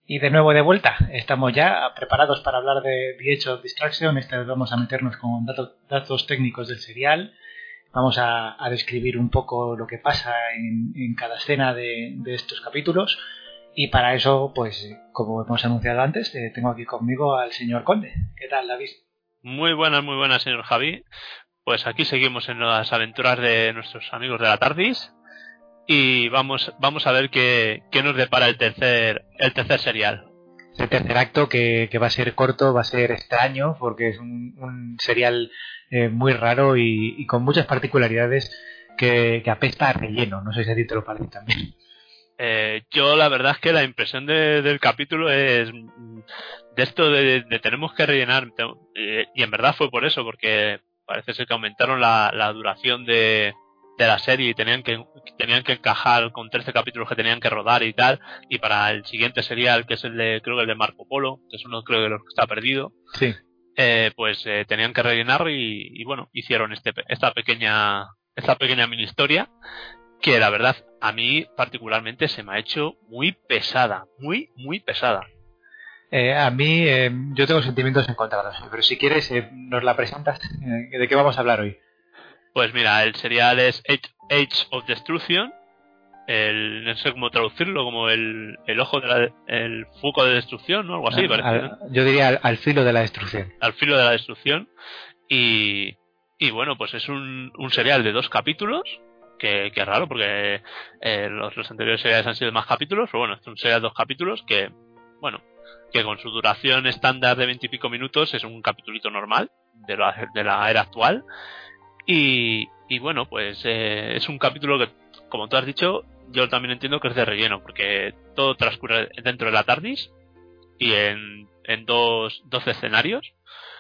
Y de nuevo de vuelta, estamos ya preparados para hablar de The Age of Destruction. Esta vez vamos a meternos con datos, datos técnicos del serial. Vamos a, a describir un poco lo que pasa en, en cada escena de, de estos capítulos. Y para eso, pues, como hemos anunciado antes, eh, tengo aquí conmigo al señor Conde. ¿Qué tal, David?
Muy buenas, muy buenas, señor Javi. Pues aquí seguimos en las aventuras de nuestros amigos de la TARDIS. Y vamos vamos a ver qué, qué nos depara el tercer el tercer serial.
El tercer acto que, que va a ser corto, va a ser extraño, porque es un, un serial eh, muy raro y, y con muchas particularidades que, que apesta a relleno. No sé si a ti te lo parece también.
Eh, yo la verdad es que la impresión de, del capítulo es de esto de, de tenemos que rellenar, y en verdad fue por eso, porque parece ser que aumentaron la, la duración de de la serie y tenían que tenían que encajar con trece capítulos que tenían que rodar y tal, y para el siguiente serial, que es el de, creo que el de Marco Polo, que es uno creo de los que está perdido,
sí.
eh, pues eh, tenían que rellenar y, y bueno, hicieron este esta pequeña esta pequeña mini historia que la verdad a mí particularmente se me ha hecho muy pesada, muy muy pesada.
Eh, a mí eh, yo tengo sentimientos encontrados, pero si quieres eh, nos la presentas. Eh, ¿de qué vamos a hablar hoy?
Pues mira, el serial es Age, Age of Destruction, el, no sé cómo traducirlo, como el, el ojo de la, el foco de destrucción, ¿no? Algo así,
al,
parece.
al,
¿no?
Yo diría al, al filo de la destrucción.
Al filo de la destrucción. Y, y bueno, pues es un, un serial de dos capítulos, que, que es raro porque eh, los, los anteriores seriales han sido más capítulos, pero bueno, es un serial de dos capítulos que, bueno, que con su duración estándar de veintipico minutos es un capitulito normal de la, de la era actual. Y, y bueno, pues eh, es un capítulo que, como tú has dicho, yo también entiendo que es de relleno, porque todo transcurre dentro de la TARDIS y en, en dos, dos escenarios.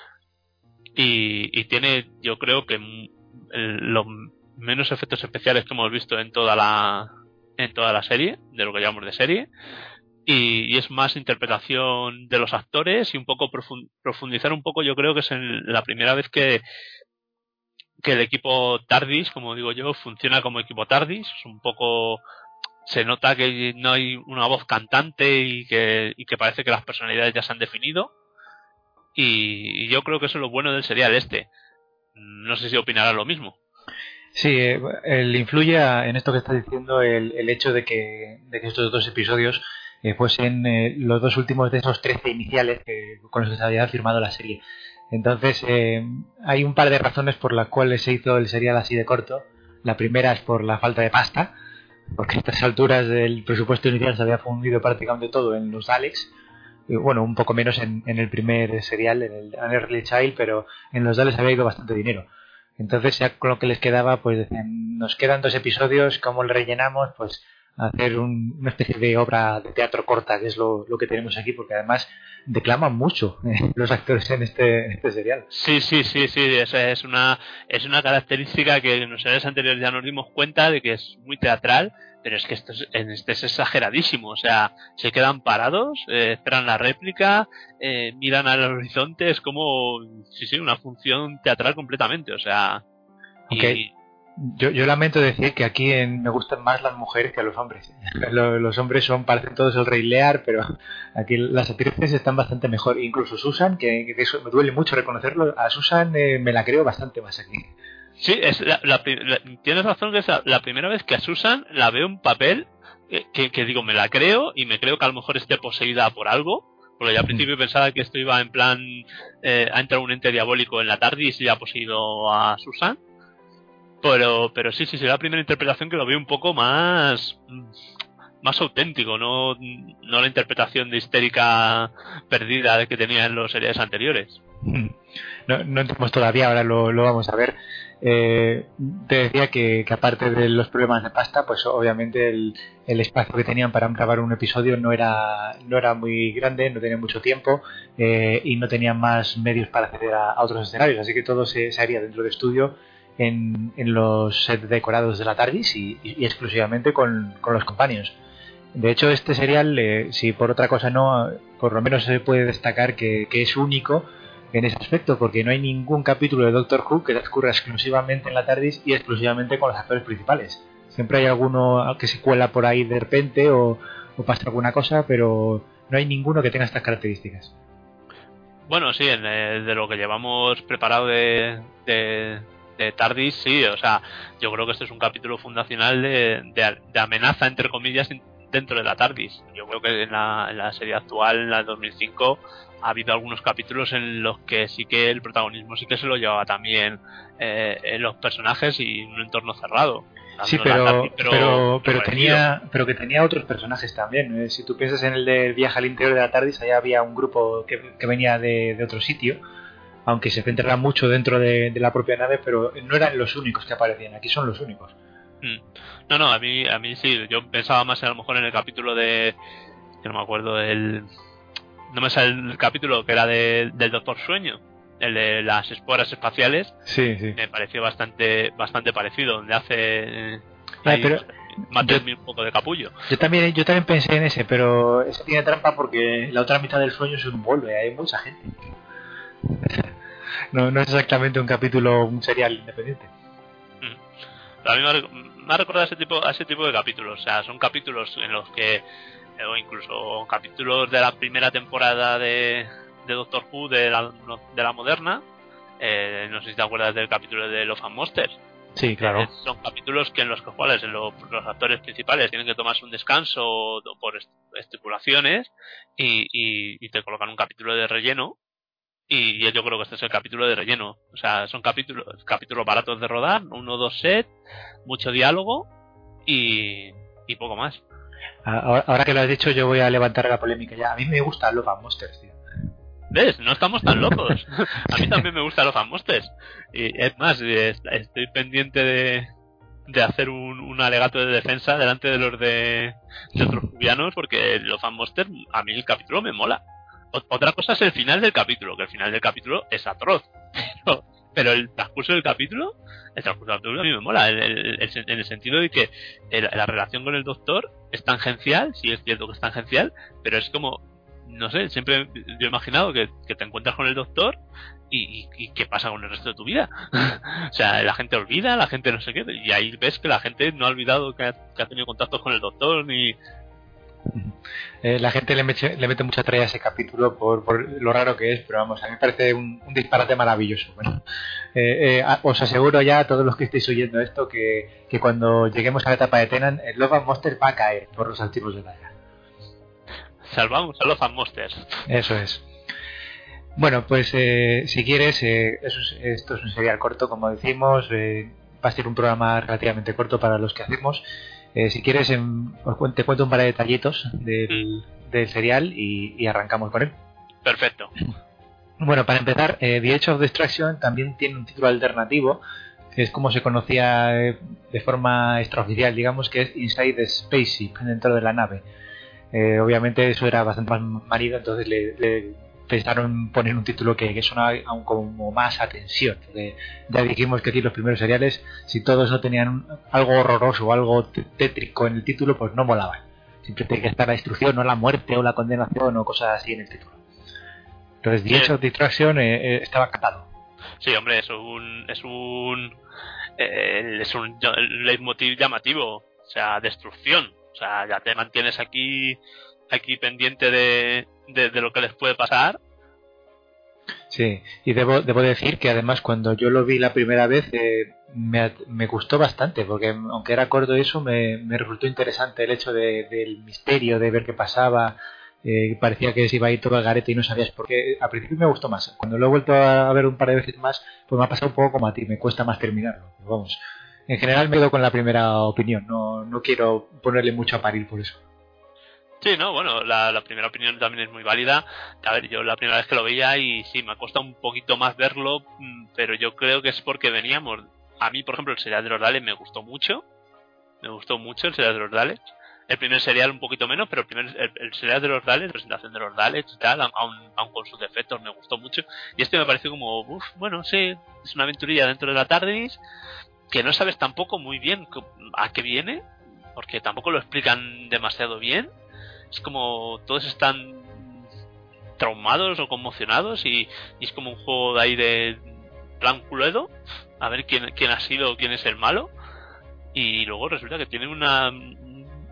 Y, y tiene, yo creo que el, los menos efectos especiales que hemos visto en toda la en toda la serie, de lo que llamamos de serie. Y, y es más interpretación de los actores y un poco profundizar un poco, yo creo que es en la primera vez que que el equipo TARDIS, como digo yo, funciona como equipo TARDIS. Es un poco, se nota que no hay una voz cantante y que, y que parece que las personalidades ya se han definido. Y, y yo creo que eso es lo bueno del serial este. No sé si opinarás lo mismo.
Sí, eh, el influye a, en esto que estás diciendo el, el hecho de que, de que estos dos episodios eh, fuesen eh, los dos últimos de esos trece iniciales que, con los que se había firmado la serie. Entonces, eh, hay un par de razones por las cuales se hizo el serial así de corto. La primera es por la falta de pasta, porque a estas alturas del presupuesto inicial se había fundido prácticamente todo en los Daleks. Y bueno, un poco menos en, en el primer serial, en el Unearthly Child, pero en los Daleks había ido bastante dinero. Entonces, ya con lo que les quedaba, pues decían, nos quedan dos episodios, ¿cómo le rellenamos? Pues hacer un, una especie de obra de teatro corta, que es lo, lo que tenemos aquí, porque además declaman mucho eh, los actores en este, en este serial.
Sí, sí, sí, sí, esa es una es una característica que en los seriales anteriores ya nos dimos cuenta de que es muy teatral, pero es que esto es, en este es exageradísimo, o sea, se quedan parados, eh, esperan la réplica, eh, miran al horizonte, es como, sí, sí, una función teatral completamente, o sea,
okay.
y...
Yo, yo lamento decir que aquí en, me gustan más las mujeres que a los hombres. Los, los hombres son parecen todos el Rey Lear, pero aquí las actrices están bastante mejor. Incluso Susan, que, que eso me duele mucho reconocerlo, a Susan eh, me la creo bastante más aquí.
Sí, es la, la, la, tienes razón que es la, la primera vez que a Susan la veo en papel que, que, que digo, me la creo y me creo que a lo mejor esté poseída por algo. Porque ya al principio mm. pensaba que esto iba en plan, eh, ha entrado un ente diabólico en la TARDIS y ha poseído a Susan. Pero, pero sí, sí, será la primera interpretación que lo veo un poco más más auténtico, no, no la interpretación de histérica perdida que tenía en los seriales anteriores.
No, no entramos todavía, ahora lo, lo vamos a ver. Eh, te decía que, que aparte de los problemas de pasta, pues obviamente el, el espacio que tenían para grabar un episodio no era, no era muy grande, no tenían mucho tiempo eh, y no tenían más medios para acceder a, a otros escenarios, así que todo se, se haría dentro del estudio. En, en los sets decorados de la TARDIS y, y, y exclusivamente con, con los companions. De hecho, este serial, eh, si por otra cosa no, por lo menos se puede destacar que, que es único en ese aspecto, porque no hay ningún capítulo de Doctor Who que transcurra exclusivamente en la TARDIS y exclusivamente con los actores principales. Siempre hay alguno que se cuela por ahí de repente o, o pasa alguna cosa, pero no hay ninguno que tenga estas características.
Bueno, sí, en, eh, de lo que llevamos preparado de, de, de TARDIS, sí, o sea, yo creo que este es un capítulo fundacional de, de, de amenaza, entre comillas, dentro de la TARDIS. Yo creo que en la, en la serie actual, en la de dos mil cinco, ha habido algunos capítulos en los que sí que el protagonismo sí que se lo llevaba también eh, en los personajes y un entorno cerrado.
Sí, pero, TARDIS, pero, pero, pero tenía pero que tenía otros personajes también. Eh, si tú piensas en el del viaje al interior de la TARDIS, allá había un grupo que, que venía de, de otro sitio, aunque se centraba mucho dentro de, de la propia nave, pero no eran los únicos que aparecían. Aquí son los únicos.
No, no, a mí, a mí sí. Yo pensaba más a lo mejor en el capítulo de, que no me acuerdo el, no me sale el capítulo que era de, del Doctor Sueño, el de las esporas espaciales.
Sí, sí.
Me pareció bastante, bastante parecido, donde hace eh,
ah,
ahí,
pero
mantenerme un poco de capullo.
Yo también, yo también pensé en ese, pero ese tiene trampa porque la otra mitad del sueño se envuelve, hay mucha gente. No, no es exactamente un capítulo, un serial independiente.
A mí me ha, me ha recordado a ese tipo, a ese tipo de capítulos. O sea, son capítulos en los que, o incluso capítulos de la primera temporada de, de Doctor Who de la, de la moderna. Eh, no sé si te acuerdas del capítulo de Love and Monsters.
Sí, claro.
Eh, son capítulos que en los cuales los, los actores principales tienen que tomarse un descanso por estipulaciones y, y, y te colocan un capítulo de relleno. Y yo creo que este es el capítulo de relleno. O sea, son capítulos capítulos baratos de rodar, uno o dos sets, mucho diálogo y, y poco más.
Ahora, ahora que lo has dicho, yo voy a levantar la polémica ya. A mí me gusta Love and Monsters, tío.
¿Ves? No estamos tan locos. A mí también me gusta Love and Monsters. Y es más, estoy pendiente de, de hacer un, un alegato de defensa delante de los de, de otros cubianos, porque Love and Monsters, a mí el capítulo me mola. Otra cosa es el final del capítulo, que el final del capítulo es atroz. Pero, pero el transcurso del capítulo, el transcurso del capítulo a mí me mola, el, el, el, en el sentido de que el, la relación con el doctor es tangencial, sí es cierto que es tangencial, pero es como, no sé, siempre yo he imaginado que, que te encuentras con el doctor y, y, y qué pasa con el resto de tu vida. O sea, la gente olvida, la gente no sé qué, y ahí ves que la gente no ha olvidado que ha, que ha tenido contactos con el doctor, ni...
Eh, la gente le mete, le mete mucha tralla a ese capítulo por, por lo raro que es, pero vamos, a mí me parece un, un disparate maravilloso. Bueno, eh, eh, os aseguro ya a todos los que estéis oyendo esto que, que cuando lleguemos a la etapa de Tennant, el Love and Monsters va a caer por los archivos de Daya.
Salvamos a Love and Monsters.
Eso es. Bueno, pues eh, si quieres, eh, eso es, esto es un serial corto, como decimos, eh, va a ser un programa relativamente corto para los que hacemos. Eh, si quieres, en, os te cuento un par de detallitos del, del serial y, y arrancamos con él.
Perfecto.
Bueno, para empezar, eh, The Edge of Destruction también tiene un título alternativo, que es como se conocía eh, de forma extraoficial, digamos, que es Inside the Spaceship, dentro de la nave. Eh, obviamente eso era bastante más manido, entonces le, le pensaron poner un título que, que sonaba aún como más a tensión. Porque ya dijimos que aquí los primeros seriales, si todos no tenían algo horroroso o algo tétrico en el título, pues no molaban. Siempre tiene que estar la destrucción o la muerte o la condenación o cosas así en el título. Entonces, The Edge of Destruction eh, eh, estaba catado.
Sí, hombre, es un es un eh, es un leitmotiv llamativo, o sea, destrucción. O sea, ya te mantienes aquí aquí pendiente de, de, de lo que les puede pasar.
Sí, y debo, debo decir que además cuando yo lo vi la primera vez eh, me, me gustó bastante, porque aunque era corto eso, me, me resultó interesante el hecho de, del misterio, de ver qué pasaba. Eh, parecía que se iba a ir todo al garete y no sabías por qué. Al principio me gustó más. Cuando lo he vuelto a ver un par de veces más, pues me ha pasado un poco como a ti, me cuesta más terminarlo. Pero vamos, en general me quedo con la primera opinión, no, no quiero ponerle mucho a parir por eso.
Sí, no, bueno, la, la primera opinión también es muy válida. A ver, yo la primera vez que lo veía y sí, me ha costado un poquito más verlo, pero yo creo que es porque veníamos... A mí, por ejemplo, el serial de los Daleks me gustó mucho. Me gustó mucho el serial de los Daleks. El primer serial un poquito menos, pero el primer el, el serial de los Daleks, la presentación de los Daleks y tal, aún, aún con sus defectos, me gustó mucho. Y este me pareció como, uff, bueno, sí, es una aventurilla dentro de la TARDIS, que no sabes tampoco muy bien a qué viene, porque tampoco lo explican demasiado bien. Es como todos están traumados o conmocionados y, y es como un juego de ahí de plan Cluedo, a ver quién, quién ha sido o quién es el malo, y luego resulta que tiene una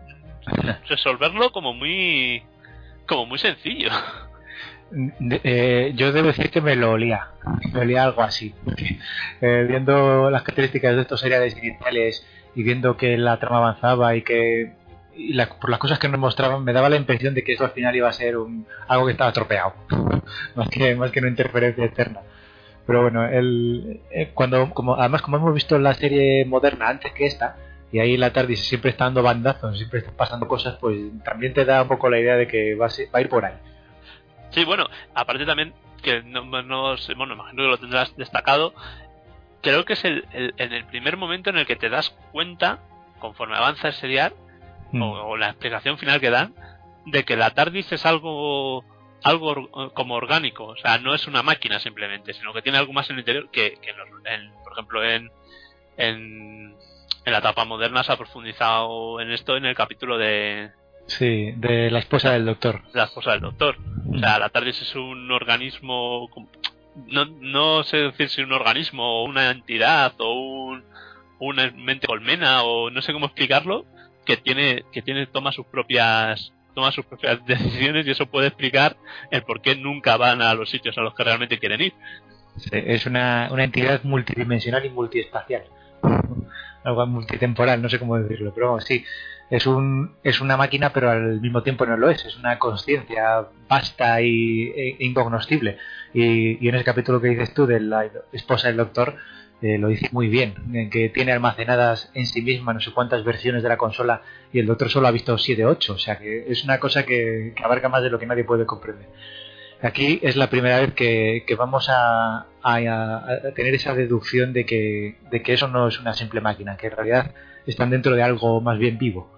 resolverlo como muy como muy sencillo.
De- eh, yo debo decir que me lo olía, me olía algo así, porque eh, viendo las características de estos seriales iniciales y viendo que la trama avanzaba y que y la- por las cosas que nos mostraban me daba la impresión de que eso al final iba a ser un, algo que estaba tropeado, más que más que una interferencia externa. Pero bueno, el, eh, cuando como además como hemos visto la serie moderna antes que esta y ahí la TARDIS siempre está dando bandazos, siempre está pasando cosas, pues también te da un poco la idea de que va a, ser- va a ir por ahí.
Sí, bueno, aparte también, que no, no sé, bueno, imagino que lo tendrás destacado, creo que es el, el- en el primer momento en el que te das cuenta, conforme avanza el serial,
Hmm.
o, o la explicación final que dan, de que la TARDIS es algo algo or- como orgánico, o sea, no es una máquina simplemente, sino que tiene algo más en el interior que, que en, los- en- por ejemplo, en, en, en la etapa moderna se ha profundizado en esto en el capítulo de
Sí, de la esposa del doctor.
la esposa del doctor. O sea, la TARDIS es un organismo, com- no, no sé decir si un organismo o una entidad o un, una mente colmena o no sé cómo explicarlo, que tiene que tiene toma sus propias toma sus propias decisiones y eso puede explicar el por qué nunca van a los sitios a los que realmente quieren ir.
Sí, es una, una entidad multidimensional y multiespacial. Algo multitemporal, no sé cómo decirlo, pero vamos, sí, es un es una máquina, pero al mismo tiempo no lo es. Es una conciencia vasta y, e incognoscible. Y, y en ese capítulo que dices tú de la esposa del doctor, eh, lo dice muy bien, en que tiene almacenadas en sí misma no sé cuántas versiones de la consola y el doctor solo ha visto siete o ocho, o sea que es una cosa que, que abarca más de lo que nadie puede comprender. Aquí es la primera vez que, que vamos a, a, a tener esa deducción de que, de que eso no es una simple máquina, que en realidad están dentro de algo más bien vivo.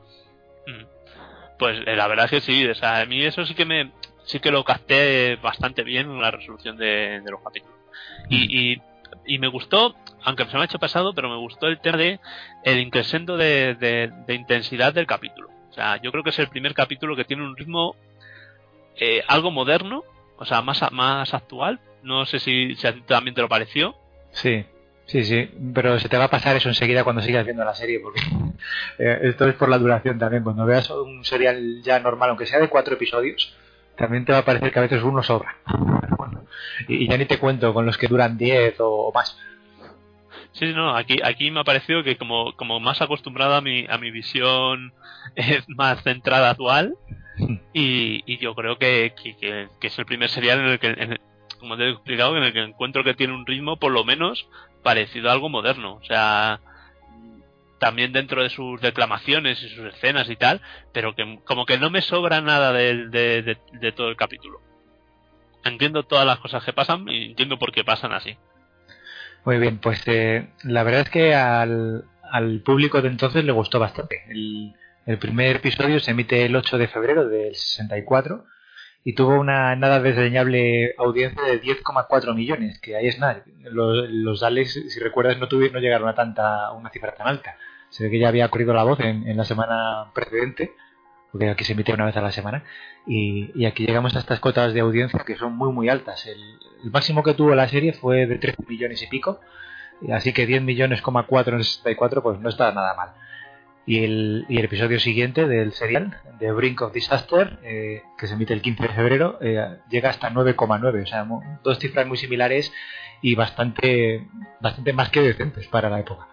Pues eh, la verdad es que sí, o sea, a mí eso sí que me sí que lo capté bastante bien en la resolución de, de los capítulos. Y, y, y me gustó, aunque se me ha hecho pasado, pero me gustó el tema de el increscendo de, de, de intensidad del capítulo. O sea, yo creo que es el primer capítulo que tiene un ritmo eh, algo moderno, o sea, más, más actual. No sé si, si a ti también te lo pareció.
Sí, sí, sí, pero se te va a pasar eso enseguida cuando sigas viendo la serie, porque eh, esto es por la duración también. Cuando veas un serial ya normal, aunque sea de cuatro episodios, también te va a parecer que a veces uno sobra. Bueno, y, y ya ni te cuento con los que duran diez o, o más.
Sí, no, aquí, aquí me ha parecido que como, como más acostumbrado a mi, a mi visión eh, más centrada actual, y, y yo creo que, que, que, que es el primer serial en el que, en el- como te he explicado, en el que encuentro que tiene un ritmo por lo menos parecido a algo moderno. O sea, también dentro de sus declamaciones y sus escenas y tal, pero que como que no me sobra nada de, de, de, de todo el capítulo. Entiendo todas las cosas que pasan y entiendo por qué pasan así.
Muy bien, pues eh, la verdad es que al, al público de entonces le gustó bastante. El, el primer episodio se emite el ocho de febrero del sesenta y cuatro y tuvo una nada desdeñable audiencia de diez coma cuatro millones, que ahí es nada. Los, los Daleks, si recuerdas, no, tuvieron, no llegaron a tanta una cifra tan alta. Se ve que ya había corrido la voz en, en la semana precedente, porque aquí se emite una vez a la semana, y, y aquí llegamos a estas cotas de audiencia que son muy muy altas. El, el máximo que tuvo la serie fue de trece millones y pico, así que diez millones coma cuatro en el sesenta y cuatro pues no está nada mal. Y el, y el episodio siguiente del serial, The Brink of Disaster, eh, que se emite el quince de febrero, eh, llega hasta nueve coma nueve, o sea, dos cifras muy similares y bastante, bastante más que decentes para la época.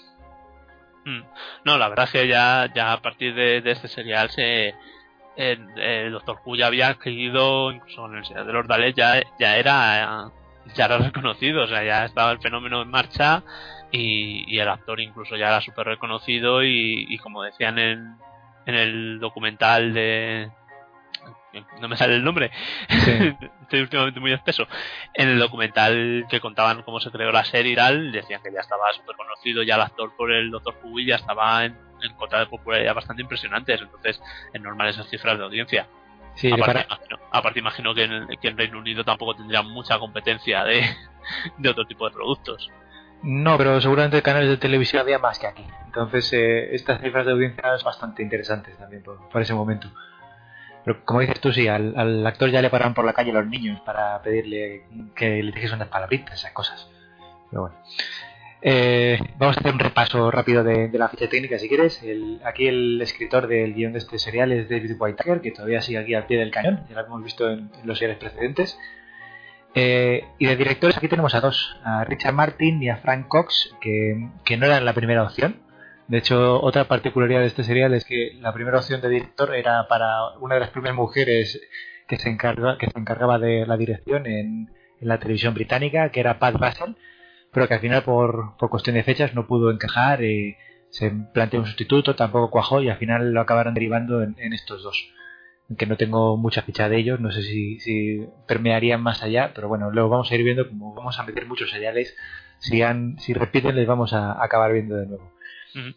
No, la verdad es que ya, ya a partir de, de este serial se, el, el Doctor Who ya había adquirido, incluso en el serial de los Daleks ya, ya era ya era reconocido, o sea, ya estaba el fenómeno en marcha y, y el actor incluso ya era súper reconocido y, y como decían en, en el documental de... no me sale el nombre,
Sí.
estoy últimamente muy espeso. En el documental que contaban cómo se creó la serie y tal, decían que ya estaba súper conocido ya el actor por el Doctor Who y ya estaba en, en cotas de popularidad bastante impresionantes, entonces es normal esas cifras de audiencia.
Sí,
aparte,
para...
imagino, aparte imagino que en, que en Reino Unido tampoco tendría mucha competencia de, de otro tipo de productos.
No, pero seguramente canales de televisión había más que aquí. Entonces, eh, estas cifras de audiencia son bastante interesantes también por, por ese momento. Pero como dices tú, sí, al, al actor ya le paran por la calle los niños para pedirle que le dijese unas palabritas, esas cosas. Pero bueno. Eh, vamos a hacer un repaso rápido de, de la ficha técnica, si quieres. El, aquí el escritor del guión de este serial es David Whittaker, que todavía sigue aquí al pie del cañón, ya lo hemos visto en, en los seriales precedentes. Eh, y de directores aquí tenemos a dos, a Richard Martin y a Frank Cox, que, que no eran la primera opción. De hecho, otra particularidad de este serial es que la primera opción de director era para una de las primeras mujeres que se, encarga, que se encargaba de la dirección en, en la televisión británica, que era Pat Russell, pero que al final por, por cuestión de fechas no pudo encajar, eh, se planteó un sustituto, tampoco cuajó y al final lo acabaron derivando en, en estos dos, que no tengo mucha ficha de ellos, no sé si, si permearían más allá, pero bueno, luego vamos a ir viendo, como vamos a meter muchos seriales, si, han, si repiten les vamos a acabar viendo de nuevo. Uh-huh.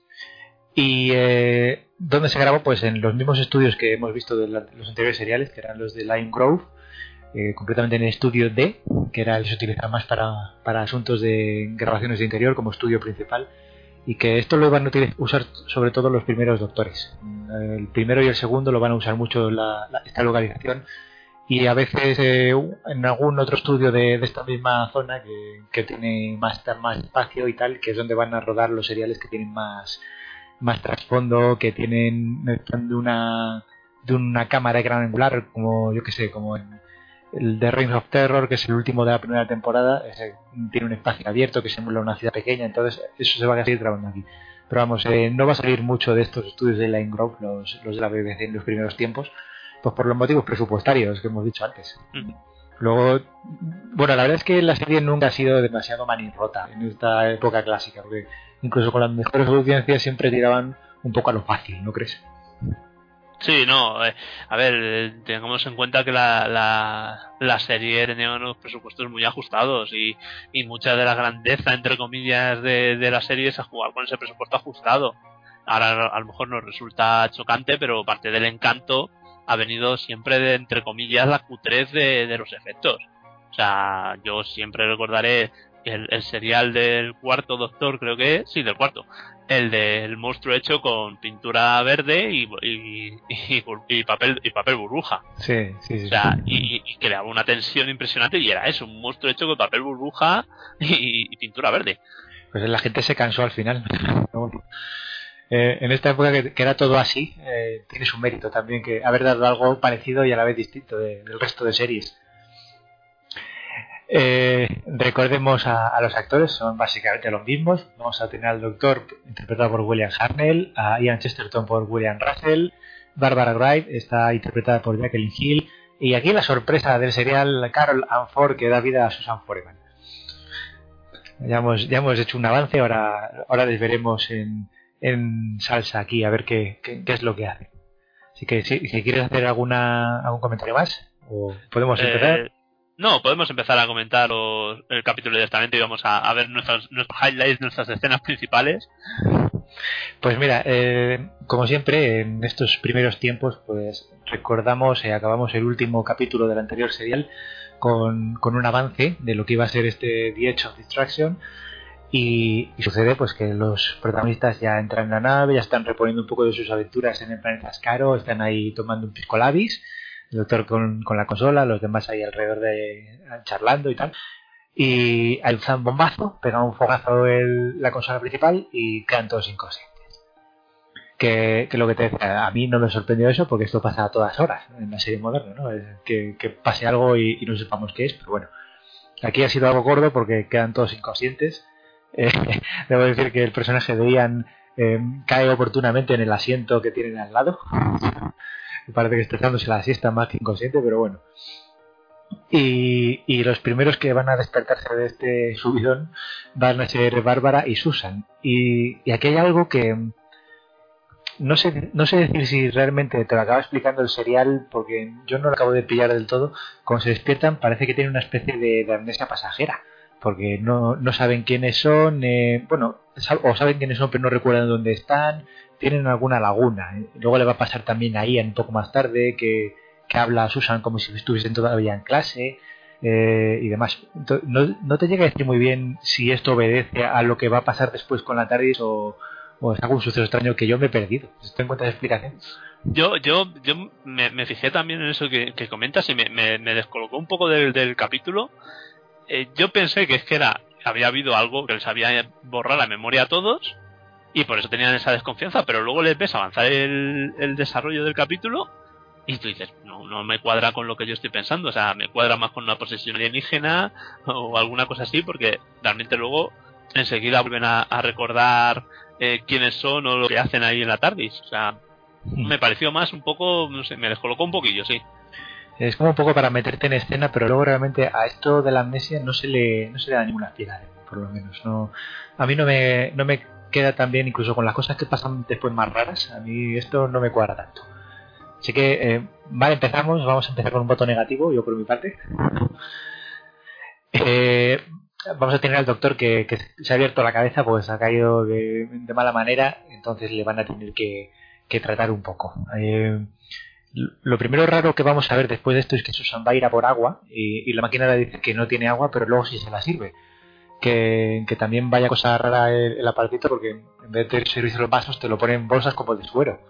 Y eh, ¿dónde se grabó? Pues en los mismos estudios que hemos visto de la, los anteriores seriales, que eran los de Lime Grove, eh, concretamente en el estudio D, que era el que se utilizaba más para, para asuntos de grabaciones de interior como estudio principal, y que esto lo van a usar sobre todo los primeros doctores. El primero y el segundo lo van a usar mucho la, la, esta localización, y a veces eh, en algún otro estudio de, de esta misma zona que, que tiene más, más espacio y tal, que es donde van a rodar los seriales que tienen más, más trasfondo, que tienen de una, de una cámara gran angular, como yo que sé, como en el de Reigns of Terror, que es el último de la primera temporada, ese tiene un espacio abierto que simula una ciudad pequeña, entonces eso se va a seguir grabando aquí. Pero vamos, eh, no va a salir mucho de estos estudios de Lime Grove, los, los de la B B C en los primeros tiempos, pues por los motivos presupuestarios que hemos dicho antes. Mm. Luego, bueno, la verdad es que la serie nunca ha sido demasiado manirrota en esta época clásica, porque incluso con las mejores audiencias siempre tiraban un poco a lo fácil, ¿no crees?
Sí, no, eh, a ver, eh, tengamos en cuenta que la, la, la serie tenía unos presupuestos muy ajustados y, y mucha de la grandeza, entre comillas, de, de la serie es a jugar con ese presupuesto ajustado. Ahora a lo mejor nos resulta chocante, pero parte del encanto ha venido siempre de, entre comillas, la cutrez de, de los efectos. O sea, yo siempre recordaré el, el serial del cuarto Doctor, creo que es, sí, del cuarto, el del monstruo hecho con pintura verde y, y, y, y papel y papel burbuja.
Sí, sí, sí.
O sea, y, y creaba una tensión impresionante y era eso, un monstruo hecho con papel burbuja y, y pintura verde.
Pues la gente se cansó al final. Eh, en esta época que, que era todo así, eh, tiene su mérito también que haber dado algo parecido y a la vez distinto de, del resto de series. Eh, recordemos a, a los actores, son básicamente los mismos. Vamos a tener al Doctor interpretado por William Hartnell, a Ian Chesterton por William Russell, Barbara Wright está interpretada por Jacqueline Hill, y aquí la sorpresa del serial, Carol Ann Ford, que da vida a Susan Foreman. Ya hemos, ya hemos hecho un avance, ahora, ahora les veremos en, en salsa aquí, a ver qué, qué, qué es lo que hace. Así que si, si quieres hacer alguna algún comentario más, o podemos empezar.
Eh... No, podemos empezar a comentar los, el capítulo directamente y vamos a, a ver nuestros, nuestros highlights, nuestras escenas principales.
Pues mira, eh, como siempre, en estos primeros tiempos, pues recordamos y eh, acabamos el último capítulo del anterior serial con, con un avance de lo que iba a ser este The Edge of Destruction. Y, y sucede pues que los protagonistas ya entran en la nave, ya están reponiendo un poco de sus aventuras en el planeta Ascaro, están ahí tomando un pisco labis. El doctor con, con la consola, los demás ahí alrededor de charlando y tal, y hay un bombazo, pega un fogazo el, la consola principal y quedan todos inconscientes. Que, que lo que te decía, a mí no me sorprendió eso porque esto pasa a todas horas en la serie moderna, ¿no? Que, que pase algo y, y no sepamos qué es, pero bueno, aquí ha sido algo gordo porque quedan todos inconscientes. Eh, debo decir que el personaje de Ian eh, cae oportunamente en el asiento que tienen al lado. Parece que está echándose la siesta más que inconsciente, pero bueno. Y, y los primeros que van a despertarse de este subidón van a ser Bárbara y Susan. Y, y aquí hay algo que no sé, no sé decir si realmente te lo acaba explicando el serial, porque yo no lo acabo de pillar del todo. Cuando se despiertan parece que tienen una especie de, de amnesia pasajera, porque no, no saben quiénes son, eh, bueno, o saben quiénes son pero no recuerdan dónde están. Tienen alguna laguna. Luego le va a pasar también a Ian un poco más tarde que, que habla a Susan como si estuviesen todavía en clase eh, y demás. Entonces, no, no te llega a decir muy bien si esto obedece a lo que va a pasar después con la TARDIS o, o es algún suceso extraño que yo me he perdido. ¿Te encuentras explicación?
Yo yo yo me, me fijé también en eso que, que comentas y me, me, me descolocó un poco del, del capítulo. Eh, yo pensé que es que era había habido algo que les había borrado la memoria a todos y por eso tenían esa desconfianza, pero luego les ves avanzar el, el desarrollo del capítulo y tú dices, no, no me cuadra con lo que yo estoy pensando, o sea, me cuadra más con una posesión alienígena o alguna cosa así, porque realmente luego enseguida vuelven a, a recordar eh, quiénes son o lo que hacen ahí en la TARDIS, o sea, me pareció más un poco, no sé, me descolocó un poquillo, sí.
Es como un poco para meterte en escena, pero luego realmente a esto de la amnesia no se le, no se le da ninguna piedad, por lo menos. No, a mí no me, no me queda tan bien, incluso con las cosas que pasan después más raras, a mí esto no me cuadra tanto. Así que, eh, vale, empezamos. Vamos a empezar con un voto negativo, yo por mi parte. Eh, vamos a tener al doctor que, que se ha abierto la cabeza, pues ha caído de, de mala manera, entonces le van a tener que, que tratar un poco. Eh, lo primero raro que vamos a ver después de esto es que Susan va a ir a por agua y, y la máquina le dice que no tiene agua, pero luego sí se la sirve. Que, que también vaya cosa rara el, el aparatito, porque en vez de servirse los vasos te lo ponen en bolsas como de suero.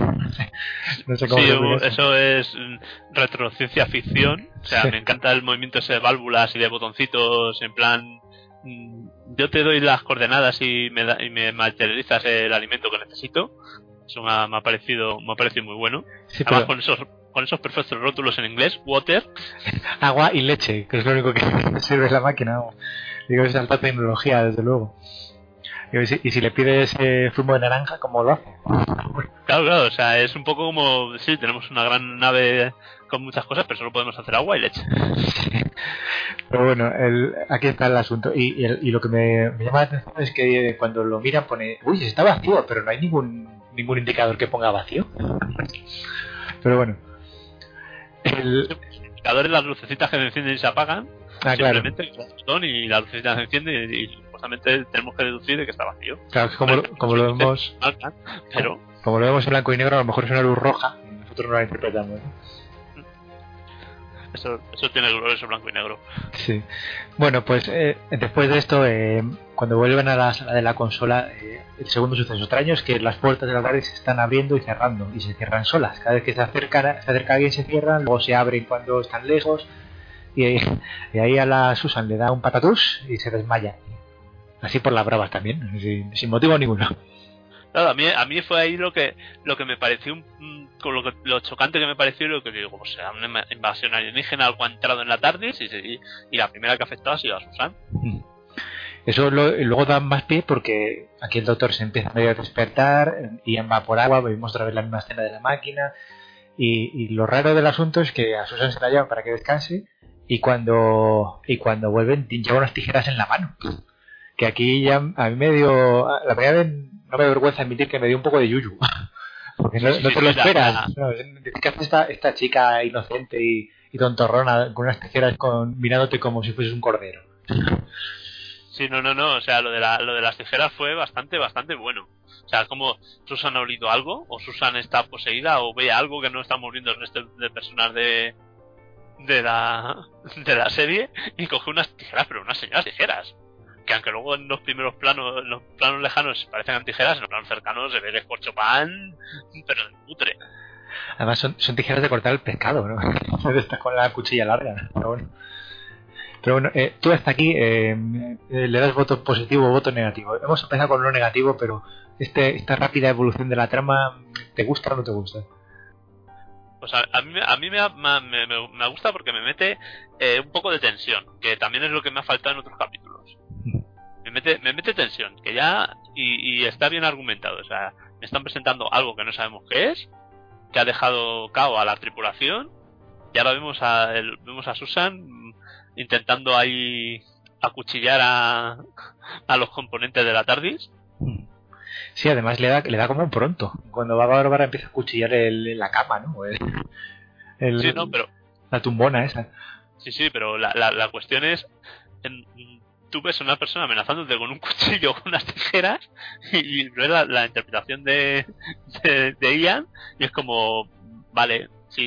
No sé cómo
sí,
eso.
eso es retrociencia ficción. O sea, sí. Me encanta el movimiento ese de válvulas y de botoncitos en plan, yo te doy las coordenadas y me, da, y me materializas el alimento que necesito. Eso me ha, me ha parecido me ha parecido muy bueno. Sí, además pero... con esos con esos perfectos rótulos en inglés, water,
agua y leche, que es lo único que sirve la máquina. Digo, es alta tecnología, desde luego. Y si, y si le pides eh, zumo de naranja, ¿cómo lo hace?
Claro, claro, o sea, es un poco como, sí, tenemos una gran nave con muchas cosas, pero solo podemos hacer agua y leche.
Sí. Pero bueno, el, aquí está el asunto. Y, y, el, y lo que me, me llama la atención es que cuando lo miran pone, uy, está vacío, pero no hay ningún ningún indicador que ponga vacío. Pero bueno. El...
Los indicadores, las lucecitas que se encienden y se apagan,
ah,
simplemente
claro.
el botón y la lucecita se enciende y, y supuestamente tenemos que deducir de que está vacío.
Claro, que como,
bueno,
como lo vemos
marcan, pero...
como, como lo vemos en blanco y negro, a lo mejor es una luz roja y nosotros no la interpretamos, ¿no?
Eso, eso tiene el glorioso blanco y negro.
Sí. Bueno, pues eh, después de esto, eh, cuando vuelven a la sala de la consola, eh, el segundo suceso extraño es que las puertas de la TARDIS se están abriendo y cerrando, y se cierran solas. Cada vez que se acerca, se acerca alguien se cierran, luego se abren cuando están lejos, y, y ahí a la Susan le da un patatús y se desmaya. Así por las bravas también, sin, sin motivo ninguno.
Claro, a mí, a mí fue ahí lo que lo que me pareció, un, con lo, que, lo chocante que me pareció, lo que digo, o sea, una invasión alienígena, algo ha entrado en la TARDIS y, y, y la primera que ha afectado ha sido a Susan.
Eso lo, luego da más pie porque aquí el doctor se empieza a medio a despertar y va por agua, vemos otra vez la misma escena de la máquina y, y lo raro del asunto es que a Susan se la llevan para que descanse y cuando y cuando vuelven lleva unas tijeras en la mano. Que aquí ya a mí me dio, la primera vez no me da vergüenza admitir que me dio un poco de yuyu, porque no, no te lo esperas. No, ¿qué hace esta, esta chica inocente y, y tontorrona con unas tijeras con, mirándote como si fueses un cordero?
Sí, no, no, no, o sea, lo de, la, lo de las tijeras fue bastante, bastante bueno. O sea, como Susan ha olido algo, o Susan está poseída, o ve algo que no estamos viendo el resto de personas de, de, la, de la serie, y coge unas tijeras, pero unas señoras tijeras. Que aunque luego en los primeros planos, en los planos lejanos parecen tijeras, en los planos cercanos se ve que es corchopan, pero de putre.
Además son, son tijeras de cortar el pescado, ¿no? Estás con la cuchilla larga, pero bueno. Pero bueno, eh, tú hasta aquí eh, eh, le das voto positivo o voto negativo. Hemos empezado con lo negativo, pero este esta rápida evolución de la trama, ¿te gusta o no te gusta?
Pues a, a mí, a mí me, me, me, me gusta porque me mete eh, un poco de tensión, que también es lo que me ha faltado en otros capítulos. Me mete, me mete tensión, que ya y, y está bien argumentado. O sea, me están presentando algo que no sabemos qué es, que ha dejado cao a la tripulación, y ahora vemos a el, vemos a Susan intentando ahí acuchillar a, a los componentes de la TARDIS.
Sí, además le da le da como un pronto. Cuando va a Bárbara empieza a cuchillar el, la cama, ¿no? El, el,
sí, no, pero
la tumbona esa.
Sí, sí, pero la, la, la cuestión es, en, tú ves a una persona amenazándote con un cuchillo, con unas tijeras, y, y ves la, la interpretación de, de, de Ian, y es como, vale, sí,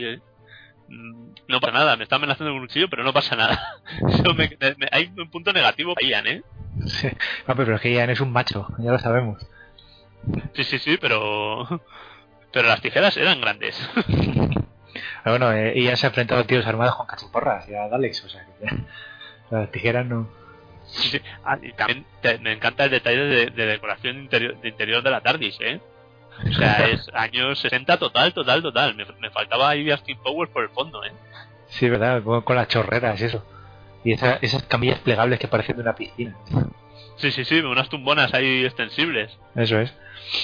no pasa nada, me está amenazando con un cuchillo, pero no pasa nada. Eso me, me, hay un punto negativo para Ian, ¿eh?
Sí, no, pero es que Ian es un macho, ya lo sabemos.
Sí, sí, sí, pero pero las tijeras eran grandes.
Pero bueno, eh, Ian se ha enfrentado a tíos armados con cachiporras y a Daleks, o sea que ya, las tijeras no...
Sí, sí. Ah, y también te, me encanta el detalle de, de decoración interior, de interior de la TARDIS, ¿eh? O sea, es años sesenta total, total, total. Me, me faltaba ahí Austin Powers por el fondo, ¿eh?
Sí, verdad, con, con las chorreras, eso. Y esa, esas camillas plegables que parecen de una piscina.
Sí, sí, sí, unas tumbonas ahí extensibles.
Eso es.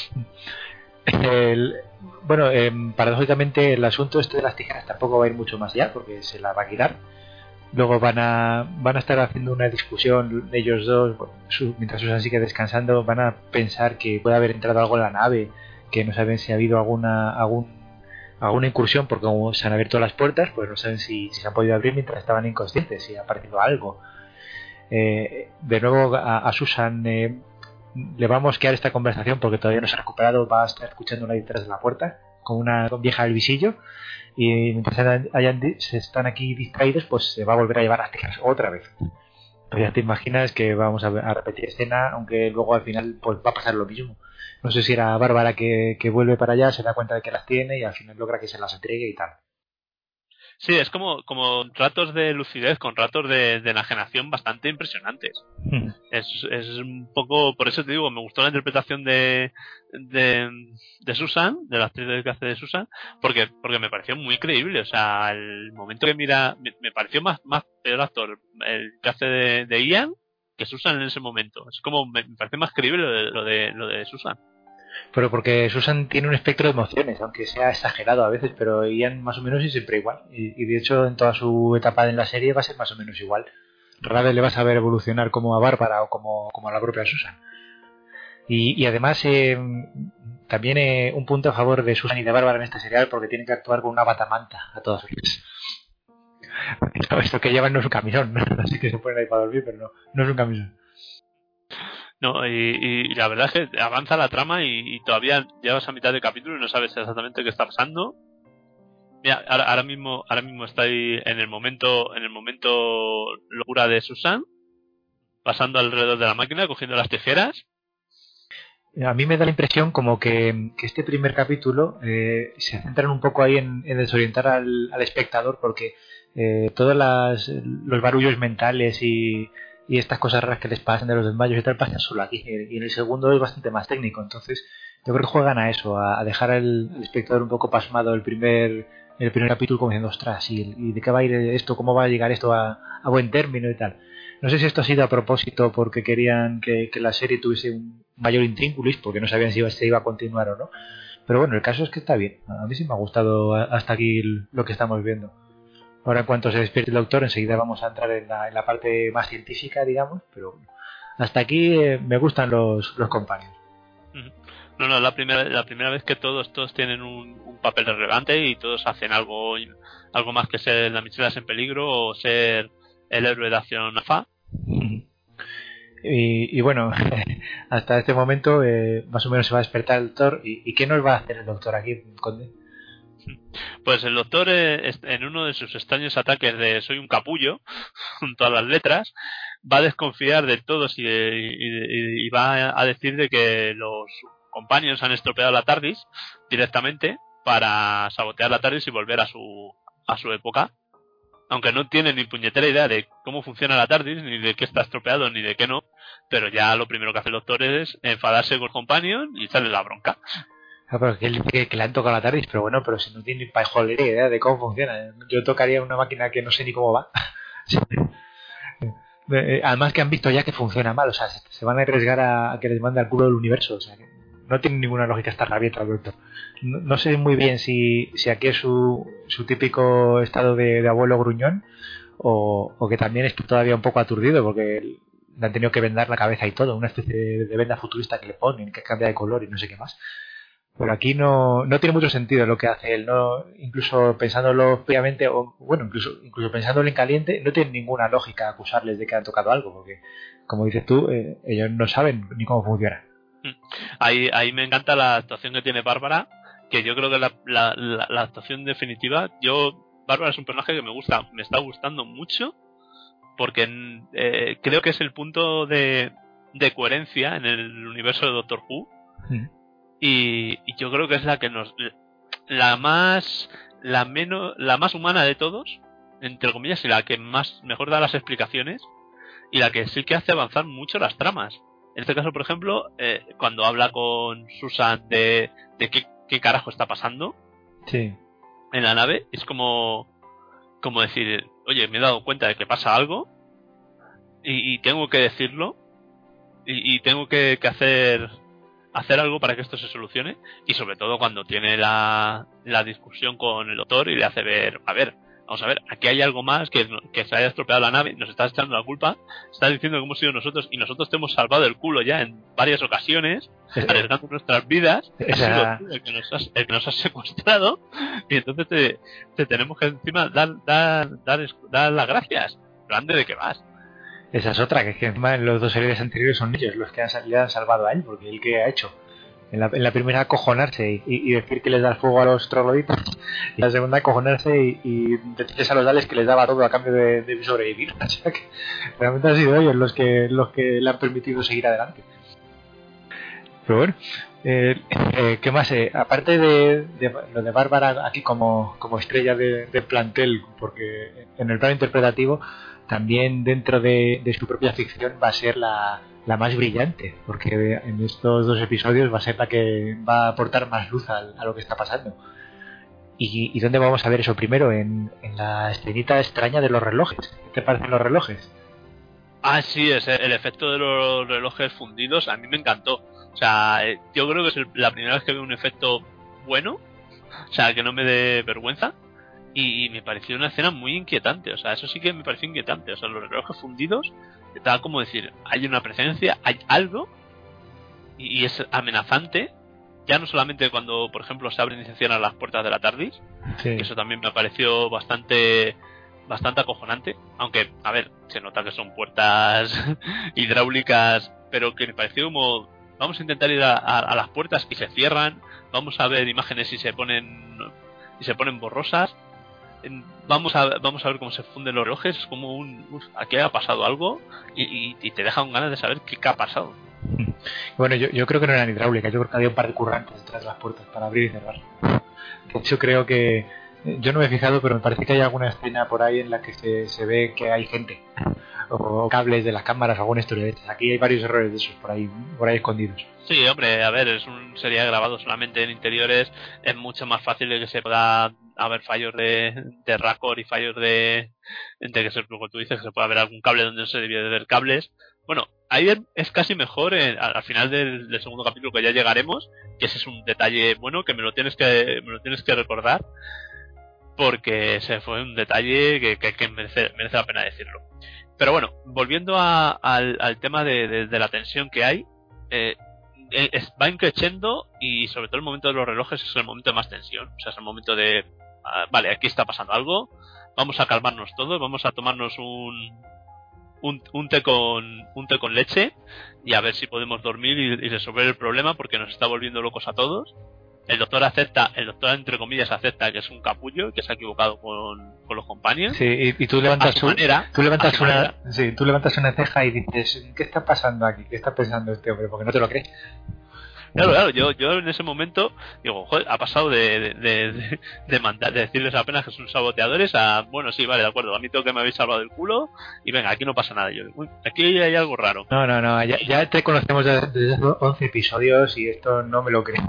El, bueno, eh, paradójicamente el asunto este de las tijeras tampoco va a ir mucho más allá porque se la va a quitar. Luego van a van a estar haciendo una discusión ellos dos, bueno, su, mientras Susan sigue descansando, van a pensar que puede haber entrado algo en la nave, que no saben si ha habido alguna algún, alguna incursión porque como se han abierto las puertas, pues no saben si, si se han podido abrir mientras estaban inconscientes, si ha aparecido algo. Eh, de nuevo a, a Susan eh, le va a mosquear esta conversación porque todavía no se ha recuperado, va a estar escuchándola detrás de la puerta con una vieja del visillo. Y mientras hayan, se están aquí distraídos, pues se va a volver a llevar las tijeras otra vez. Pues ya te imaginas que vamos a, a repetir escena, aunque luego al final pues va a pasar lo mismo. No sé si era Bárbara que, que vuelve para allá, se da cuenta de que las tiene y al final logra que se las entregue y tal.
Sí, es como, como ratos de lucidez con ratos de, de enajenación bastante impresionantes. es, es un poco, por eso te digo, me gustó la interpretación de, de, de Susan, de la actriz que hace de Susan, porque, porque me pareció muy creíble. O sea, el momento que mira, me, me pareció más, más peor actor el que hace de, de Ian que Susan en ese momento. Es como, me, me parece más creíble lo de, lo de, lo de Susan.
Pero porque Susan tiene un espectro de emociones, aunque sea exagerado a veces, pero Ian más o menos es siempre igual. Y, y de hecho en toda su etapa en la serie va a ser más o menos igual. Rara vez le vas a ver evolucionar como a Bárbara o como, como a la propia Susan. Y, y además eh, también eh, un punto a favor de Susan y de Bárbara en este serial porque tienen que actuar con una batamanta a todas horas. Esto que llevan no es un camisón, ¿no? Así que se ponen ahí para dormir, pero no, no es un camisón.
No, y, y la verdad es que avanza la trama y, y todavía llevas a mitad de capítulo y no sabes exactamente qué está pasando. Mira, ahora, ahora mismo, ahora mismo está ahí en el momento, en el momento locura de Susan, pasando alrededor de la máquina, cogiendo las tijeras.
A mí me da la impresión como que, que este primer capítulo eh, se centran un poco ahí en, en desorientar al, al espectador porque eh, todos las, los barullos mentales y, y estas cosas raras que les pasan de los desmayos y tal pasan solo aquí, y en el segundo es bastante más técnico. Entonces yo creo que juegan a eso, a, a dejar al, al espectador un poco pasmado el primer el primer capítulo como diciendo, ostras, ¿y, y de qué va a ir esto? ¿Cómo va a llegar esto a, a buen término y tal? No sé si esto ha sido a propósito porque querían que, que la serie tuviese un mayor intrínculis, porque no sabían si se iba a continuar o no. Pero bueno, el caso es que está bien. A mí sí me ha gustado hasta aquí lo que estamos viendo. Ahora en cuanto se despierte el doctor, enseguida vamos a entrar en la, en la parte más científica, digamos. Pero hasta aquí eh, me gustan los, los compañeros.
No, no, la primera, la primera vez que todos, todos tienen un, un papel relevante y todos hacen algo, algo más que ser la michelas en peligro o ser el héroe de acción alfa.
Y, y bueno, hasta este momento eh, más o menos se va a despertar el doctor. ¿Y, y qué nos va a hacer el doctor aquí, Conde?
Pues el doctor, eh, en uno de sus extraños ataques de soy un capullo, junto a las letras, va a desconfiar de todos y, de, y, de, y va a decir de que los compañeros han estropeado la TARDIS directamente para sabotear la TARDIS y volver a su, a su época. Aunque no tiene ni puñetera idea de cómo funciona la TARDIS, ni de qué está estropeado, ni de qué no, pero ya lo primero que hace el doctor es enfadarse con el companion y echarle la bronca.
Ah, pero que él dice que, que le han tocado la TARDIS, pero bueno, pero si no tiene ni pajolera idea de cómo funciona. Yo tocaría una máquina que no sé ni cómo va. Además que han visto ya que funciona mal, o sea, se van a arriesgar a, a que les mande al culo del universo, o sea, que no tiene ninguna lógica esta rabieta, Alberto. No, no sé muy bien si, si aquí es su, su típico estado de, de abuelo gruñón o, o que también está todavía un poco aturdido porque le han tenido que vendar la cabeza y todo, una especie de, de venda futurista que le ponen, que cambia de color y no sé qué más. Pero aquí no, no tiene mucho sentido lo que hace él, no, incluso pensándolo fríamente, o bueno, incluso, incluso pensándolo en caliente, no tiene ninguna lógica acusarles de que han tocado algo, porque, como dices tú, eh, ellos no saben ni cómo funciona.
Ahí, ahí me encanta la actuación que tiene Bárbara, que yo creo que la, la, la, la actuación definitiva, yo, Bárbara es un personaje que me gusta, me está gustando mucho, porque eh, creo que es el punto de, de coherencia en el universo de Doctor Who. Mm. Y, y yo creo que es la que nos la más la menos la más humana de todos, entre comillas, y la que más mejor da las explicaciones y la que sí que hace avanzar mucho las tramas. En este caso, por ejemplo, eh, cuando habla con Susan de, de qué, qué carajo está pasando
sí.
en la nave, es como, como decir, oye, me he dado cuenta de que pasa algo y, y tengo que decirlo y, y tengo que, que hacer hacer algo para que esto se solucione, y sobre todo cuando tiene la, la discusión con el doctor y le hace ver, a ver, vamos a ver, aquí hay algo más que, que se haya estropeado la nave, nos estás echando la culpa, estás diciendo que hemos sido nosotros y nosotros te hemos salvado el culo ya en varias ocasiones, arriesgando nuestras vidas,
Esa...
has sido tú el que, nos has, el que nos has secuestrado, y entonces te, te tenemos que encima dar, dar, dar, dar las gracias. Pero ande, ¿de qué vas?
Esa es otra, que es que encima en los dos series anteriores son ellos los que han, le han salvado a él, porque él que ha hecho. En la, en la primera acojonarse y, y decir que les da el fuego a los trogloditas, y en la segunda acojonarse y, y decirles a los Dales que les daba todo a cambio de, de sobrevivir. O sea que realmente han sido ellos los que los que le han permitido seguir adelante. Pero bueno, eh, eh, ¿qué más? Eh, aparte de, de lo de Bárbara aquí como, como estrella de, de plantel, porque en el plano interpretativo también dentro de, de su propia ficción va a ser la, la más brillante, porque en estos dos episodios va a ser la que va a aportar más luz a, a lo que está pasando. ¿Y, y dónde vamos a ver eso primero? En, en la escenita extraña de los relojes. ¿Qué te parecen los relojes?
Ah, sí, es el efecto de los relojes fundidos a mí me encantó. O sea, yo creo que es el, la primera vez que veo un efecto bueno, o sea, que no me dé vergüenza. Y, y me pareció una escena muy inquietante, o sea, eso sí que me pareció inquietante. O sea, los relojes fundidos, estaba como decir, hay una presencia, hay algo, y, y es amenazante. Ya no solamente cuando, por ejemplo, se abren y se cierran las puertas de la TARDIS, sí. Que eso también me pareció bastante bastante acojonante, aunque, a ver, se nota que son puertas hidráulicas, pero que me pareció como, vamos a intentar ir a, a, a las puertas y se cierran, vamos a ver imágenes y se ponen y se ponen borrosas, vamos a vamos a ver cómo se funden los relojes, es como un, uf, aquí ha pasado algo, y, y, y te dejan ganas de saber qué, qué ha pasado.
Bueno, yo, yo creo que no eran hidráulicas, yo creo que había un par de currantes detrás de las puertas para abrir y cerrar. De hecho, creo que, yo no me he fijado, pero me parece que hay alguna escena por ahí en la que se, se ve que hay gente, o cables de las cámaras, alguna historia de estas. Aquí hay varios errores de esos por ahí, por ahí escondidos.
Sí, hombre, a ver, es un sería grabado solamente en interiores, es mucho más fácil de que se pueda haber fallos de, de raccord y fallos de, de que se, como tú dices, que se pueda ver algún cable donde no se debía de ver cables. Bueno, ahí es casi mejor eh, al final del, del segundo capítulo, que ya llegaremos, que ese es un detalle bueno que me lo tienes que me lo tienes que recordar, porque ese fue un detalle que, que, que merece, merece la pena decirlo. Pero bueno, volviendo a, al, al tema de, de, de la tensión que hay, eh, es, va increciendo, y sobre todo el momento de los relojes es el momento de más tensión. O sea, es el momento de, uh, vale, aquí está pasando algo, vamos a calmarnos todos, vamos a tomarnos un un, un té con un té con leche y a ver si podemos dormir y, y resolver el problema, porque nos está volviendo locos a todos. El doctor acepta, el doctor entre comillas acepta que es un capullo, que se ha equivocado con, con los compañeros.
Sí, y, y tú levantas
su manera,
tú levantas una,
manera.
Sí, tú levantas una ceja y dices, ¿qué está pasando aquí? ¿Qué está pensando este hombre? Porque no te lo crees.
Claro, claro, yo, yo en ese momento digo, joder, ha pasado de, de, de, de, mandar, de decirles apenas que son saboteadores a, bueno, sí, vale, de acuerdo, a mí tengo que me habéis salvado del culo y venga, aquí no pasa nada. Yo, uy, aquí hay algo raro.
No, no, no, ya, ya te conocemos desde once episodios y esto no me lo creo.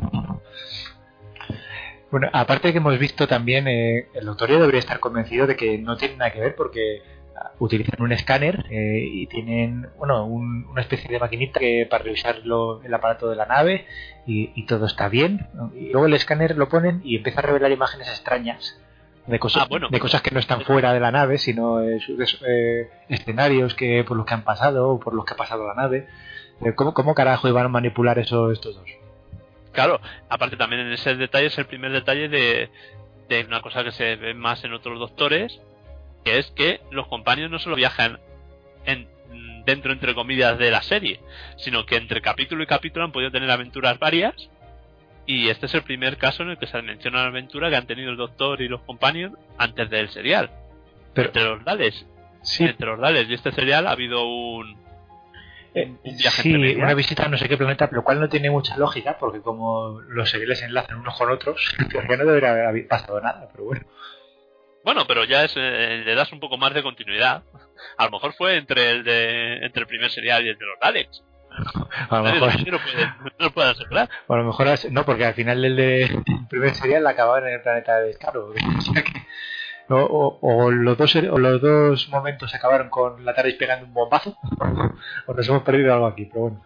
Bueno, aparte de que hemos visto también, eh, el doctor ya debería estar convencido de que no tiene nada que ver, porque utilizan un escáner eh, y tienen, bueno, un, una especie de maquinita que para revisar lo, el aparato de la nave y, y todo está bien, ¿no? Y luego el escáner lo ponen y empieza a revelar imágenes extrañas de cosas,
ah, bueno.
de cosas que no están fuera de la nave, sino eh, eh, escenarios que por los que han pasado o por los que ha pasado la nave. Eh, ¿cómo, ¿Cómo carajo iban a manipular eso estos dos?
Claro, aparte también en ese detalle es el primer detalle de, de una cosa que se ve más en otros doctores, que es que los compañeros no solo viajan en, dentro, entre comillas, de la serie, sino que entre capítulo y capítulo han podido tener aventuras varias, y este es el primer caso en el que se menciona una aventura que han tenido el doctor y los compañeros antes del serial. Pero, entre los Dales, sí. entre los Dales y este serial ha habido un
Un viaje sí, una visita a no sé qué planeta, lo cual no tiene mucha lógica, porque como los seriales se enlazan unos con otros, en teoría no debería haber pasado nada, pero bueno.
Bueno, pero ya es, eh, le das un poco más de continuidad. A lo mejor fue entre el de entre el primer serial y el de los Daleks.
A lo mejor
no puede, no lo puede asegurar.
O a lo mejor no, porque al final el de el primer serial acababan en el planeta de Descaro. O sea que O, o, o, los dos, o los dos momentos acabaron con la TARDIS pegando un bombazo o nos hemos perdido algo aquí, pero bueno.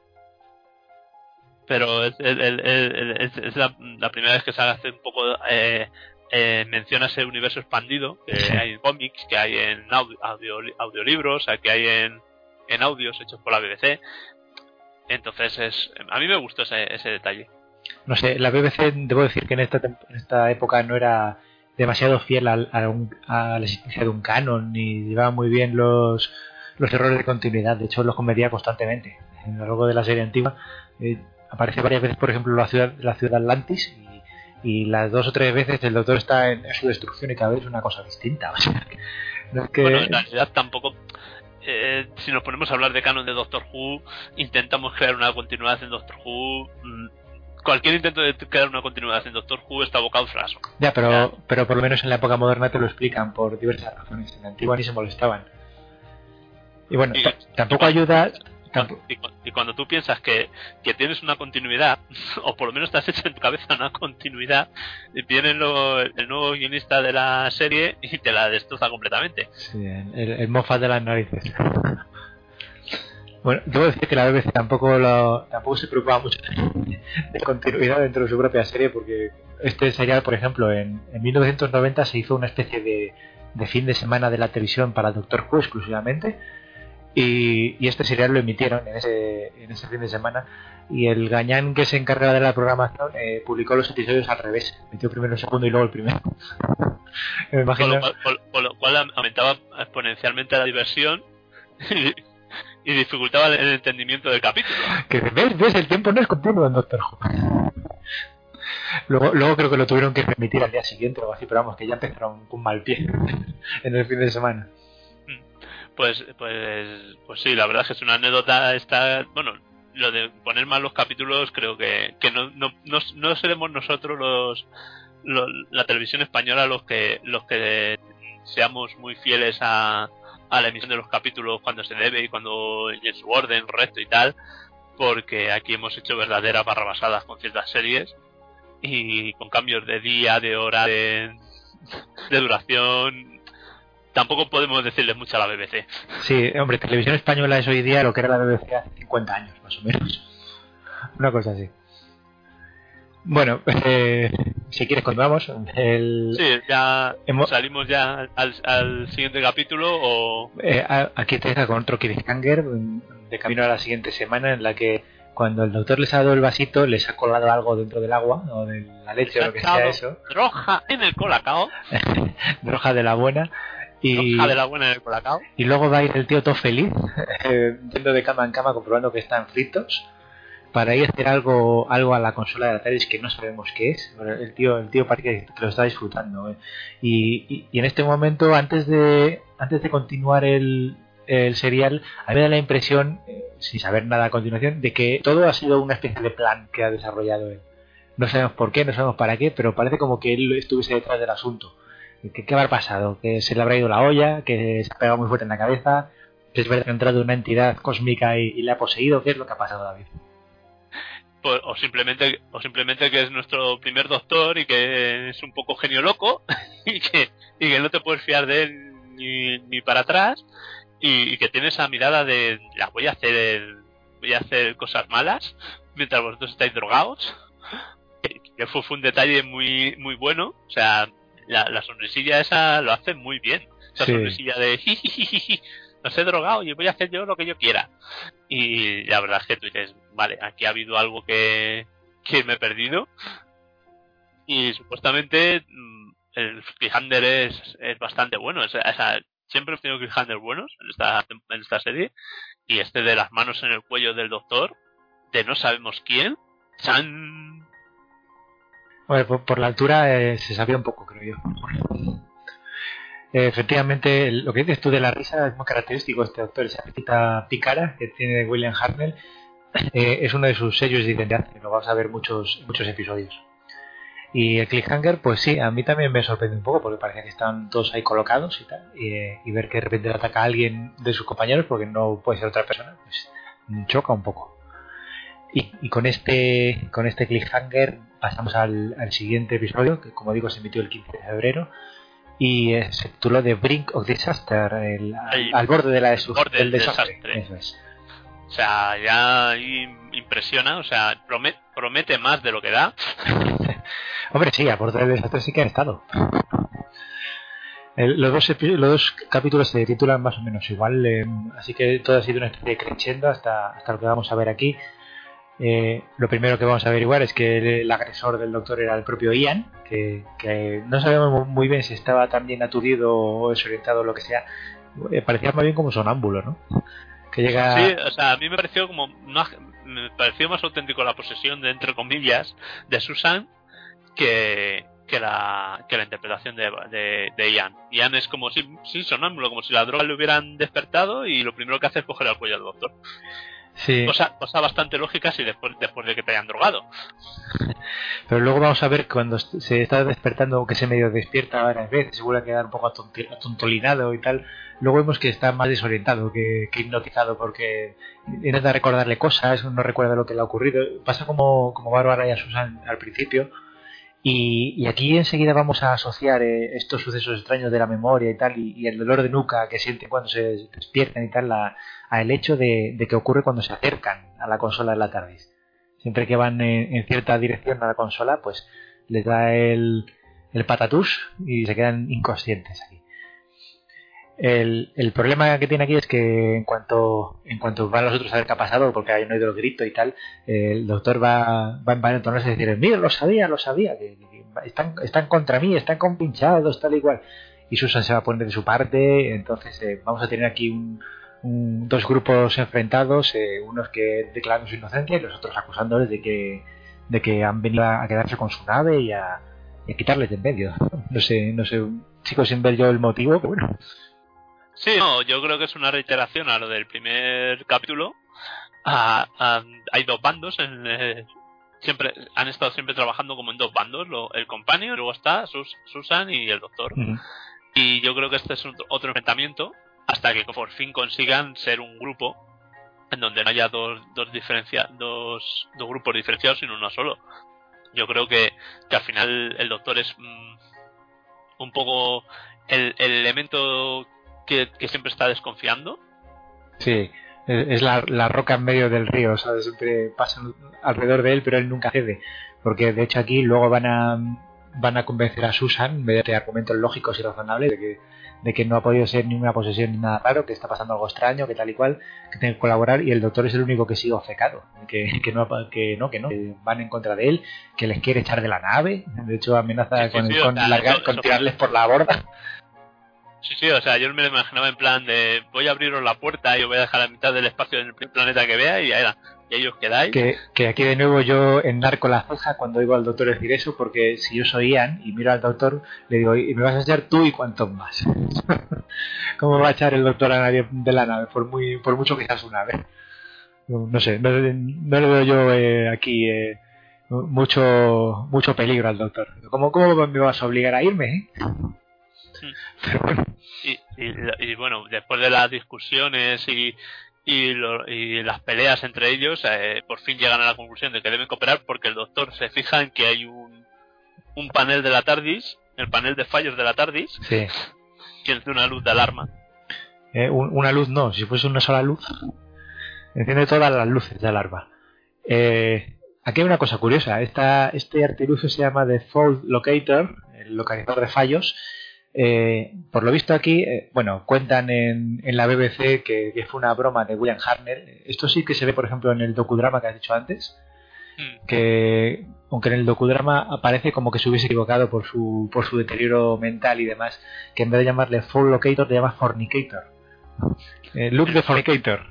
Pero es, el, el, el, es, es la, la primera vez que se hace un poco eh, eh, menciona ese universo expandido que sí. Hay en cómics, que hay en audio, audio, audiolibros, que hay en, en audios hechos por la B B C. Entonces es a mí me gustó ese, ese detalle.
No sé, la B B C debo decir que en esta, en esta época no era demasiado fiel a, a, un, a la existencia de un canon ni llevaba muy bien los, los errores de continuidad. De hecho los cometía constantemente. A lo largo de la serie antigua eh, aparece varias veces, por ejemplo, la ciudad, la ciudad Atlantis y, y las dos o tres veces el Doctor está en, en su destrucción y cada vez es una cosa distinta. O sea, no es que...
Bueno, en realidad tampoco... Eh, si nos ponemos a hablar de canon de Doctor Who, intentamos crear una continuidad en Doctor Who... Mmm, cualquier intento de crear una continuidad en Doctor Who está abocado al fracaso.
Ya, pero, ya. pero por lo menos en la época moderna te lo explican por diversas razones. En la antigua ni se molestaban. Y bueno, y, tampoco y cuando, ayuda... Tampoco...
Y, y cuando tú piensas que, que tienes una continuidad, o por lo menos te has hecho en tu cabeza una continuidad, y viene lo, el nuevo guionista de la serie y te la destroza completamente.
Sí, el, el Moffat de las narices. Bueno, debo decir que la B B C tampoco lo, tampoco se preocupaba mucho de continuidad dentro de su propia serie, porque este serial, por ejemplo, en, en mil novecientos noventa se hizo una especie de, de fin de semana de la televisión para Doctor Who exclusivamente, y, y este serial lo emitieron en ese, en ese fin de semana, y el gañán que se encargaba de la programación eh, publicó los episodios al revés, metió primero el segundo y luego el primero. Me imagino...
Con lo cual, con, con lo cual aumentaba exponencialmente la diversión y dificultaba el entendimiento del capítulo.
Que ves, ves, el tiempo no es continuo en Doctor Who. Luego, luego creo que lo tuvieron que remitir al día siguiente o algo así, pero vamos, que ya empezaron con mal pie en el fin de semana.
Pues, pues, pues sí, la verdad es que es una anécdota esta, bueno, lo de poner mal los capítulos creo que, que no, no, no, no seremos nosotros los, los la televisión española los que los que seamos muy fieles a a la emisión de los capítulos cuando se debe y cuando en su orden recto y tal, porque aquí hemos hecho verdaderas barrabasadas con ciertas series y con cambios de día, de hora, de, de duración. Tampoco podemos decirle mucho a la B B C.
Sí, hombre, televisión española es hoy día lo que era la B B C hace cincuenta años, más o menos. Una cosa así. Bueno, eh, si quieres continuamos. El...
Sí, ya hemos... salimos ya al, al siguiente capítulo o...
Eh, aquí te deja con otro cliffhanger de camino a la siguiente semana en la que cuando el doctor les ha dado el vasito les ha colado algo dentro del agua o de la leche o lo que sea eso.
Droga en el colacao.
Droga de la buena. Y,
Droga de la buena en el colacao.
Y luego va a ir el tío todo feliz eh, yendo de cama en cama comprobando que están fritos para ir a hacer algo algo a la consola de la TARDIS que no sabemos qué es. El tío el tío parece que lo está disfrutando. ¿eh? Y, y, y en este momento, antes de antes de continuar el, el serial, a mí me da la impresión, eh, sin saber nada a continuación, de que todo ha sido una especie de plan que ha desarrollado él. No sabemos por qué, no sabemos para qué, pero parece como que él estuviese detrás del asunto. ¿Qué, qué habrá pasado? ¿Que se le habrá ido la olla? ¿Que se ha pegado muy fuerte en la cabeza? ¿Que es verdad que ha entrado una entidad cósmica y, y le ha poseído? ¿Qué es lo que ha pasado, David?
O simplemente o simplemente que es nuestro primer doctor y que es un poco genio loco y que y que no te puedes fiar de él ni, ni para atrás y, y que tiene esa mirada de la voy a hacer voy a hacer cosas malas mientras vosotros estáis drogados, que, que fue, fue un detalle muy muy bueno. O sea, la, la sonrisilla esa lo hace muy bien, esa sí. Sonrisilla de jijijiji, no sé drogado y voy a hacer yo lo que yo quiera. Y la verdad es que tú dices, vale, aquí ha habido algo que, que me he perdido. Y supuestamente el cliffhanger es, es bastante bueno. O sea, o sea, siempre hemos tenido cliffhangers buenos en esta, en esta serie. Y este de las manos en el cuello del doctor, de no sabemos quién. ¡Chan!
Bueno, por, por la altura eh, se sabía un poco, creo yo. Efectivamente, lo que dices tú de la risa es muy característico. Este doctor, esa petita pícara que tiene William Hartnell, eh, es uno de sus sellos de identidad, que lo vas a ver muchos muchos episodios. Y el cliffhanger, pues sí, a mí también me sorprende un poco porque parecía que estaban todos ahí colocados y tal. Y, eh, y ver que de repente le ataca a alguien de sus compañeros porque no puede ser otra persona, pues choca un poco. Y, y con este con este cliffhanger pasamos al, al siguiente episodio, que como digo se emitió el quince de febrero. Y eh, se tituló The Brink of Disaster, el, al, al borde de la desu-
borde
del
del
desastre.
desastre.
Eso es.
O sea, ya ahí impresiona, o sea, promete, promete más de lo que da.
Hombre, sí, a borde del desastre sí que han estado. El, los, dos epi- los dos capítulos se titulan más o menos igual, eh, así que todo ha sido una especie de crescendo hasta, hasta lo que vamos a ver aquí. Eh, lo primero que vamos a averiguar es que el, el agresor del doctor era el propio Ian, que, que no sabemos muy bien si estaba tan bien aturdido o desorientado o lo que sea. Eh, parecía más bien como sonámbulo, ¿no? Que llega...
Sí, o sea, a mí me pareció como más, me pareció más auténtico la posesión de, entre comillas, de Susan que, que la que la interpretación de, de, de Ian. Ian es como si, sí, sonámbulo, como si la droga le hubieran despertado y lo primero que hace es coger al cuello al doctor.
Sí.
Cosa, cosa bastante lógica si después, después de que te hayan drogado.
Pero luego vamos a ver cuando se está despertando, que se medio despierta varias veces, se vuelve a quedar un poco atonti- atontolinado y tal. Luego vemos que está más desorientado que, que hipnotizado porque intenta recordarle cosas, no recuerda lo que le ha ocurrido. Pasa como, como Bárbara y a Susan al principio. Y, y aquí enseguida vamos a asociar eh, estos sucesos extraños de la memoria y tal, y, y el dolor de nuca que sienten cuando se despiertan y tal, la, a el hecho de, de que ocurre cuando se acercan a la consola de la TARDIS. Siempre que van en, en cierta dirección a la consola, pues les da el, el patatús y se quedan inconscientes aquí. El, el problema que tiene aquí es que en cuanto en cuanto van los otros a ver qué ha pasado, porque hay un oído grito y tal, eh, el doctor va, va a entonarse y decir, mira, lo sabía, lo sabía, que, que están, están contra mí, están compinchados, tal y cual. Y Susan se va a poner de su parte, entonces eh, vamos a tener aquí un, un, dos grupos enfrentados, eh, unos que declaran su inocencia y los otros acusándoles de que, de que han venido a quedarse con su nave y a, y a quitarles de en medio. No sé, no sé, chicos, sin ver yo el motivo, pero bueno.
Sí, no, yo creo que es una reiteración a lo del primer capítulo. A, a, hay dos bandos, en, eh, siempre han estado siempre trabajando como en dos bandos, lo, el compañero, luego está Sus, Susan y el doctor.
Uh-huh. Y
yo creo que este es un, otro enfrentamiento hasta que por fin consigan ser un grupo en donde no haya dos dos diferencia, dos, dos grupos diferenciados, sino uno solo. Yo creo que, que al final el doctor es mmm, un poco el, el elemento que, que siempre está desconfiando.
Sí, es la, la roca en medio del río, ¿sabes? Siempre pasan alrededor de él, pero él nunca cede. Porque de hecho aquí luego van a van a convencer a Susan mediante argumentos lógicos y razonables de que, de que no ha podido ser ninguna posesión ni nada raro, que está pasando algo extraño, que tal y cual, que tiene que colaborar, y el doctor es el único que sigue ofecado, que, que, no, que no, que no, que van en contra de él, que les quiere echar de la nave, de hecho amenaza sí, con, sí, sí, con, o sea, largar, eso, con eso tirarles fue... por la borda.
Sí, sí, o sea, yo me lo imaginaba en plan de voy a abriros la puerta y os voy a dejar la mitad del espacio en el planeta que vea y ya era. Y ahí os quedáis.
Que, que aquí de nuevo yo enarco la ceja cuando oigo al doctor decir eso, porque si yo soy Ian y miro al doctor, le digo, y me vas a echar tú y cuantos más. ¿Cómo va a echar el doctor a nadie de la nave? Por muy por mucho que sea su nave. No, no sé, no, no le veo yo eh, aquí eh, mucho mucho peligro al doctor. ¿Cómo, ¿Cómo me vas a obligar a irme? Eh?
Pero bueno. Y, y, y bueno, después de las discusiones y, y, lo, y las peleas entre ellos, eh, por fin llegan a la conclusión de que deben cooperar porque el doctor se fija en que hay un, un panel de la TARDIS, el panel de fallos de la TARDIS,
sí,
que es de una luz de alarma.
Eh, un, una luz no, si fuese una sola luz, enciende todas las luces de alarma. Eh, aquí hay una cosa curiosa, esta, este artilugio se llama The Fault Locator, el localizador de fallos. Eh, por lo visto aquí, eh, bueno, cuentan en, en la B B C que, que fue una broma de William Hartnell. Esto sí que se ve, por ejemplo, en el docudrama que has dicho antes, mm. que aunque en el docudrama aparece como que se hubiese equivocado por su por su deterioro mental y demás, que en vez de llamarle Fault Locator le llama Fornicator. Eh, Look the Fornicator.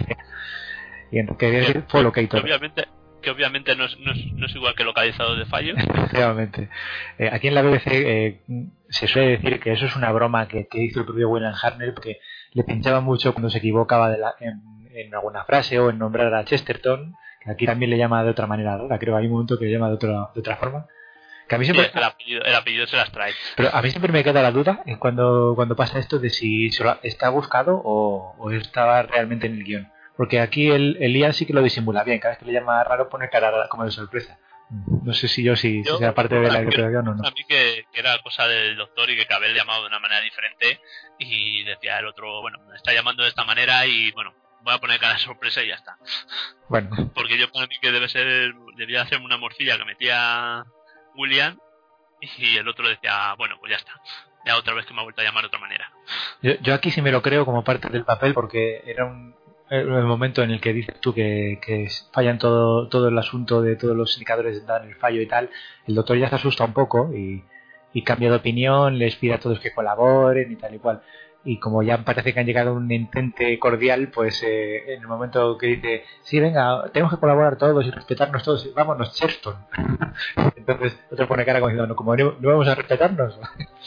Y en, quería decir Fault Locator.
Obviamente. Que obviamente no es, no, es, no es igual que localizador de fallos.
Efectivamente. Eh, aquí en la B B C eh, se suele decir que eso es una broma que, que hizo el propio William Hartnell, porque le pinchaba mucho cuando se equivocaba de la, en, en alguna frase o en nombrar a Chesterton, que aquí también le llama de otra manera rara, creo que hay un momento que le llama de otra, de otra forma. Que a mí
Sí,
siempre,
es que el apellido, el apellido se las trae.
pero a mí siempre me queda la duda en cuando, cuando pasa esto de si solo está buscado o, o estaba realmente en el guión. Porque aquí el, el Ian sí que lo disimula bien. Cada vez que le llama raro pone cara como de sorpresa. No sé si yo si, si
Yo,
sea parte de la
a mí,
interpretación o no.
a mí que, que era cosa del doctor y que Cable llamado de una manera diferente y decía el otro, bueno, me está llamando de esta manera y bueno, voy a poner cara de sorpresa y ya está.
Bueno,
Porque yo para mí que debe ser, debía hacerme una morcilla que metía William y el otro decía, bueno, pues ya está. Ya otra vez que me ha vuelto a llamar de otra manera.
yo, yo aquí sí me lo creo como parte del papel porque era un el momento en el que dices tú que, que fallan todo todo el asunto de todos los indicadores dan el fallo y tal. El doctor ya se asusta un poco y, y cambia de opinión, les pide a todos que colaboren y tal y cual. Y como ya parece que han llegado a un entente cordial, pues eh, en el momento que dice, sí, venga, tenemos que colaborar todos y respetarnos todos, vámonos, Cherston. Entonces otro pone cara como diciendo, no, como no, no vamos a respetarnos.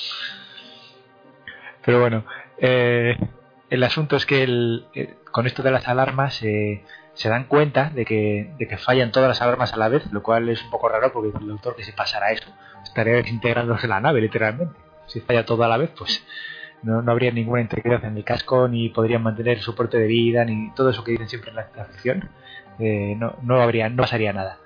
Pero bueno, eh, el asunto es que el, eh, con esto de las alarmas eh, se dan cuenta de que, de que fallan todas las alarmas a la vez, lo cual es un poco raro porque el doctor que se pasara eso estaría desintegrándose la nave literalmente. Si falla todo a la vez, pues no, no habría ninguna integridad en el casco, ni podrían mantener el soporte de vida, ni todo eso que dicen siempre en la, la ficción. Eh, no, no habría, no pasaría nada.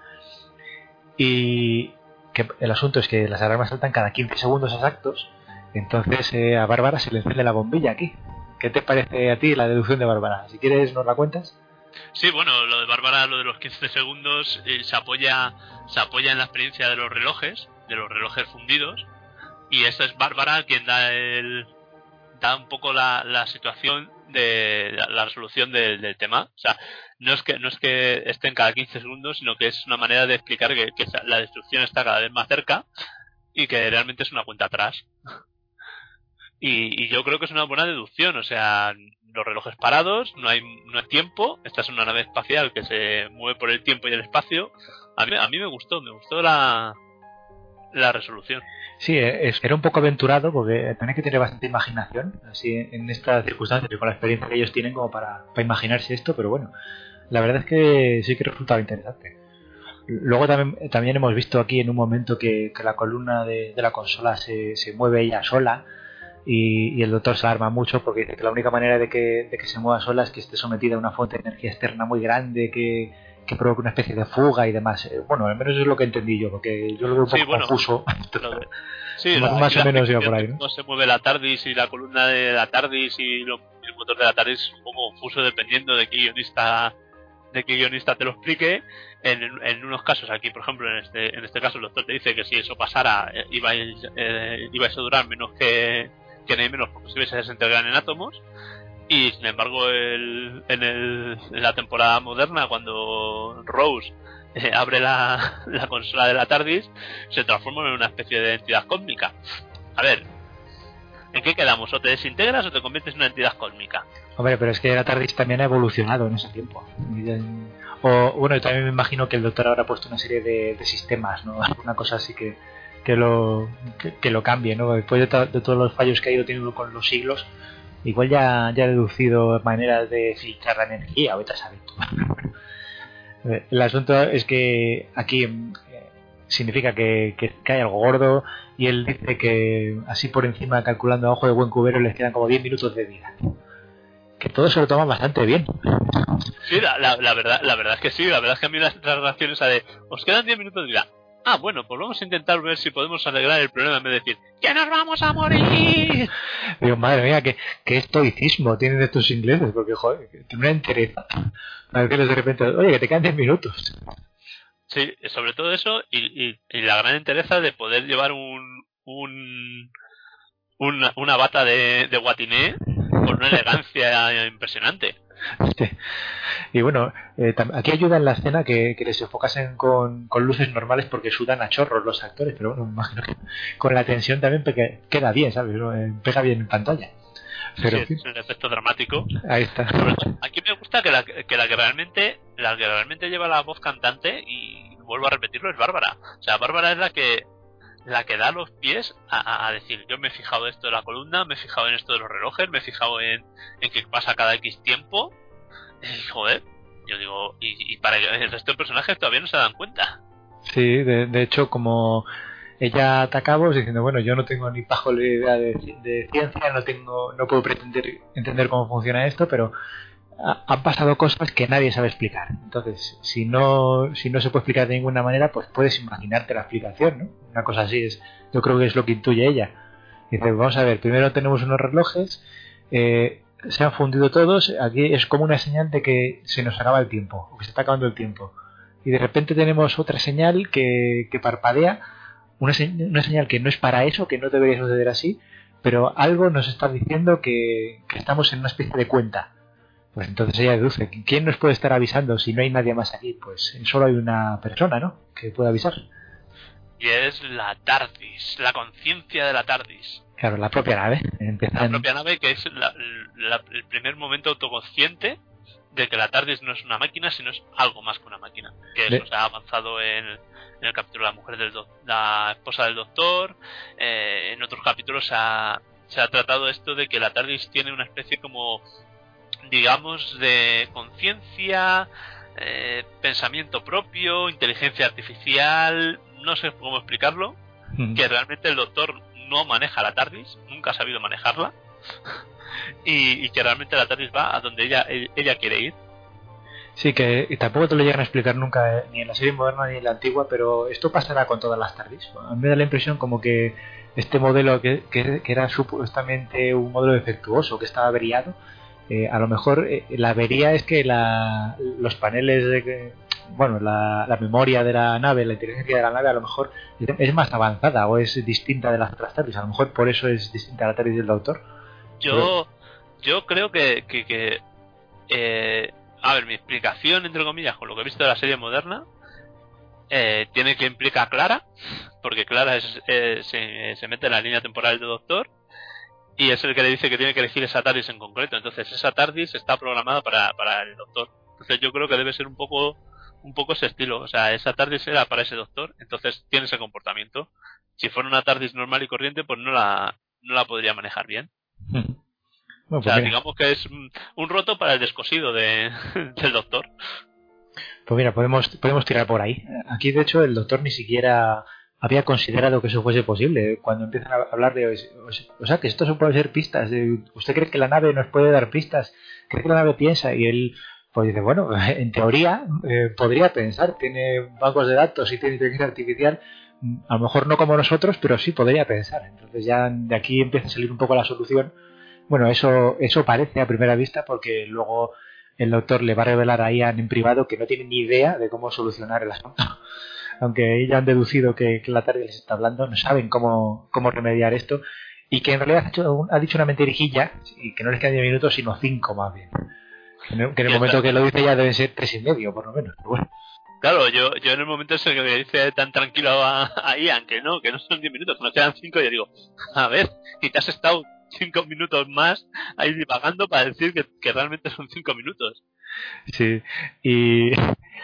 Y que el asunto es que las alarmas saltan cada quince segundos exactos. Entonces eh, a Bárbara se le enciende la bombilla aquí. ¿Qué te parece a ti la deducción de Bárbara? Si quieres nos la cuentas.
Sí, bueno, lo de Bárbara, lo de los quince segundos, eh, se apoya se apoya en la experiencia de los relojes, de los relojes fundidos, y esta es Bárbara quien da el da un poco la, la situación de la, la resolución del, del tema. O sea, no es que no es que estén cada quince segundos, sino que es una manera de explicar que, que la destrucción está cada vez más cerca y que realmente es una cuenta atrás. Y, y yo creo que es una buena deducción, o sea, los relojes parados, no hay no hay tiempo, esta es una nave espacial que se mueve por el tiempo y el espacio. A mí, a mí me gustó, me gustó la, la resolución.
Sí, es, era un poco aventurado porque tenés que tener bastante imaginación así en estas circunstancias y con la experiencia que ellos tienen como para, para imaginarse esto, pero bueno, la verdad es que sí que resultaba interesante. Luego también, también hemos visto aquí en un momento que, que la columna de, de la consola se, se mueve ella sola y, y el doctor se alarma mucho porque dice que la única manera de que, de que se mueva sola es que esté sometida a una fuente de energía externa muy grande que, que provoque una especie de fuga y demás. Bueno, al menos eso es lo que entendí yo, porque yo lo veo un
Sí,
poco
bueno,
confuso.
de, sí,
más,
la,
más o menos iba por ahí, ¿no?
¿no? Se mueve la TARDIS y la columna de la TARDIS y lo, el motor de la TARDIS es un poco confuso dependiendo de qué guionista de qué guionista te lo explique. En, en unos casos, aquí por ejemplo en este en este caso el doctor te dice que si eso pasara eh, iba, eh, iba a durar menos que que ni menos porque se iba a desintegrar en átomos. Y sin embargo el, en, el, en la temporada moderna, cuando Rose eh, abre la, la consola de la TARDIS, se transforma en una especie de entidad cósmica. A ver, ¿en qué quedamos? ¿O te desintegras o te conviertes en una entidad cósmica?
Hombre, pero es que la TARDIS también ha evolucionado en ese tiempo. O bueno, yo también me imagino que el doctor habrá puesto una serie de, de sistemas, ¿no? Una cosa así que, que lo que, que lo cambie, ¿no? Después de, to- de todos los fallos que ha ido teniendo con los siglos, igual ya, ya ha deducido maneras de filtrar la energía, ahorita sabes tú. El asunto es que aquí eh, significa que, que, que hay algo gordo y él dice que así por encima, calculando a ojo de buen cubero, les quedan como diez minutos de vida. Que todo se lo toma bastante bien.
Sí, la, la, la verdad la verdad es que sí, la verdad es que a mí las reacciones esa de os quedan diez minutos de vida. Ah, bueno, pues vamos a intentar ver si podemos arreglar el problema en vez de decir ¡que nos vamos a morir!
Digo, madre mía, que, que estoicismo tienen estos ingleses, porque joder, tienen una entereza. A decirles de repente, oye, que te quedan diez minutos.
Sí, sobre todo eso y, y, y la gran entereza de poder llevar un un una, una bata de, de guatiné con una elegancia impresionante.
Y bueno, eh, aquí ayuda en la escena que, que les enfocasen con, con luces normales porque sudan a chorros los actores, pero bueno, me imagino que con la tensión también peque, queda bien, ¿sabes? ¿No? Eh, pega bien en pantalla. Pero,
sí, es un efecto dramático.
Ahí está.
Sobre todo, aquí me gusta que la que la que realmente la que realmente lleva la voz cantante, y vuelvo a repetirlo, es Bárbara. O sea, Bárbara es la que la que da los pies a, a decir, yo me he fijado esto de la columna, me he fijado en esto de los relojes, me he fijado en, en qué pasa cada X tiempo. Y, joder, yo digo, y, y para el resto de personajes todavía no se dan cuenta.
Sí, de, de hecho, como ella ataca a Voss diciendo, bueno, yo no tengo ni pajo la idea de, de ciencia, no tengo, no puedo pretender entender cómo funciona esto, pero ha, han pasado cosas que nadie sabe explicar. Entonces, si no, si no se puede explicar de ninguna manera, pues puedes imaginarte la explicación, ¿no? Una cosa así es, yo creo que es lo que intuye ella. Dice, vamos a ver, primero tenemos unos relojes, eh, se han fundido todos, aquí es como una señal de que se nos acaba el tiempo, o que se está acabando el tiempo. Y de repente tenemos otra señal que, que parpadea, una, se, una señal que no es para eso, que no debería suceder así, pero algo nos está diciendo que, que estamos en una especie de cuenta. Pues entonces ella deduce, ¿quién nos puede estar avisando si no hay nadie más aquí? Pues solo hay una persona, ¿no?, que puede avisar.
Y es la TARDIS, la conciencia de la TARDIS.
Claro, la propia nave.
Empiezan... La propia nave, que es la, la, el primer momento autoconsciente de que la TARDIS no es una máquina, sino es algo más que una máquina. Que eso de... se ha avanzado en, en el capítulo de la mujer del do, la esposa del doctor. Eh, en otros capítulos se ha, se ha tratado esto de que la TARDIS tiene una especie como, digamos, de conciencia, eh, pensamiento propio, inteligencia artificial, no sé cómo explicarlo, mm. que realmente el doctor no maneja la TARDIS, nunca ha sabido manejarla, y, y que realmente la TARDIS va a donde ella ella quiere ir.
Sí, que y tampoco te lo llegan a explicar nunca, eh, ni en la serie moderna ni en la antigua, pero esto pasará con todas las TARDIS. A mí me da la impresión como que este modelo que, que, que era supuestamente un modelo defectuoso, que estaba averiado, eh, a lo mejor eh, la avería es que la, los paneles de... bueno, la, la memoria de la nave, la inteligencia de la nave a lo mejor es más avanzada o es distinta de las otras TARDIS. A lo mejor por eso es distinta a la TARDIS del Doctor.
Yo, Pero... yo creo que, que, que eh, a ver, mi explicación entre comillas con lo que he visto de la serie moderna eh, tiene que implica a Clara, porque Clara es, eh, se, se mete en la línea temporal del Doctor y es el que le dice que tiene que elegir esa TARDIS en concreto. Entonces esa TARDIS está programada para, para el Doctor. Entonces yo creo que debe ser un poco un poco ese estilo, o sea, esa TARDIS era para ese doctor, entonces tiene ese comportamiento. Si fuera una TARDIS normal y corriente, pues no la no la podría manejar bien.
Hmm. Bueno,
o sea,
pues
digamos que es un roto para el descosido de, del doctor.
Pues mira, podemos podemos tirar por ahí. Aquí, de hecho, el doctor ni siquiera había considerado que eso fuese posible. Cuando empiezan a hablar de... O sea, que esto se puede ser pistas. ¿Usted cree que la nave nos puede dar pistas? ¿Cree que la nave piensa? Y él... pues dice, bueno, en teoría eh, podría pensar, tiene bancos de datos y tiene inteligencia artificial, a lo mejor no como nosotros, pero sí podría pensar. Entonces ya de aquí empieza a salir un poco la solución. Bueno, eso eso parece a primera vista, porque luego el doctor le va a revelar a Ian en privado que no tiene ni idea de cómo solucionar el asunto. Aunque ya han deducido que, que la tarde les está hablando, no saben cómo, cómo remediar esto, y que en realidad ha, hecho, ha dicho una mentirijilla, y que no les quedan diez minutos, sino cinco más bien. Que en el momento que lo dice ya deben ser tres y medio, por lo menos. Pero bueno.
Claro, yo, yo en el momento ese que me dice tan tranquilo a, a Ian que no, que no son diez minutos, que nos quedan cinco, y yo digo, a ver, y te has estado cinco minutos más ahí divagando para decir que, que realmente son cinco minutos.
Sí, y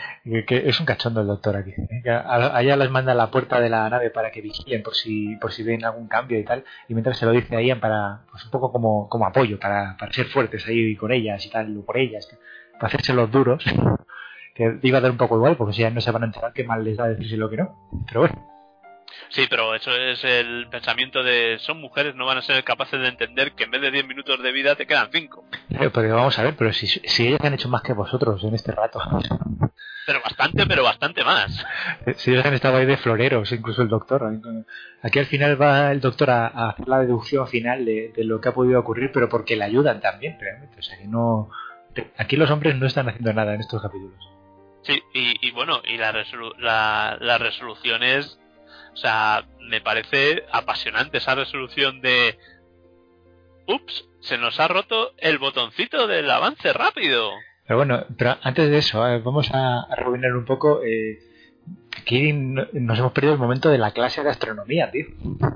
que es un cachondo el doctor aquí. Allá les manda a la puerta de la nave para que vigilen por si por si ven algún cambio y tal, y mientras se lo dice a Ian para, pues un poco como, como apoyo, para, para ser fuertes ahí con ellas y tal, o por ellas, para hacerse los duros, que iba a dar un poco igual, porque si ya no se van a enterar, qué mal les da decirse lo que no, pero bueno.
Sí, pero eso es el pensamiento de son mujeres, no van a ser capaces de entender que en vez de diez minutos de vida te quedan cinco.
Pero, pero vamos a ver, pero si, si ellas han hecho más que vosotros en este rato.
Pero bastante, pero bastante más.
Si ellos han estado ahí de floreros, incluso el doctor. Aquí al final va el doctor a, a hacer la deducción final de, de lo que ha podido ocurrir, pero porque le ayudan también, realmente. O sea que no. Aquí los hombres no están haciendo nada en estos capítulos.
Sí, y, y bueno, y la, resolu la, la resolución es. O sea, me parece apasionante esa resolución de... Ups, se nos ha roto el botoncito del avance rápido.
Pero bueno, pero antes de eso, eh, vamos a, a rebobinar un poco. Eh, aquí no, nos hemos perdido el momento de la clase de astronomía, tío.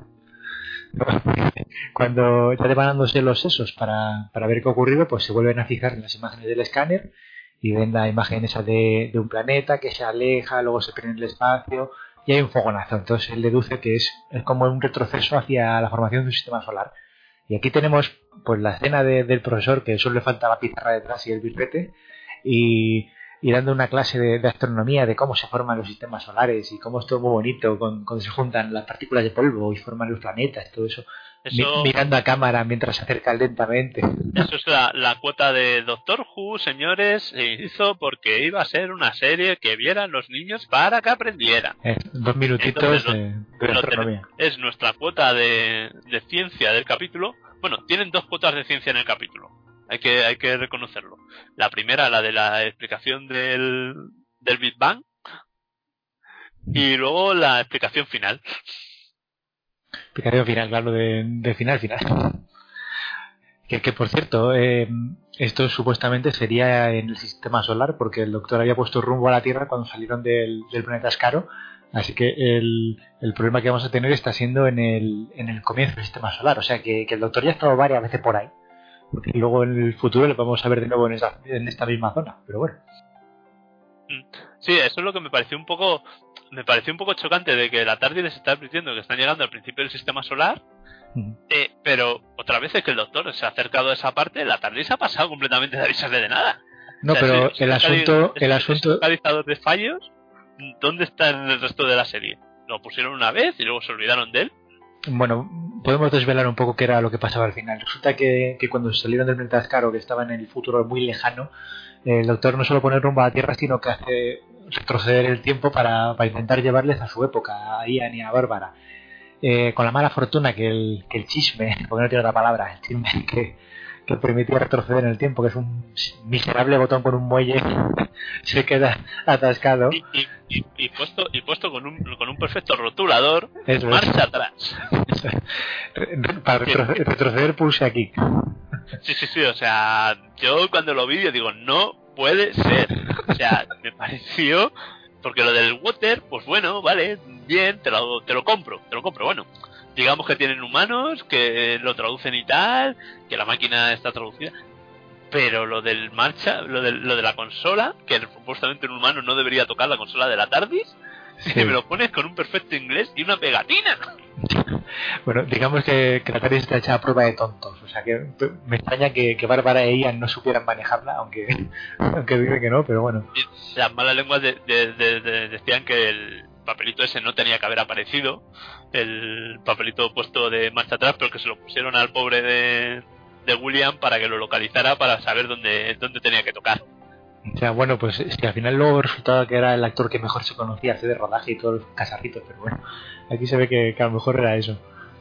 Cuando ya devanándose los sesos para, para ver qué ha ocurrido, pues se vuelven a fijar en las imágenes del escáner y ven la imagen esa de, de un planeta que se aleja, luego se pierde en el espacio... y hay un fogonazo. Entonces él deduce que es, es como un retroceso hacia la formación de un sistema solar. Y aquí tenemos pues la escena de, del profesor, que solo le falta la pizarra detrás y el birrete, y y dando una clase de, de astronomía de cómo se forman los sistemas solares y cómo es todo muy bonito con, cuando se juntan las partículas de polvo y forman los planetas, todo eso,
eso...
Mi, mirando a cámara mientras se acerca lentamente.
Eso es la, la cuota de Doctor Who, señores, se hizo porque iba a ser una serie que vieran los niños para que aprendieran.
Eh, dos minutitos
Entonces,
de, de astronomía.
Es nuestra cuota de, de ciencia del capítulo. Bueno, tienen dos cuotas de ciencia en el capítulo. Hay que, hay que reconocerlo. La primera, la de la explicación del, del Big Bang. Y luego la explicación final.
Explicación final, claro, de, de final, final. Que, que por cierto, eh, esto supuestamente sería en el sistema solar, porque el doctor había puesto rumbo a la Tierra cuando salieron del, del planeta Skaro. Así que el, el problema que vamos a tener está siendo en el, en el comienzo del sistema solar. O sea que, que el doctor ya ha estado varias veces por ahí. Y luego en el futuro lo vamos a ver de nuevo en, esa, en esta misma zona, pero bueno.
Sí, eso es lo que me pareció un poco me pareció un poco chocante, de que la TARDIS les está advirtiendo que están llegando al principio del sistema solar, uh-huh. eh, pero otra vez es que el doctor se ha acercado a esa parte, la TARDIS ha pasado completamente de avisarle de nada.
No, o sea, pero si, el, si asunto, el asunto el
localizador de fallos, ¿dónde está en el resto de la serie? Lo pusieron una vez y luego se olvidaron de él.
Bueno, podemos desvelar un poco qué era lo que pasaba al final. Resulta que, que cuando salieron del planeta Skaro, que estaba en el futuro muy lejano, el doctor no solo pone rumbo a la Tierra, sino que hace retroceder el tiempo para, para intentar llevarles a su época, a Ian y a Bárbara. Eh, con la mala fortuna que el, que el chisme, porque no tiene otra palabra, el chisme que, que permitía retroceder en el tiempo, que es un miserable botón con un muelle, se queda atascado.
Y, y, y, y puesto, y puesto con, un, con un perfecto rotulador,
Eso
marcha
es.
atrás.
Para retroceder, retroceder pulse aquí.
Sí, sí, sí, o sea, yo cuando lo vi yo digo, no puede ser. O sea, me pareció, porque lo del water, pues bueno, vale, bien, te lo, te lo compro, te lo compro, bueno. Digamos que tienen humanos, que lo traducen y tal, que la máquina está traducida. Pero lo del marcha, lo de, lo de la consola, que supuestamente un humano no debería tocar la consola de la TARDIS, sí. Que me lo pones con un perfecto inglés y una pegatina.
Bueno, digamos que, que la TARDIS está hecha a prueba de tontos. O sea, que me extraña que, que Bárbara e Ian no supieran manejarla, aunque aunque dice que no, pero bueno.
Y las malas lenguas de, de, de, de, decían que el papelito ese no tenía que haber aparecido, el papelito puesto de marcha atrás, pero que se lo pusieron al pobre de, de William para que lo localizara, para saber dónde, dónde tenía que tocar.
O sea, bueno, pues es que al final luego resultaba que era el actor que mejor se conocía, hace de rodaje y todos los casarritos, pero bueno, aquí se ve que, que a lo mejor era eso.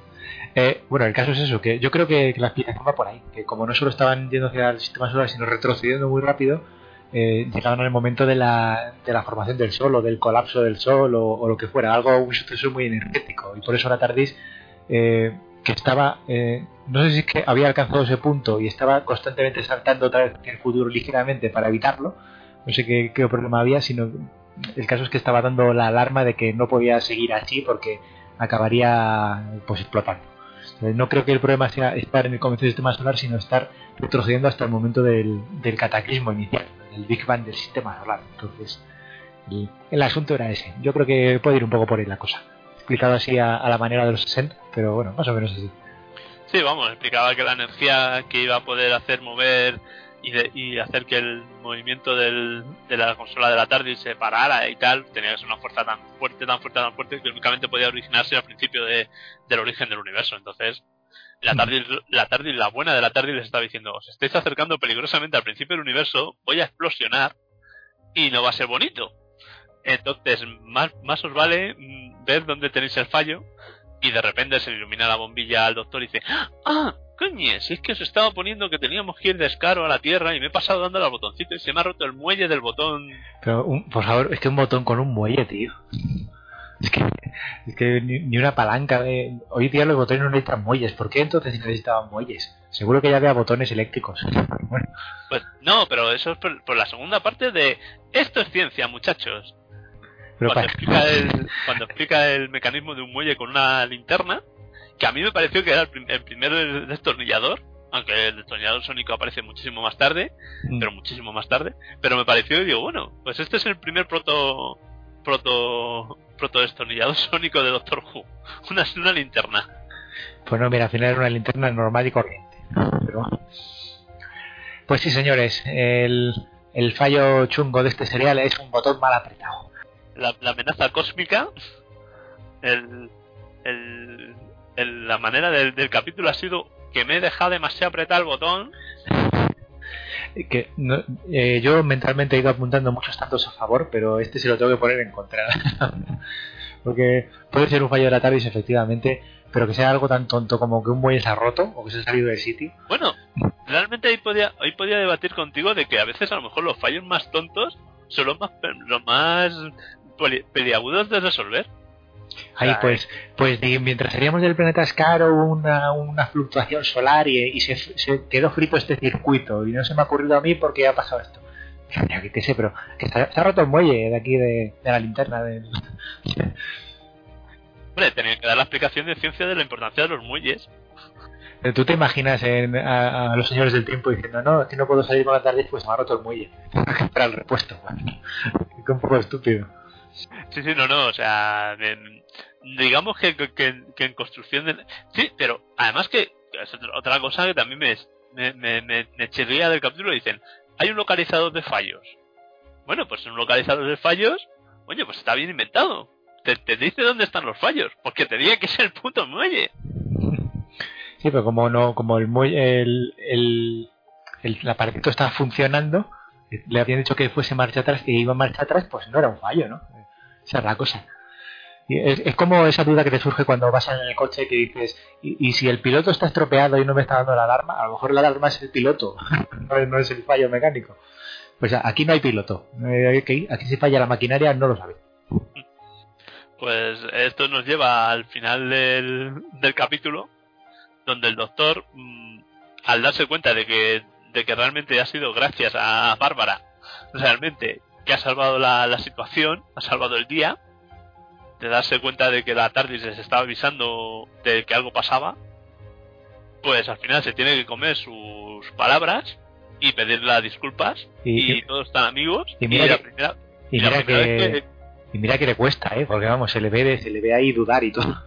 Eh, bueno, el caso es eso, que yo creo que, que la explicación va por ahí, que como no solo estaban yendo hacia el sistema solar, sino retrocediendo muy rápido, eh, llegaban al momento de la, de la formación del Sol o del colapso del Sol o, o lo que fuera, algo, un suceso muy energético, y por eso la TARDIS, eh, que estaba, eh, no sé si es que había alcanzado ese punto y estaba constantemente saltando otra vez hacia el futuro ligeramente para evitarlo, no sé qué, qué problema había, sino el caso es que estaba dando la alarma de que no podía seguir así porque acabaría pues explotando. Entonces, no creo que el problema sea estar en el comienzo del sistema solar, sino estar retrocediendo hasta el momento del, del cataclismo inicial, el Big Bang del sistema solar. Entonces, el, el asunto era ese. Yo creo que puede ir un poco por ahí la cosa. Explicado así a, a la manera de los sesenta, pero bueno, más o menos así.
Sí, vamos, explicaba que la energía que iba a poder hacer mover y, de, y hacer que el movimiento del, de la consola de la TARDIS se parara y tal, tenía que ser una fuerza tan fuerte, tan fuerte, tan fuerte, que únicamente podía originarse al principio de, del origen del universo. Entonces, la TARDIS, la TARDIS, la buena de la TARDIS les estaba diciendo, os estáis acercando peligrosamente al principio del universo, voy a explosionar y no va a ser bonito. Entonces, más, más os vale ver dónde tenéis el fallo. Y de repente se le ilumina la bombilla al doctor y dice, ¡ah, coño! Si es que os estaba poniendo que teníamos que ir de Skaro a la Tierra y me he pasado dándole al botoncito y se me ha roto el muelle del botón.
Pero, un, por favor, es que un botón con un muelle, tío. Es que, es que ni, ni una palanca. Eh. Hoy día los botones no necesitan muelles. ¿Por qué entonces necesitaban muelles? Seguro que ya había botones eléctricos. Bueno.
Pues no, pero eso es por, por la segunda parte de esto es ciencia, muchachos. Cuando, para... explica el, cuando explica el mecanismo de un muelle con una linterna, que a mí me pareció que era el, prim, el primer destornillador, aunque el destornillador sónico aparece muchísimo más tarde, mm. pero muchísimo más tarde, pero me pareció y digo, bueno, pues este es el primer proto proto proto destornillador sónico de Doctor Who, una, una linterna.
Pues no, mira, al final era una linterna normal y corriente. Pero... Pues sí, señores, el... el fallo chungo de este serial es un botón mal apretado.
La, la amenaza cósmica, el, el, el la manera del, del capítulo ha sido que me he dejado demasiado apretar el botón.
Que no, eh, yo mentalmente he ido apuntando muchos tantos a favor, pero este se lo tengo que poner en contra. Porque puede ser un fallo de la TARDIS efectivamente, pero que sea algo tan tonto como que un muelle se ha roto o que se ha salido del sitio.
Bueno, realmente ahí podía, ahí podía debatir contigo de que a veces a lo mejor los fallos más tontos son los más, los más poli, peliagudos de resolver.
Ahí pues, pues mientras salíamos del planeta Scar hubo una, una fluctuación solar y, y se, se quedó frito este circuito y no se me ha ocurrido a mí porque ha pasado esto. Que, que sé, pero que se ha, se ha roto el muelle de aquí de, de la linterna del...
Hombre, tenía que dar la explicación de ciencia de la importancia de los muelles.
¿Tú te imaginas en, a, a los señores del tiempo diciendo no, que no puedo salir con la TARDIS pues me ha roto el muelle para el repuesto? Que un poco estúpido.
Sí, sí, no, no, o sea, en, digamos que, que, que en construcción de... Sí, pero además que es otra cosa que también me, me, me, me chirría del capítulo, dicen, hay un localizador de fallos. Bueno, pues un localizador de fallos, oye, pues está bien inventado. Te, te dice dónde están los fallos, porque tenía que ser el puto muelle.
Sí, pero como no, como el muelle, el, el, el, el aparatito estaba funcionando, le habían dicho que fuese marcha atrás, que iba marcha atrás, pues no era un fallo, ¿no? Esa es la cosa. Y es, es como esa duda que te surge cuando vas en el coche que dices, ¿y, y si el piloto está estropeado y no me está dando la alarma? A lo mejor la alarma es el piloto, no es, no es el fallo mecánico. Pues aquí no hay piloto. Aquí, aquí si falla la maquinaria, no lo sabe.
Pues esto nos lleva al final del, del capítulo, donde el doctor, mmm, al darse cuenta de que, de que realmente ha sido gracias a Bárbara, realmente, que ha salvado la, la situación, ha salvado el día, de darse cuenta de que la TARDIS les estaba avisando de que algo pasaba, pues al final se tiene que comer sus palabras y pedir las disculpas, y, y todos están amigos,
y, mira
y la
que,
primera,
y
y la
mira
primera
que,
vez que...
y mira que le cuesta, ¿eh? Porque vamos, se le ve, se le ve ahí dudar y todo.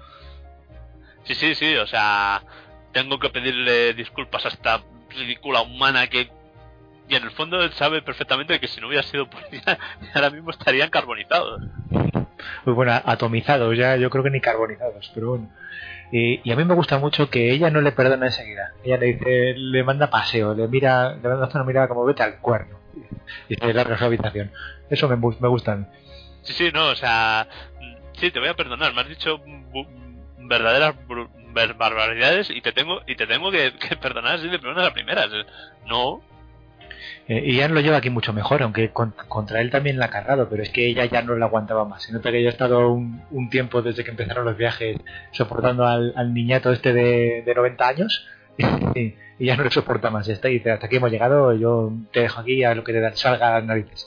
Sí, sí, sí, o sea, tengo que pedirle disculpas a esta ridícula humana que... Y en el fondo él sabe perfectamente que si no hubiera sido por ella, ahora mismo estarían carbonizados.
Pues bueno, atomizados ya, yo creo que ni carbonizados, pero bueno. Y, y a mí me gusta mucho que ella no le perdona enseguida. Ella le dice, le manda paseo, le mira, le manda una mirada como vete al cuerno. Y se larga a su habitación. Eso me, me gustan.
Sí, sí, no, o sea, sí, te voy a perdonar, me has dicho verdaderas barbaridades y te tengo y te tengo que, que perdonar si le perdonas a primeras. No.
Eh, y Ian lo lleva aquí mucho mejor, aunque con, contra él también la ha cargado, pero es que ella ya no la aguantaba más. Se nota que ella ha estado un, un tiempo desde que empezaron los viajes soportando al, al niñato este de, de noventa años y, y ya no le soporta más. Está y dice, hasta aquí hemos llegado, yo te dejo aquí a lo que te salga a las narices.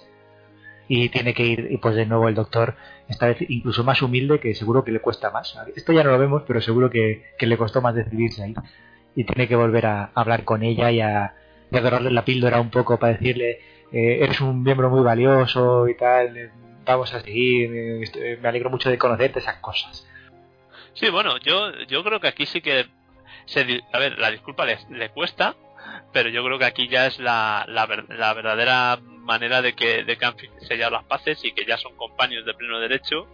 Y tiene que ir, y pues de nuevo el doctor, esta vez incluso más humilde, que seguro que le cuesta más. Esto ya no lo vemos, pero seguro que, que le costó más decidirse ahí. Y tiene que volver a, a hablar con ella y a, y a dorarle la píldora un poco para decirle, eh, eres un miembro muy valioso y tal, eh, vamos a seguir, eh, me alegro mucho de conocerte, esas cosas.
Sí, bueno, yo yo creo que aquí sí que, se, a ver, la disculpa le, le cuesta, pero yo creo que aquí ya es la, la, la verdadera manera de que, de que han sellado las paces y que ya son compañeros de pleno derecho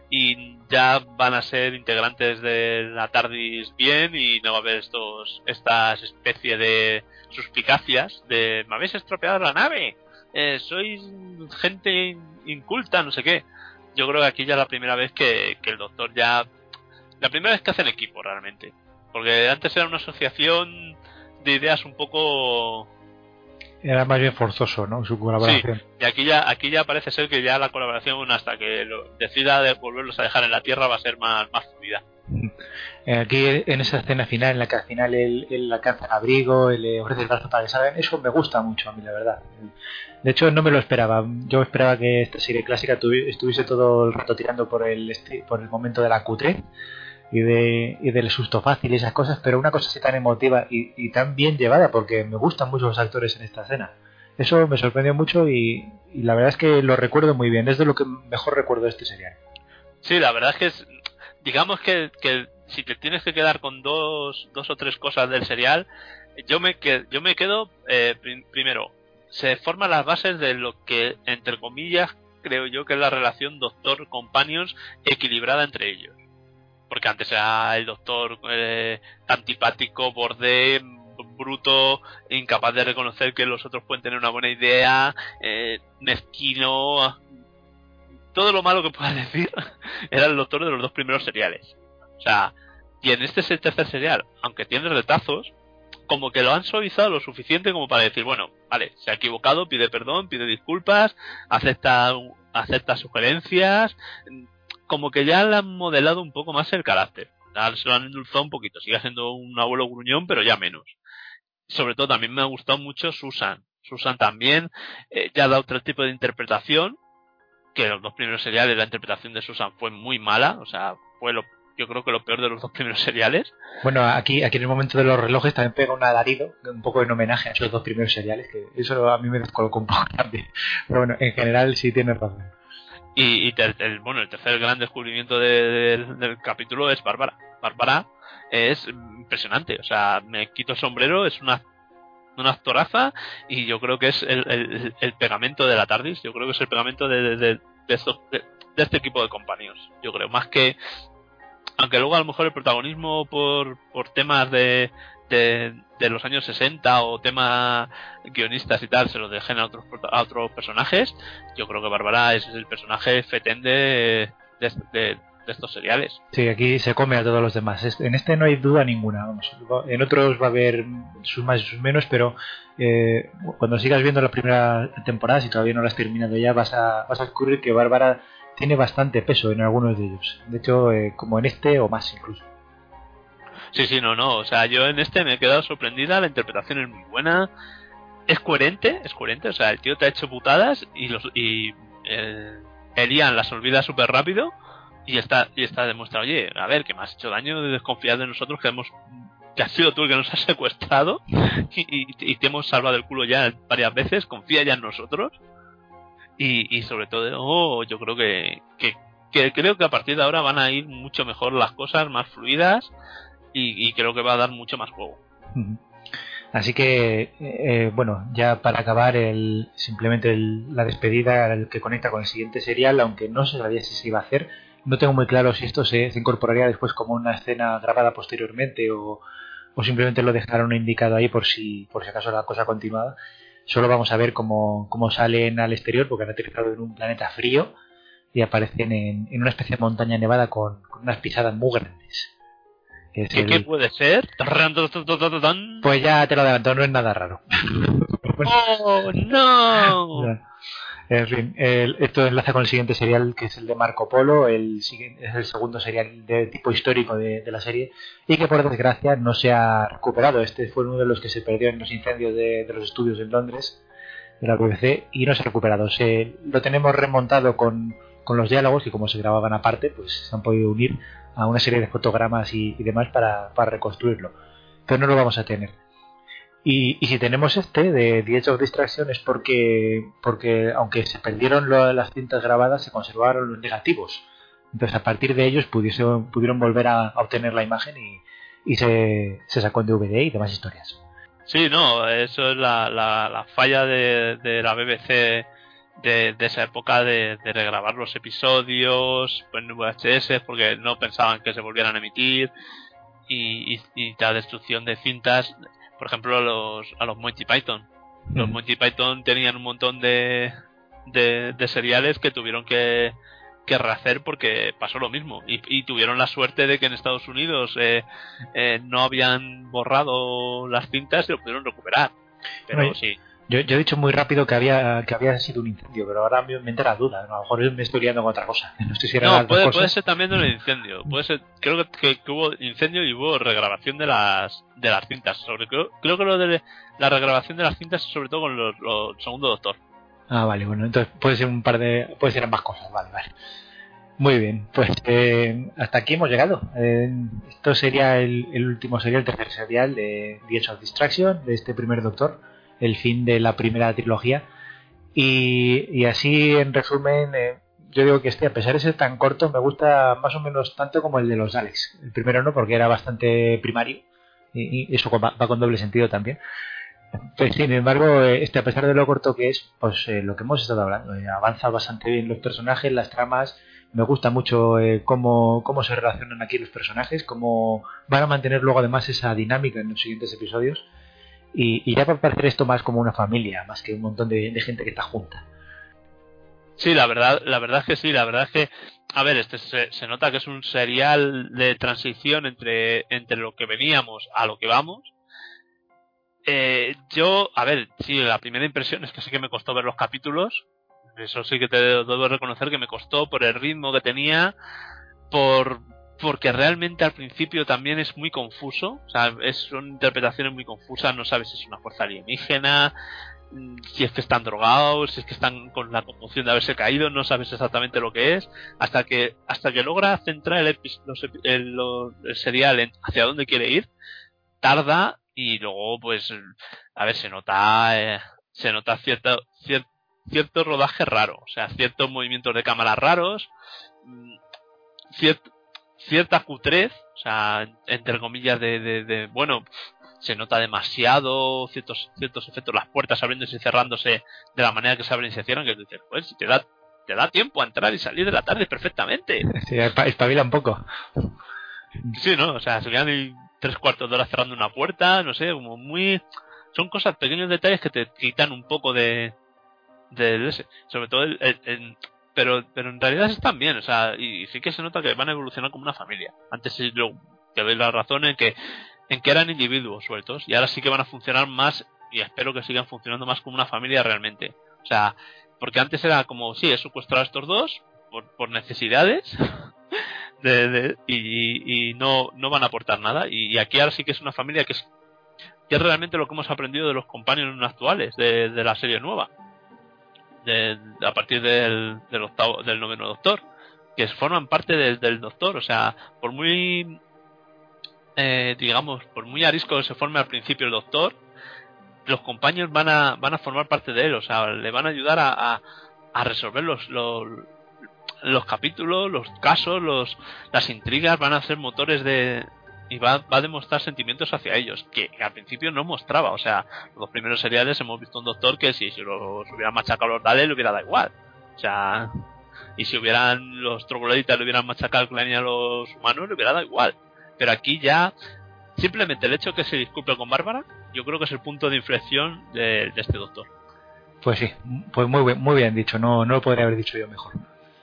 y ya van a ser integrantes de la TARDIS bien y no va a haber estos estas especies de suspicacias de me habéis estropeado la nave, eh, sois gente inculta, no sé qué. Yo creo que aquí ya es la primera vez que, que el doctor ya la primera vez que hacen equipo realmente, porque antes era una asociación de ideas un poco...
Era más bien forzoso, ¿no? Su colaboración.
Sí, y aquí ya aquí ya parece ser que ya la colaboración hasta que lo decida de volverlos a dejar en la Tierra va a ser más, más fluida.
Aquí en esa escena final en la que al final él, él alcanza el abrigo, él le ofrece el brazo para que salgan, eso me gusta mucho a mí, la verdad. De hecho no me lo esperaba. Yo esperaba que esta serie clásica estuviese todo el rato tirando por el por el momento de la cutre y de y del susto fácil y esas cosas, pero una cosa así tan emotiva y, y tan bien llevada, porque me gustan mucho los actores en esta escena. Eso me sorprendió mucho y, y la verdad es que lo recuerdo muy bien. Es de lo que mejor recuerdo de este serial.
Sí, la verdad es que es, digamos que, que si te tienes que quedar con dos dos o tres cosas del serial, yo me quedo, yo me quedo eh, prim, primero se forman las bases de lo que, entre comillas, creo yo que es la relación Doctor-Companions equilibrada entre ellos. Porque antes era el Doctor eh, antipático, borde, bruto, incapaz de reconocer que los otros pueden tener una buena idea, eh, mezquino, todo lo malo que pueda decir era el Doctor de los dos primeros seriales. O sea, y en este tercer serial, aunque tiene retazos, como que lo han suavizado lo suficiente como para decir, bueno, vale, se ha equivocado, pide perdón, pide disculpas, acepta acepta sugerencias, como que ya le han modelado un poco más el carácter, se lo han endulzado un poquito, sigue siendo un abuelo gruñón, pero ya menos. Sobre todo también me ha gustado mucho Susan. Susan también eh, ya da otro tipo de interpretación, que los dos primeros seriales la interpretación de Susan fue muy mala, o sea, fue lo yo creo que lo peor de los dos primeros seriales.
Bueno, aquí aquí en el momento de los relojes también pega un alarido, un poco en homenaje a esos dos primeros seriales, que eso a mí me descolocó un poco también. Pero bueno, en general sí tienes razón.
Y, y ter, el, bueno, el tercer gran descubrimiento de, de, del capítulo es Bárbara. Bárbara es impresionante, o sea, me quito el sombrero, es una una actoraza y yo creo que es el, el, el pegamento de la TARDIS, yo creo que es el pegamento de, de, de, de, estos, de, de este equipo de compañeros, yo creo, más que aunque luego a lo mejor el protagonismo por, por temas de, de, de los años sesenta o temas guionistas y tal se los dejen a otros a otros personajes, yo creo que Bárbara es el personaje fetén de, de, de, de estos seriales.
Sí, aquí se come a todos los demás. En este no hay duda ninguna, vamos. En otros va a haber sus más y sus menos, pero eh, cuando sigas viendo la primera temporada, si todavía no la has terminado ya, vas a, vas a descubrir que Bárbara tiene bastante peso en algunos de ellos. De hecho, eh, como en este o más incluso.
Sí, sí, no, no. O sea, yo en este me he quedado sorprendida. La interpretación es muy buena. Es coherente, es coherente. O sea, el tío te ha hecho putadas y los y el, el Ian las olvida súper rápido y está y está demostrado. Oye, a ver, que me has hecho daño de desconfiar de nosotros, que hemos que has sido tú el que nos has secuestrado y, y, y te hemos salvado el culo ya varias veces. Confía ya en nosotros. Y, y sobre todo, oh, yo creo que, que, que creo que a partir de ahora van a ir mucho mejor las cosas, más fluidas, y, y creo que va a dar mucho más juego.
Así que, eh, bueno, ya para acabar, el, simplemente el, la despedida, el que conecta con el siguiente serial, aunque no se sabía si se iba a hacer, no tengo muy claro si esto se, se incorporaría después como una escena grabada posteriormente o, o simplemente lo dejaron indicado ahí por si, por si acaso la cosa continuaba. Solo vamos a ver cómo, cómo salen al exterior, porque han aterrizado en un planeta frío y aparecen en, en una especie de montaña nevada con, con unas pisadas muy grandes.
¿Qué, el... ¿Qué puede ser?
Pues ya te lo adelanto, no es nada raro.
¡Oh, no!
En fin, el, esto enlaza con el siguiente serial, que es el de Marco Polo, el, es el segundo serial de tipo histórico de, de la serie, y que por desgracia no se ha recuperado. Este fue uno de los que se perdió en los incendios de, de los estudios en Londres, de la B B C, y no se ha recuperado. Se, lo tenemos remontado con, con los diálogos, y como se grababan aparte, pues se han podido unir a una serie de fotogramas y, y demás para, para reconstruirlo. Pero no lo vamos a tener. Y, y si tenemos este de The Edge of Distraction es porque, porque aunque se perdieron lo, las cintas grabadas, se conservaron los negativos. Entonces a partir de ellos pudieron, pudieron volver a, a obtener la imagen y, y se, se sacó en D V D y demás historias.
Sí, no, eso es la, la, la falla de, de la B B C de, de esa época de, de regrabar los episodios en V H S porque no pensaban que se volvieran a emitir y, y, y la destrucción de cintas. Por ejemplo, a los, a los Monty Python. Los mm. Monty Python tenían un montón de, de, de seriales que tuvieron que, que rehacer porque pasó lo mismo. Y, y tuvieron la suerte de que en Estados Unidos eh, eh, no habían borrado las cintas y lo pudieron recuperar. Pero
Oye,
sí.
Yo, yo he dicho muy rápido que había que había sido un incendio, pero ahora me, me entra la duda. A lo mejor me estoy liando con otra cosa. No, estoy si
no puede, puede ser también de un incendio. Puede ser, creo que, que, que hubo incendio y hubo regrabación de las de las cintas. Sobre creo, creo que lo de la regrabación de las cintas, sobre todo con los, los segundo Doctor.
Ah, vale, bueno, entonces puede ser un par de, puede ser ambas cosas, vale, vale. Muy bien, pues eh, hasta aquí hemos llegado. Eh, esto sería el, el último serial, el tercer serial de The Edge of Distraction, de este primer Doctor. El fin de la primera trilogía y, y así en resumen eh, yo digo que este, a pesar de ser tan corto, me gusta más o menos tanto como el de los Daleks. El primero no, porque era bastante primario y, y eso va, va con doble sentido también, Pues sin embargo, este a pesar de lo corto que es, pues eh, lo que hemos estado hablando, eh, avanza bastante bien los personajes, las tramas. Me gusta mucho eh, cómo, cómo se relacionan aquí los personajes, cómo van a mantener luego además esa dinámica en los siguientes episodios. Y, y ya va a parecer esto más como una familia, más que un montón de, de gente que está junta.
Sí, la verdad, la verdad es que sí, la verdad es que, a ver, este se, se nota que es un serial de transición entre, entre lo que veníamos a lo que vamos. Eh, yo, a ver, sí, la primera impresión es que sí que me costó ver los capítulos. Eso sí que te debo reconocer que me costó por el ritmo que tenía, por porque realmente al principio también es muy confuso. O sea, es, son interpretaciones muy confusas, no sabes si es una fuerza alienígena, si es que están drogados, si es que están con la conmoción de haberse caído, no sabes exactamente lo que es, hasta que hasta que logra centrar el, epi- los epi- el, lo- el serial en hacia dónde quiere ir, tarda. Y luego pues a ver, se nota eh, se nota cierto cier- cierto rodaje raro, o sea, ciertos movimientos de cámara raros, mm, cier- cierta cutrez, o sea, entre comillas de, de, de bueno, se nota demasiado ciertos ciertos efectos, las puertas abriéndose y cerrándose de la manera que se abren y se cierran, que tú dices, pues si te da te da tiempo a entrar y salir de la tarde perfectamente.
Sí, espa- espabila un poco.
Sí, ¿no? O sea, se quedan ahí tres cuartos de hora cerrando una puerta, no sé, como muy... Son cosas, pequeños detalles que te quitan un poco de... de ese. Sobre todo el... el- el- pero pero en realidad están bien, o sea, y, y sí que se nota que van a evolucionar como una familia. Antes sí lo, te doy la razón en que en que eran individuos sueltos, y ahora sí que van a funcionar más, y espero que sigan funcionando más como una familia realmente. O sea, porque antes era como, sí, he secuestrado a estos dos por, por necesidades... De, de, y, y no, no van a aportar nada, y, y aquí ahora sí que es una familia que es, que es realmente lo que hemos aprendido de los compañeros actuales de, de la serie nueva, de, de- a partir del, del octavo, del noveno Doctor, que forman parte del, del Doctor. O sea, por muy eh, digamos, por muy arisco que se forme al principio el Doctor, los compañeros van a van a formar parte de él, o sea, le van a ayudar a, a, a resolver los, los los capítulos, los casos, los las intrigas, van a ser motores de... y va, va a demostrar sentimientos hacia ellos, que, que al principio no mostraba. O sea, los primeros seriales hemos visto un Doctor que si, si los hubieran machacado los Daleks le hubiera dado igual. O sea, y si hubieran los trogloditas le hubieran machacado al clan y a los humanos le hubiera dado igual. Pero aquí ya, simplemente el hecho que se disculpe con Bárbara, yo creo que es el punto de inflexión de, de este Doctor.
Pues sí, pues muy bien, muy bien dicho, no, no lo podría haber dicho yo mejor.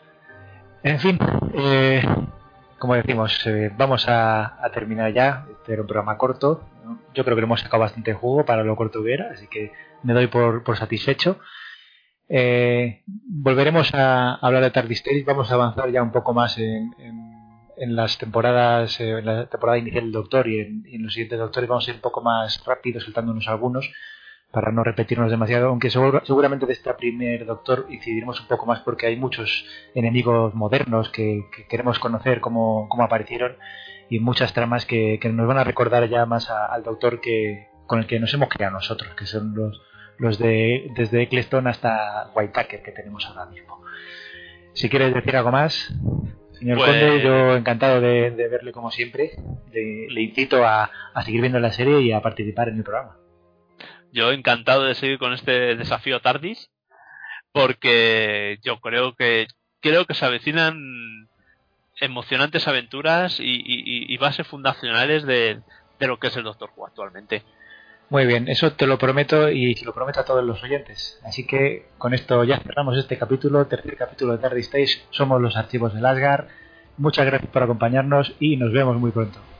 En fin, eh, como decimos, eh, vamos a, a terminar ya. Este era un programa corto. Yo creo que le hemos sacado bastante jugo para lo corto que era, así que me doy por, por satisfecho. Eh, volveremos a hablar de TARDIS Tales. Vamos a avanzar ya un poco más en, en, en las temporadas, eh, en la temporada inicial del Doctor y en, y en los siguientes Doctores. Vamos a ir un poco más rápido, saltándonos algunos, para no repetirnos demasiado, aunque seguro, seguramente de este primer Doctor incidiremos un poco más porque hay muchos enemigos modernos que, que queremos conocer cómo, cómo aparecieron, y muchas tramas que, que nos van a recordar ya más a, al Doctor que con el que nos hemos creado nosotros, que son los, los de desde Eccleston hasta Whitaker que tenemos ahora mismo. Si quieres decir algo más, señor pues... Conde, yo encantado de, de verle como siempre. De, le incito a, a seguir viendo la serie y a participar en el programa.
Yo encantado de seguir con este desafío TARDIS, porque yo creo que creo que se avecinan emocionantes aventuras y, y, y bases fundacionales de, de lo que es el Doctor Who actualmente.
Muy bien, eso te lo prometo y se lo prometo a todos los oyentes. Así que con esto ya cerramos este capítulo, tercer capítulo de TARDIS Tales. Somos los Archivos del Asgard. Muchas gracias por acompañarnos y nos vemos muy pronto.